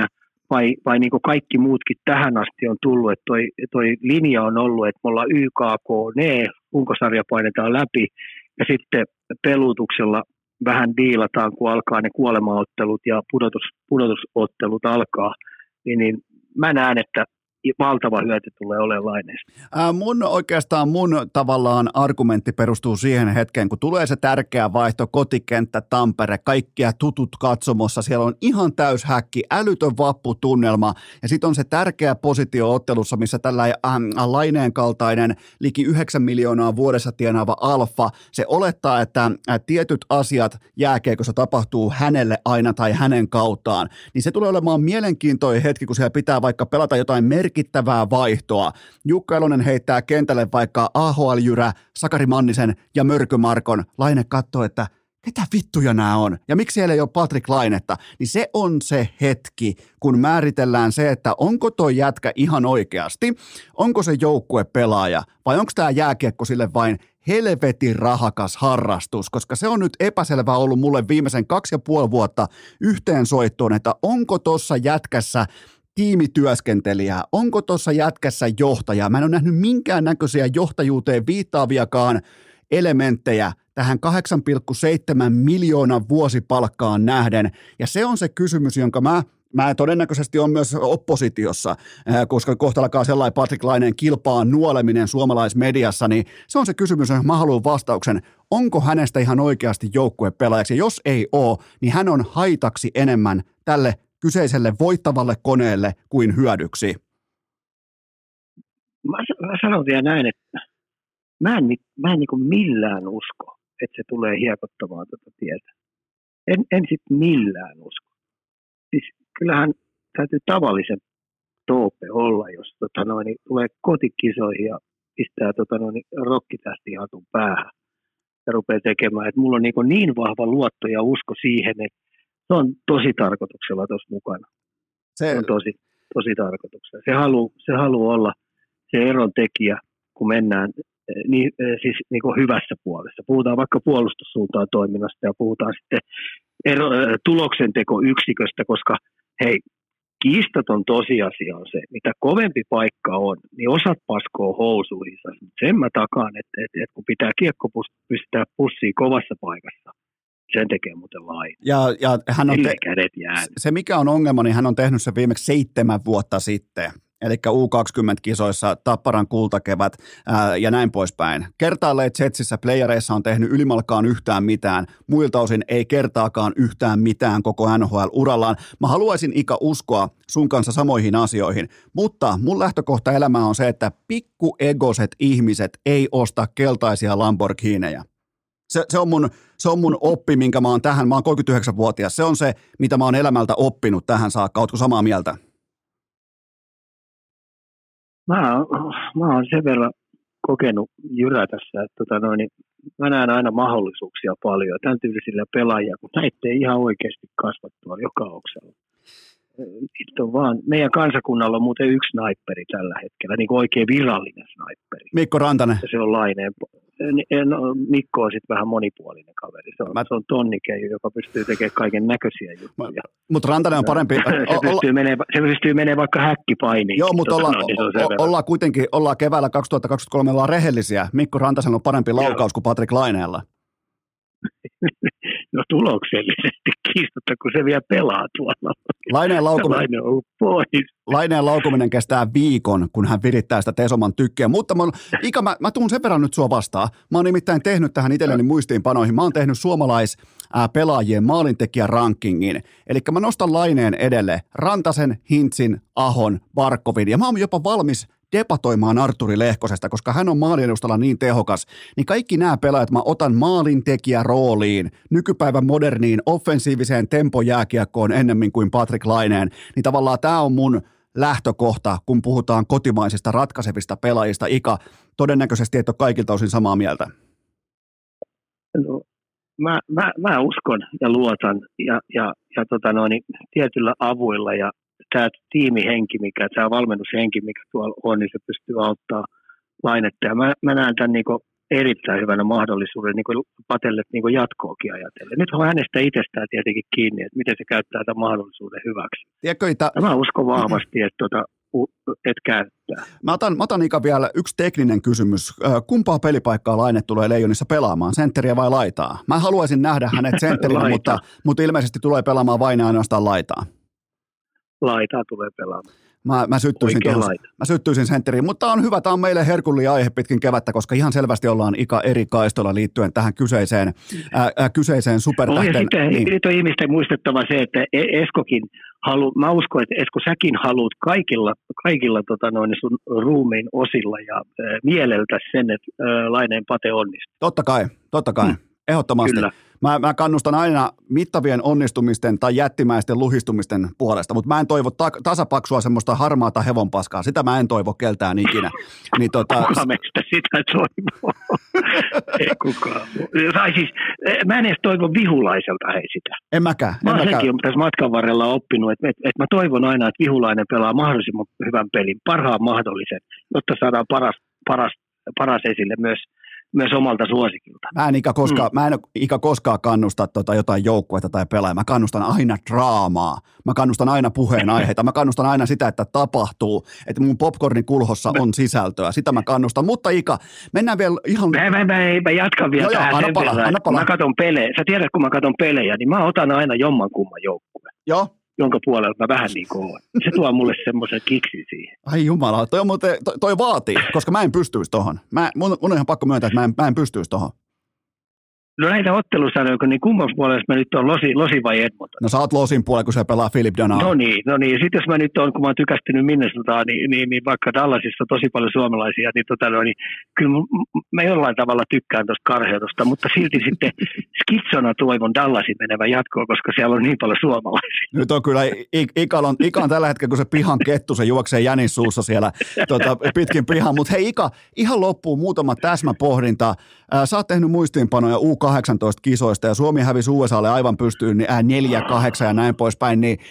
vai niin kuin kaikki muutkin tähän asti on tullut, että toi linja on ollut, että me ollaan YKK, runkosarja painetaan läpi ja sitten pelutuksella vähän diilataan, kun alkaa ne kuolemaottelut ja pudotusottelut alkaa, niin mä näen, että valtava hyöty tulee olemaan Laineesta. Mun tavallaan argumentti perustuu siihen hetkeen, kun tulee se tärkeä vaihto, kotikenttä, Tampere, kaikkia tutut katsomossa, siellä on ihan täys häkki, älytön vapputunnelma, ja sitten on se tärkeä positio ottelussa, missä tällainen Laineen kaltainen liki 9 miljoonaa vuodessa tienaava alfa, se olettaa, että tietyt asiat jääkiekossa tapahtuu hänelle aina tai hänen kauttaan, niin se tulee olemaan mielenkiintoinen hetki, kun siellä pitää vaikka pelata jotain merkittävää vaihtoa. Jukka Elonen heittää kentälle vaikka AHL-jyrä, Sakari Mannisen ja Mörkö Markon. Laine katsoo, että ketä vittuja nämä on ja miksi siellä ei ole Patrick Lainetta. Niin se on se hetki, kun määritellään se, että onko toi jätkä ihan oikeasti, onko se joukkuepelaaja vai onko tämä jääkiekko sille vain helvetin rahakas harrastus, koska se on nyt epäselvää ollut mulle viimeisen 2,5 vuotta yhteen soittoon, että onko tuossa jätkässä tiimityöskentelijää, onko tuossa jätkässä johtajaa. Mä en ole nähnyt minkäännäköisiä johtajuuteen viittaaviakaan elementtejä tähän 8,7 miljoonan vuosipalkkaan nähden. Ja se on se kysymys, jonka mä todennäköisesti on myös oppositiossa, koska kohta alkaa sellainen Patrick Laineen kilpaa nuoleminen suomalaismediassa, niin se on se kysymys, johon mä haluan vastauksen. Onko hänestä ihan oikeasti joukkuepelaajaksi? Ja jos ei ole, niin hän on haitaksi enemmän tälle kyseiselle voittavalle koneelle kuin hyödyksi. Mä sanon vielä näin, että mä en niin kuin millään usko, että se tulee hiekottamaan tätä tietä. En sitten millään usko. Siis kyllähän täytyy tavallisen toope olla, jos tulee kotikisoihin ja pistää rokkitähtihatun päähän ja rupeaa tekemään. Et mulla on niin vahva luotto ja usko siihen, että se on tosi tarkoituksella tuossa mukana. Se on tosi tarkoituksella. Se haluaa olla se eron tekijä, kun mennään niin kuin hyvässä puolessa. Puhutaan vaikka puolustussuuntaan toiminnasta ja puhutaan sitten tuloksentekoyksiköstä, koska hei, kiistaton tosiasia on se, mitä kovempi paikka on, niin osat paskoo housuihinsa. Sen mä takaan, että kun pitää kiekko pistää pussiin kovassa paikassa, sen tekee muuten Laine. Ja hän on kädet jäänyt. Se mikä on ongelma, niin hän on tehnyt sen viimeksi 7 vuotta sitten. Eli U20-kisoissa, Tapparan kultakevät ja näin poispäin. Kertaalleen Jetsissä playereissa on tehnyt ylimalkaan yhtään mitään. Muilta osin ei kertaakaan yhtään mitään koko NHL-urallaan. Mä haluaisin Ika uskoa sun kanssa samoihin asioihin, mutta mun lähtökohta elämään on se, että pikkuegoset ihmiset ei osta keltaisia Lamborghinejä. Se on mun oppi, minkä mä oon 39-vuotias. Se on se, mitä mä oon elämältä oppinut tähän saakka. Ootko samaa mieltä? Mä oon sen verran kokenut jyrätässä, että mä näen aina mahdollisuuksia paljon. Tämän tyylisillä pelaajia, kun näitä ei ihan oikeasti kasvattua joka oksella. On vaan, meidän kansakunnalla on muuten yksi sniperi tällä hetkellä, niin kuin oikein virallinen sniperi. Mikko Rantanen. Se on Laineen. No, Mikko on sitten vähän monipuolinen kaveri. Se on tonnikeiju, joka pystyy tekemään kaiken näköisiä juttuja. Mutta Rantanen on parempi. Se pystyy menemään vaikka häkkipainiin. Joo, mutta ollaan kuitenkin keväällä 2023 ollaan rehellisiä. Mikko Rantasella on parempi laukaus kuin Patrick Laineella. No tuloksellisesti kiistatta, kun se vielä pelaa tuolla. Laineen laukuminen kestää viikon, kun hän virittää sitä Tesoman tykkiä. Mutta Ika, mä tuun sen verran nyt sua vastaan. Mä oon nimittäin tehnyt tähän itselleni muistiinpanoihin. Mä oon tehnyt suomalaispelaajien maalintekijärankingin. Eli mä nostan Laineen edelle Rantasen, Hintzin, Ahon, Barkovin. Ja mä oon jopa valmis debatoimaan Arturi Lehkosesta, koska hän on maaliedustalla niin tehokas, niin kaikki nämä pelaajat mä otan maalintekijä rooliin, nykypäivän moderniin offensiiviseen tempojääkiekkoon ennemmin kuin Patrick Laineen, niin tavallaan tämä on mun lähtökohta, kun puhutaan kotimaisista ratkaisevista pelaajista. Ika, todennäköisesti et ole kaikilta osin samaa mieltä. No, mä uskon ja luotan ja tietyllä avuilla ja tämä tiimihenki, tämä valmennushenki, mikä tuolla on, niin se pystyy auttamaan Lainetta. Ja mä näen tämän erittäin hyvänä mahdollisuuden niin Patelle niin jatkoakin ajatellen. Nyt on hänestä itsestään tietenkin kiinni, että miten se käyttää tämän mahdollisuuden hyväksi. Mä uskon vahvasti, että käyttää. Mä otan Ika vielä yksi tekninen kysymys. Kumpaa pelipaikkaa Laine tulee Leijonissa pelaamaan, sentteriä vai laitaa? Mä haluaisin nähdä hänet sentterinä, mutta ilmeisesti tulee pelaamaan vain ja ainoastaan laitaa. Laitaa tulee pelaamaan. Mä syttyisin sentteriin, mutta on hyvä, tämä on meille herkullinen aihe pitkin kevättä, koska ihan selvästi ollaan Ika eri kaistolla liittyen tähän kyseiseen supertähten. Ja sitten nyt on ihmisten muistettava se, että Eskokin mä uskon, että Esko säkin haluat kaikilla sun ruumiin osilla ja mieleltä sen, että Laineen Pate onnistuu. Totta kai. Ehdottomasti. Kyllä. Mä kannustan aina mittavien onnistumisten tai jättimäisten luhistumisten puolesta, mutta mä en toivo tasapaksua semmoista harmaata hevonpaskaa. Sitä mä en toivo keltään ikinä. Kuka meistä sitä toivoo? Ei kukaan. Tai siis, mä en edes toivo Vihulaiselta sitä. En mäkään. Mä oon senkin tässä matkan varrella oppinut, että mä toivon aina, että Vihulainen pelaa mahdollisimman hyvän pelin, parhaan mahdollisen, jotta saadaan paras esille myös omalta suosikilta. Mä en Ika koskaan kannusta jotain joukkuetta tai pelaajaa. Mä kannustan aina draamaa. Mä kannustan aina puheenaiheita. Mä kannustan aina sitä, että tapahtuu. Että mun popcornin kulhossa on sisältöä. Sitä mä kannustan. Mutta Ika, mennään vielä ihan... Mä jatkan vielä tähän sen verran. Mä katon pelejä. Sä tiedät, kun mä katon pelejä, niin mä otan aina jommankumman joukkueen. Joo. Jonka puolella mä vähän niin kuin olen. Se tuo mulle semmoisen kiksin siihen. Ai jumala, toi vaatii, koska mä en pystyisi tohon. Mun on ihan pakko myöntää, että mä en pystyisi tohon. No näitä ottelusarjoja, niin kumman puolella mä nyt on Losi vai Edmonton? No sä oot Losin puolella, kun se pelaa Philip Danault. No niin. Sitten jos mä nyt on, kun mä oon tykästynyt Minnesotaan, niin vaikka Dallasissa on tosi paljon suomalaisia, niin kyllä mä jollain tavalla tykkään tuosta karheutusta, mutta silti sitten skitsona toivon Dallasin menevän jatkoon, koska siellä on niin paljon suomalaisia. Nyt on kyllä, Ika on tällä hetkellä, kun se pihan kettu, se juoksee jänin suussa siellä pitkin pihan. Mutta hei Ika, ihan loppuun muutama täsmäpohdinta. Sä oot tehnyt muistiinpanoja U18-kisoista ja Suomi hävisi USAlle aivan pystyyn 4-8 ja näin poispäin, niin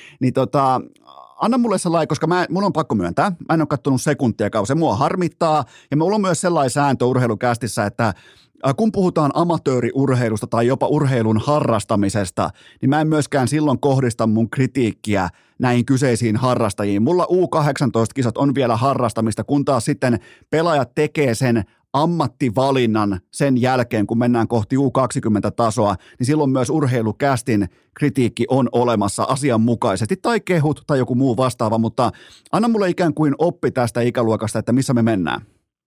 anna mulle sellainen, koska mun on pakko myöntää, mä en ole kattonut sekuntiakaan, se mua harmittaa ja mulla on myös sellainen sääntö urheilukästissä, että kun puhutaan amatööriurheilusta tai jopa urheilun harrastamisesta, niin mä en myöskään silloin kohdista mun kritiikkiä näihin kyseisiin harrastajiin. Mulla U18-kisat on vielä harrastamista, kun taas sitten pelaajat tekee sen ammattivalinnan sen jälkeen, kun mennään kohti U20-tasoa, niin silloin myös urheilukästin kritiikki on olemassa asianmukaisesti, tai kehut tai joku muu vastaava, mutta anna mulle ikään kuin oppi tästä ikäluokasta, että missä me mennään.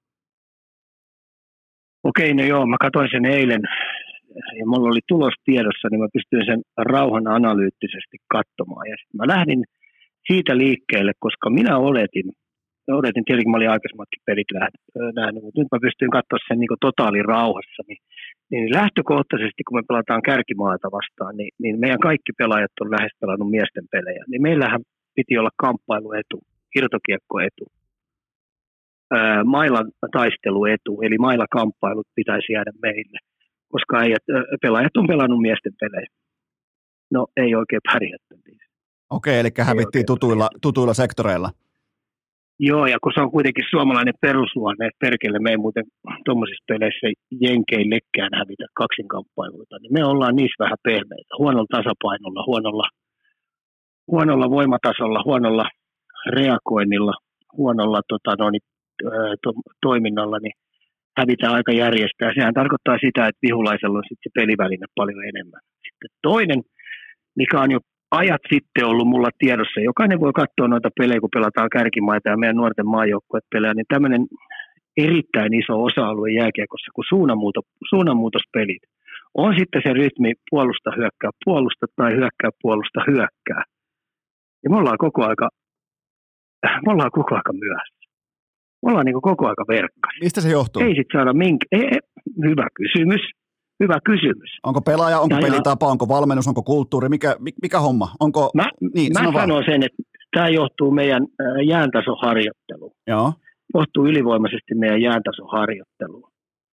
Okei, no joo, mä katsoin sen eilen, ja mulla oli tulos tiedossa, niin mä pystyin sen rauhan analyyttisesti katsomaan, ja sitten mä lähdin siitä liikkeelle, koska minä oletin tietenkin, mä olin aikaisemmatkin pelit nähnyt, mutta nyt mä pystyin katsoa sen niin totaalirauhassa. Niin lähtökohtaisesti, kun me pelataan kärkimaata vastaan, niin meidän kaikki pelaajat on lähes pelannut miesten pelejä. Niin meillähän piti olla kamppailuetu, irtokiekkoetu, mailan taisteluetu, eli mailakamppailut pitäisi jäädä meille, koska pelaajat on pelannut miesten pelejä. No ei oikein pärjätty. Okei, eli hävittiin tutuilla sektoreilla. Joo, ja kun se on kuitenkin suomalainen perusluonne, että perkele me ei muuten tuommoisissa peleissä jenkeillekään hävitä kaksinkamppailuita, niin me ollaan niissä vähän pehmeitä, huonolla tasapainolla, huonolla voimatasolla, huonolla reagoinnilla, huonolla toiminnalla, niin hävitään aika järjestää. Sehän tarkoittaa sitä, että Vihulaisella on sitten se peliväline paljon enemmän. Sitten toinen, mikä on jo ajat sitten ollut mulla tiedossa. Jokainen voi katsoa noita pelejä, kun pelataan kärkimaita ja meidän nuorten maajoukkueet pelejä, niin tämmöinen erittäin iso osa-alue jääkiekossa kuin suunnanmuutospelit. On sitten se rytmi puolusta tai hyökkää puolusta hyökkää. Ja me ollaan koko aika myöhässä. Me ollaan niin koko aika verkkas. Mistä se johtuu? Ei sit saada Hyvä kysymys. Onko pelaaja, onko pelitapa, onko valmennus, onko kulttuuri, mikä homma? Mä sanon sen, että tämä johtuu meidän jääntasoharjoitteluun. Joo. Johtuu ylivoimaisesti meidän jääntasoharjoitteluun.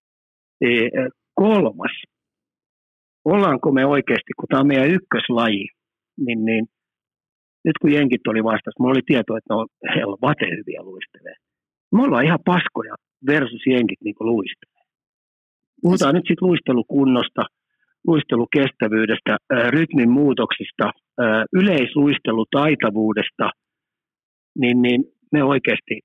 Kolmas. Ollaanko me oikeasti, kun tämä on meidän ykköslaji, niin nyt kun jenkit oli vastassa, mulla oli tieto, että heillä on vate hyviä luistelee. Me ollaan ihan paskoja versus jenkit niin kuin luistelee. Puhutaan nyt sitten luistelukunnosta, luistelukestävyydestä, rytmin muutoksista, yleisluistelutaitavuudesta, niin me oikeasti,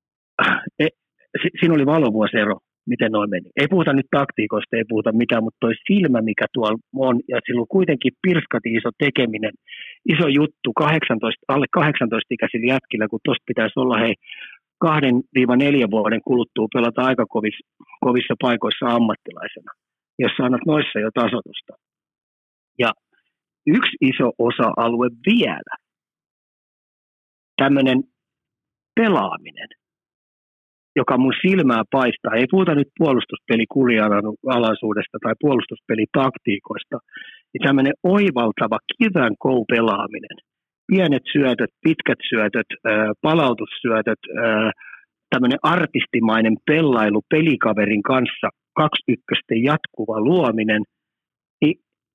siinä oli valovuosero, miten noin meni. Ei puhuta nyt taktiikoista, ei puhuta mitään, mutta toi silmä, mikä tuolla on, ja silloin kuitenkin pirskati iso tekeminen, iso juttu alle 18-ikäisillä jätkillä, kun tuosta pitäisi olla 2-4 vuoden kuluttua pelata aika kovissa paikoissa ammattilaisena, jos sä annat noissa jo tasoitusta. Ja yksi iso osa-alue vielä, tämmöinen pelaaminen, joka mun silmää paistaa. Ei puhuta nyt puolustuspelikulialaisuudesta tai puolustuspelitaktiikoista, niin tämmöinen oivaltava kivän pelaaminen. Pienet syötöt, pitkät syötöt, palautussyötöt, tämmöinen artistimainen pelailu pelikaverin kanssa, 2-1 jatkuva luominen, niin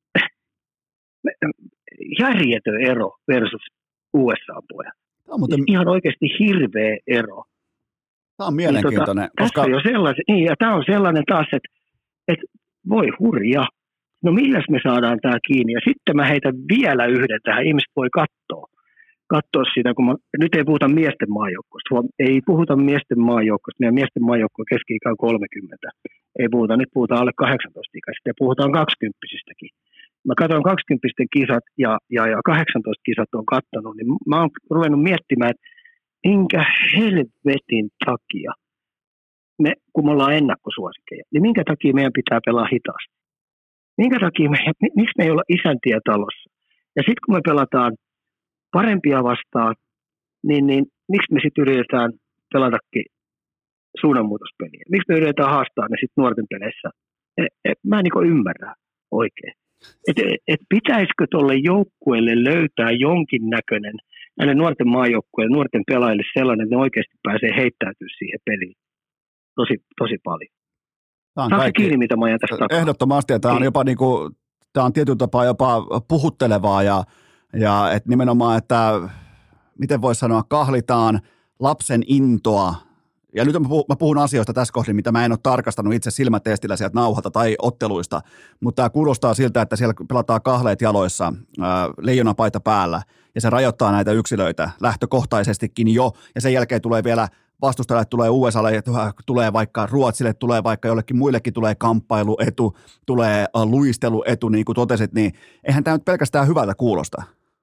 järjetön ero versus USA-pojat. Ihan oikeasti hirveä ero. Tämä on mielenkiintoinen. Tässä on jo ja tämä on sellainen taas, että voi hurjaa. No milläs me saadaan tämä kiinni? Ja sitten mä heitän vielä yhden tähän. Ihmiset voi katsoa sitä, nyt ei puhuta miesten maajoukkoista. Ei puhuta miesten maajoukkoista. Meidän miesten maajoukko keski-ikä on 30. Ei puhuta, nyt puhutaan alle 18-ikäisistä ja puhutaan 20-sistäkin. Mä katson 20 kisat ja 18 kisat on kattonut, niin mä oon ruvennut miettimään, että minkä helvetin takia, kun me ollaan ennakkosuosikeja, niin minkä takia meidän pitää pelaa hitaasti? Minkä takia miksi me ei olla isäntiä talossa? Ja sitten kun me pelataan parempia vastaan, niin miksi me sitten yritetään pelatakin suunnanmuutospeliä? Miksi me yritetään haastaa ne sitten nuorten peleissä? Mä en niin ymmärrä oikein. Pitäisikö tuolle joukkueelle löytää jonkinnäköinen, näille nuorten maajoukkueille, nuorten pelaajille sellainen, että ne oikeasti pääsee heittäytyä siihen peliin tosi paljon. Tämä on kiinni, mitä mä ajan tästä takaa. Ehdottomasti, ja tämä on jopa tämä on tietyllä tapaa jopa puhuttelevaa, ja että nimenomaan, että miten voisi sanoa, kahlitaan lapsen intoa. Ja nyt mä puhun asioista tässä kohdin, mitä mä en ole tarkastanut itse silmätestillä sieltä nauhalta tai otteluista, mutta tämä kuulostaa siltä, että siellä pelataan kahleet jaloissa, leijonapaita päällä, ja se rajoittaa näitä yksilöitä lähtökohtaisestikin jo, ja sen jälkeen tulee vielä vastustajalle, tulee USAlle, tulee vaikka Ruotsille, tulee vaikka jollekin muillekin, tulee kamppailuetu, tulee luisteluetu, niin kuin totesit, niin eihän tämä nyt pelkästään hyvältä kuulosta.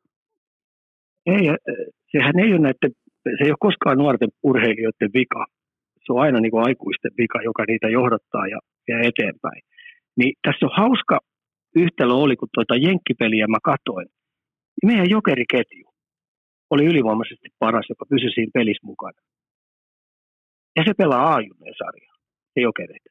Ei, sehän ei ole se ei ole koskaan nuorten urheilijoiden vika. Se on aina niin kuin aikuisten vika, joka niitä johdattaa ja eteenpäin. Niin tässä on hauska yhtälö oli, kun jenkkipeliä mä katoin. Niin meidän jokeriketju oli ylivoimaisesti paras, joka pysyi siinä pelissä mukana. Ja se pelaa A-junnojen sarjaa, se jokereita.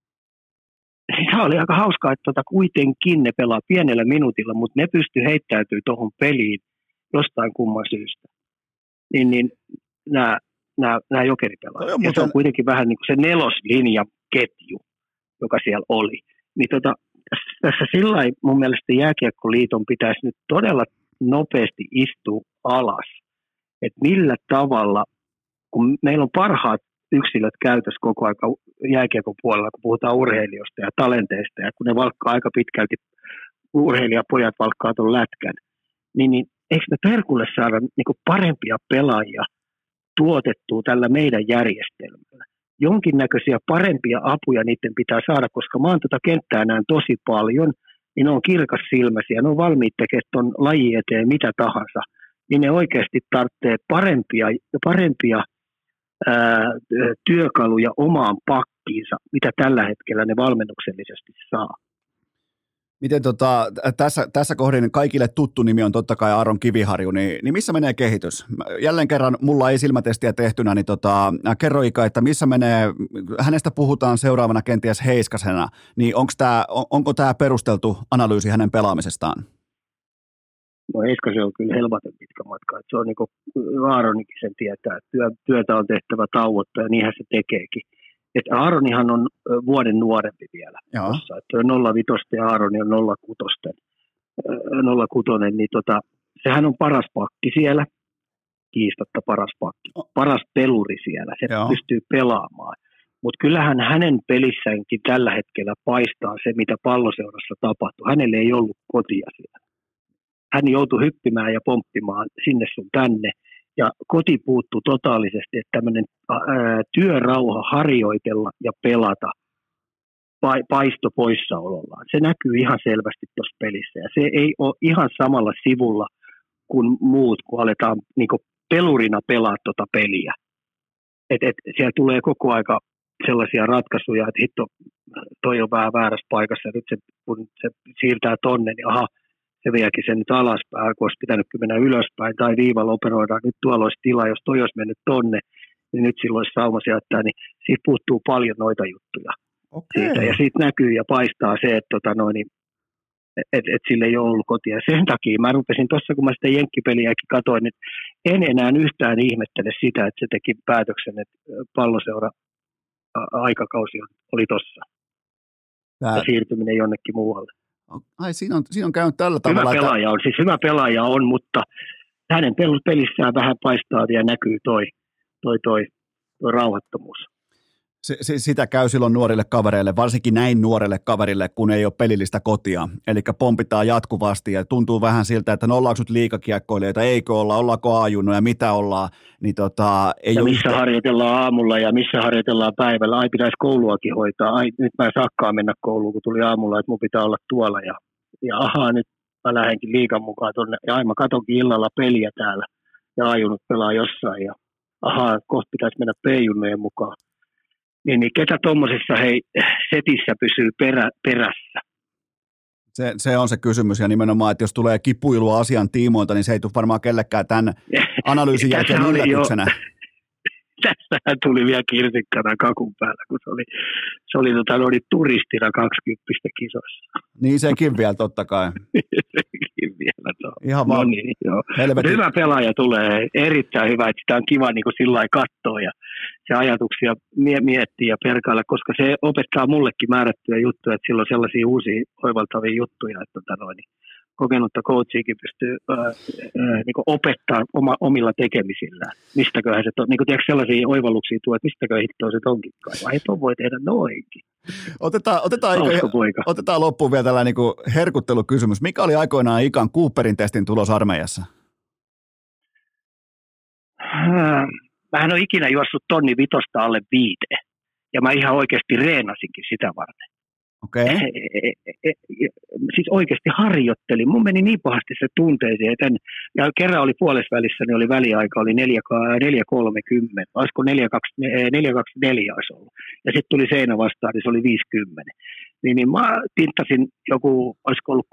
Se oli aika hauskaa, että kuitenkin ne pelaa pienellä minuutilla, mutta ne pystyy heittäytyy tuohon peliin jostain kumman syystä. Niin nämä jokeripelaajat. Ja se on kuitenkin vähän niin kuin se neloslinjaketju, joka siellä oli. Niin tässä sillä mun mielestä Jääkiekkoliiton pitäisi nyt todella nopeasti istua alas. Että millä tavalla, kun meillä on parhaat yksilöt käytössä koko aika jääkiekon puolella, kun puhutaan urheilijoista ja talenteista, ja kun ne valkkaa aika pitkälti, urheilijapojat valkkaa tuon lätkän, niin eikö me perkulle saada niin parempia pelaajia tuotettua tällä meidän järjestelmällä? Jonkinnäköisiä parempia apuja niiden pitää saada, koska mä oon kenttää näen tosi paljon, niin ne on kirkassilmäisiä, ne on valmiit tekemään tuon lajin eteen mitä tahansa, niin ne oikeasti tarvitsee parempia työkaluja omaan pakkiinsa, mitä tällä hetkellä ne valmennuksellisesti saa. Miten tässä kohdin kaikille tuttu nimi on totta kai Aaron Kiviharju, niin missä menee kehitys? Jälleen kerran mulla ei silmätestiä tehtynä, niin kerro Ika, että missä menee, hänestä puhutaan seuraavana kenties Heiskasena, niin onko tämä perusteltu analyysi hänen pelaamisestaan? No Heiskasen on kyllä helvaten pitkä matka, että se on niin kuin Aaronikin sen tietää, että työtä on tehtävä tauotta ja niinhän se tekeekin. Että Aaronihan on vuoden nuorempi vielä. Tossa, että 05 ja Aaroni on 06, niin sehän on paras pakki siellä, kiistatta paras pakki, paras peluri siellä, se pystyy pelaamaan. Mutta kyllähän hänen pelissäänkin tällä hetkellä paistaa se, mitä Palloseurassa tapahtui. Hänelle ei ollut kotia siellä. Hän joutui hyppimään ja pomppimaan sinne sun tänne. Ja koti puuttui totaalisesti, että tämmöinen työrauha harjoitella ja pelata paisto poissaolollaan. Se näkyy ihan selvästi tuossa pelissä. Ja se ei ole ihan samalla sivulla kuin muut, kun aletaan niin kuin pelurina pelaa tuota peliä. Siellä tulee koko aika sellaisia ratkaisuja, että hitto, toi on vähän väärässä paikassa. Nyt kun se siirtää tonne, niin aha, se viekin sen nyt alaspäin, kun olisi pitänyt mennä ylöspäin, tai viivalla operoidaan, nyt tuolla olisi tila, jos toi olisi mennyt tonne, niin nyt silloin olisi sauma sijoittaa, niin siitä puuttuu paljon noita juttuja. Siitä. Ja siitä näkyy ja paistaa se, että sille ei ole ollut kotia. Sen takia mä rupesin tuossa, kun mä sitä jenkkipeliäkin katsoin, niin en enää yhtään ihmettele sitä, että se teki päätöksen, että Palloseura aikakausi oli tossa. Ja siirtyminen jonnekin muualle. Ai, siinä on käynyt tällä tavalla. Hyvä pelaaja on, mutta hänen pelissään vähän paistaa ja näkyy toi rauhattomuus. Sitä käy silloin nuorille kavereille, varsinkin näin nuorelle kaverille, kun ei ole pelillistä kotia. Eli pompitaan jatkuvasti ja tuntuu vähän siltä, että no ollaanko nyt liigakiekkoilijoita, eikö olla, ollaanko A-junnoja, mitä ollaan. Niin ei ja missä harjoitellaan aamulla ja missä harjoitellaan päivällä. Ai pitäisi kouluakin hoitaa. Ai nyt mä en saakaan mennä kouluun, kun tuli aamulla, että mun pitää olla tuolla. Ja ahaa, nyt mä lähdenkin liigan mukaan tuonne. Ja mä katonkin illalla peliä täällä ja A-junnut pelaa jossain. Ja ahaa, kohta pitäisi mennä B-junnojen mukaan. Niin ketä tuommoisessa setissä pysyy perässä? Se on se kysymys, ja nimenomaan, että jos tulee kipuilua asian tiimoilta, niin se ei tule varmaan kellekään tämän analyysin jälkeen yllätyksenä. Tässähän tuli vielä kirsikkana kakun päällä, kun se oli turistina 20 kisoissa. Niin sekin vielä, totta kai. Sekin vielä. Ihan vaan. No niin, joo. Hyvä pelaaja tulee, erittäin hyvä, että sitä on kiva niin kuin sillä lailla katsoa ja se ajatuksia miettiä ja perkailla, koska se opettaa mullekin määrättyjä juttuja, että sillä on sellaisia uusia oivaltavia juttuja, että kokenutta coachiakin pystyy niin opettamaan omilla tekemisillään. Mistäköhän se on, niin kuin tiedätkö sellaisia oivalluksia tuo, että mistäköhän hittoa se onkinkaan, vai tuon voi tehdä noinkin. Otetaan loppuun vielä tällainen niin herkuttelukysymys. Mikä oli aikoinaan Ikan Cooperin testin tulos armeijassa? Mähän olen ikinä juossut 1.5 tonni alle 5, ja mä ihan oikeasti reenasinkin sitä varten. Okay. Siis oikeasti harjoittelin. Mun meni niin pahasti se tunteisiin. Ja kerran oli puolesvälissä, niin oli väliaika, oli 4.30. Olisiko 4.24 olisi ollut. Ja sitten tuli seinä vastaan, niin se oli 50. Niin mä tinttasin joku, olisiko ollut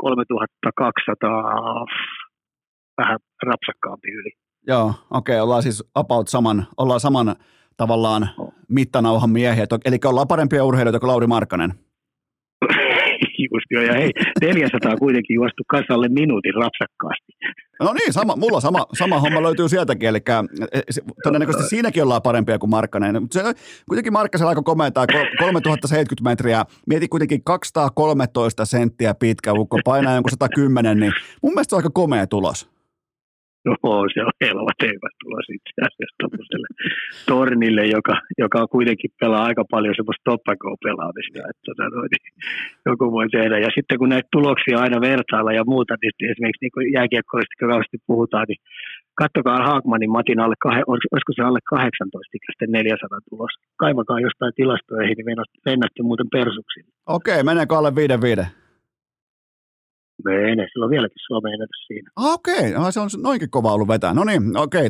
3200, vähän rapsakkaampi yli. Joo, okei. Ollaan siis ollaan saman tavallaan mittanauhan miehiä. Eli ollaan parempia urheilijoita kuin Lauri Markkanen. Just jo, ja hei, 400 kuitenkin juostu kasalle minuutin rapsakkaasti. No niin, mulla sama homma löytyy sieltäkin, eli todennäköisesti siinäkin ollaan parempia kuin Markkanen. Kuitenkin Markkasella aika komeaa, 3070 metriä, mieti kuitenkin 213 senttiä pitkä ukko, painaa jonkun 110, niin mun mielestä se on aika komea tulos. No se on helva tulos itse asiassa tuollaiselle tornille, joka kuitenkin pelaa aika paljon semmoista stop-and-go-pelaamista, että joku voi tehdä. Ja sitten kun näitä tuloksia aina vertailla ja muuta, niin esimerkiksi niin jääkiekkoista kauheasti puhutaan, niin katsokaa Haagmanin Matin olisiko se alle 18 ikäisten 400 tulos. Kaivakaa jostain tilastoihin, niin lennätte muuten persuksille. Okei, meneekö alle 5-5? Menee, sillä on vieläkin Suomen ennätys siinä. Okei, se on noinkin kova ollut vetää. No niin, okei.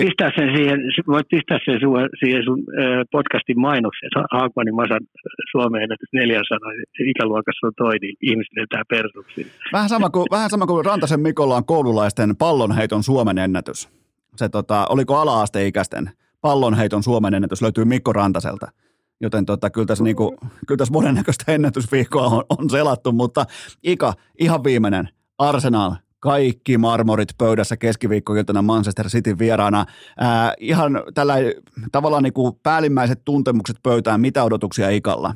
Voit pistää sen siihen sun podcastin mainokseen. Haagmanin Masan Suomen ennätys 400, ikäluokassa on toi, niin ihmiset lentää persuksiin. Vähän sama kuin Rantasen Mikolla on koululaisten pallonheiton Suomen ennätys. Se oliko ala-asteikäisten pallonheiton Suomen ennätys, löytyy Mikko Rantaselta. Joten kyllä tässä monennäköistä ennätysviikkoa on selattu, mutta Ika, ihan viimeinen, Arsenal, kaikki marmorit pöydässä keskiviikkoiltana Manchester Cityn vieraana. Ihan tällä tavallaan niin kuin päällimmäiset tuntemukset pöytään, mitä odotuksia Ikalla?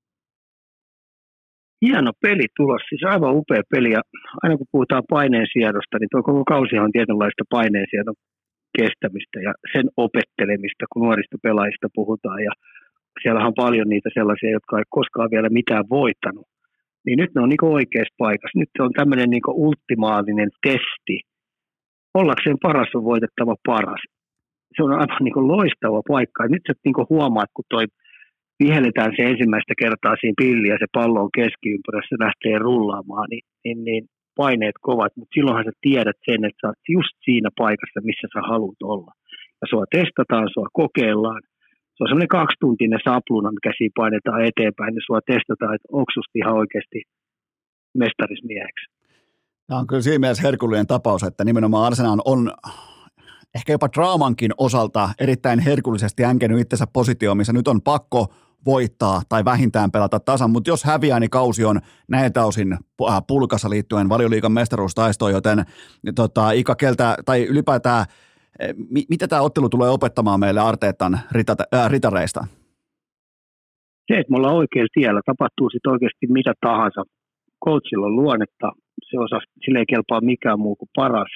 Hieno peli tulos, siis aivan upea peli, ja aina kun puhutaan paineensiedosta, niin tuo koko kausi on tietynlaista paineensiedon kestämistä ja sen opettelemista, kun nuorista pelaajista puhutaan, ja siellähän on paljon niitä sellaisia, jotka ei koskaan vielä mitään voittanut. Niin nyt ne on niin oikeassa paikassa. Nyt se on tämmöinen niin ultimaalinen testi. Ollakseen paras on voitettava paras. Se on aivan niin loistava paikka. Nyt sä niin huomaat, kun vihelletään se ensimmäistä kertaa siinä pilliä, se pallo on keskiympyrässä, se lähtee rullaamaan, niin paineet kovat. Mutta silloinhan sä tiedät sen, että sä oot just siinä paikassa, missä sä haluat olla. Ja sua testataan, sua kokeillaan. Se on semmoinen 2-tuntinen sapluna, mikä siinä painetaan eteenpäin, niin sua testataan, että onko susta ihan oikeasti mestarismieheksi. Tämä on kyllä siinä mielessä herkullinen tapaus, että nimenomaan Arsenal on ehkä jopa draamankin osalta erittäin herkullisesti änkenyt itsensä positioon, missä nyt on pakko voittaa tai vähintään pelata tasan, mutta jos häviää, niin kausi on näiltä osin pulkassa liittyen Valioliigan mestaruustaistoon, joten Ika keltä, tai ylipäätään, mitä tämä ottelu tulee opettamaan meille Arteetan ritareista? Se, että me ollaan oikealla tiellä, tapahtuu sitten oikeasti mitä tahansa. Coachilla on luonnetta, sille ei kelpaa mikään muu kuin paras.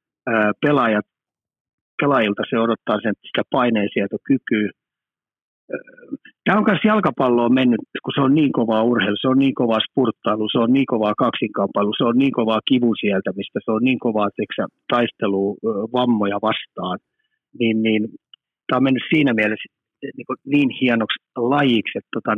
Pelaajilta se odottaa sitä paineensietokykyä. Tämä on myös jalkapalloon mennyt, kun se on niin kovaa urheilu, se on niin kovaa spurttailu, se on niin kovaa kaksinkamppailu, se on niin kovaa kivun sieltämistä, se on niin kovaa taistelua vammoja vastaan. Niin, tämä on mennyt siinä mielessä niin hienoksi lajiksi, että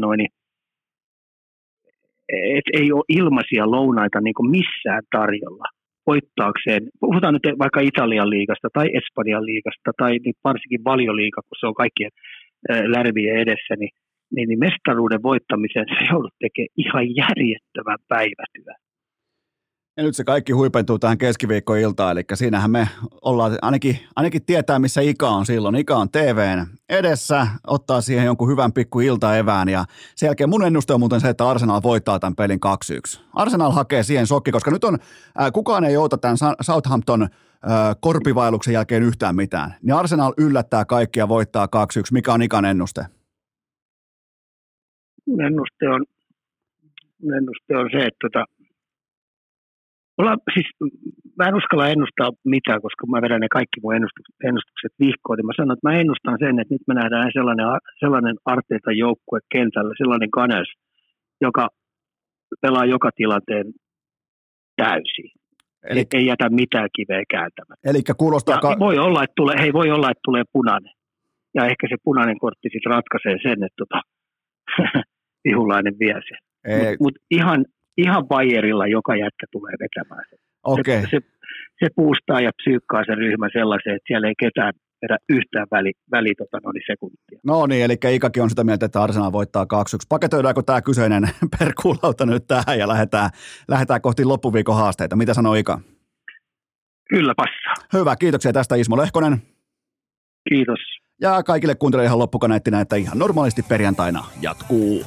et ei ole ilmaisia lounaita niin missään tarjolla voittaakseen. Puhutaan nyt vaikka Italian liigasta tai Espanjan liigasta tai varsinkin Valioliiga, kun se on kaikkien lärvien edessä, niin mestaruuden voittamiseen se joudut tekemään ihan järjettömän päivätyön. Ja nyt se kaikki huipentuu tähän keskiviikkoiltaan, eli siinähän me ollaan, ainakin tietää, missä Ika on silloin. Ika on TV:n edessä, ottaa siihen jonkun hyvän pikku iltaevään, ja sen jälkeen mun ennuste on muuten se, että Arsenal voittaa tämän pelin 2-1. Arsenal hakee siihen sokki, koska nyt on, kukaan ei oota tämän Southampton korpivailuksen jälkeen yhtään mitään. Niin Arsenal yllättää kaikki ja voittaa 2-1. Mikä on Ikan ennuste? Mun ennuste on se, että mä en uskalla ennustaa mitään, koska mä vedän ne kaikki mun ennustukset vihkoon. Ja mä sanon, että mä ennustan sen, että nyt me nähdään sellainen Arteetan joukkue kentällä, sellainen Gunners, joka pelaa joka tilanteen täysin. Eli ei jätä mitään kiveä kääntämättä. Eli kuulostaa... Voi olla, että tulee punainen. Ja ehkä se punainen kortti sitten ratkaisee sen, että vihulainen vie sen. Mutta ihan Bayernilla joka jätkä tulee vetämään sen. Okay. Se puustaa ja psyykkaa sen ryhmän sellaiseen, että siellä ei ketään vedä yhtään sekuntia. No niin, eli Ikakin on sitä mieltä, että Arsenal voittaa 2-1. Paketoidaanko tämä kyseinen perkuulauta nyt tähän ja lähdetään kohti loppuviikon haasteita? Mitä sanoo Ika? Kyllä passaa. Hyvä, kiitoksia tästä Ismo Lehkonen. Kiitos. Ja kaikille kuuntelijoille ihan loppukaneettina, että ihan normaalisti perjantaina jatkuu.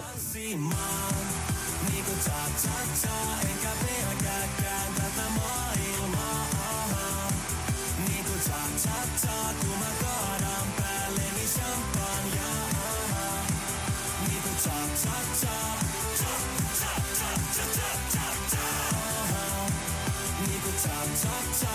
Cha cha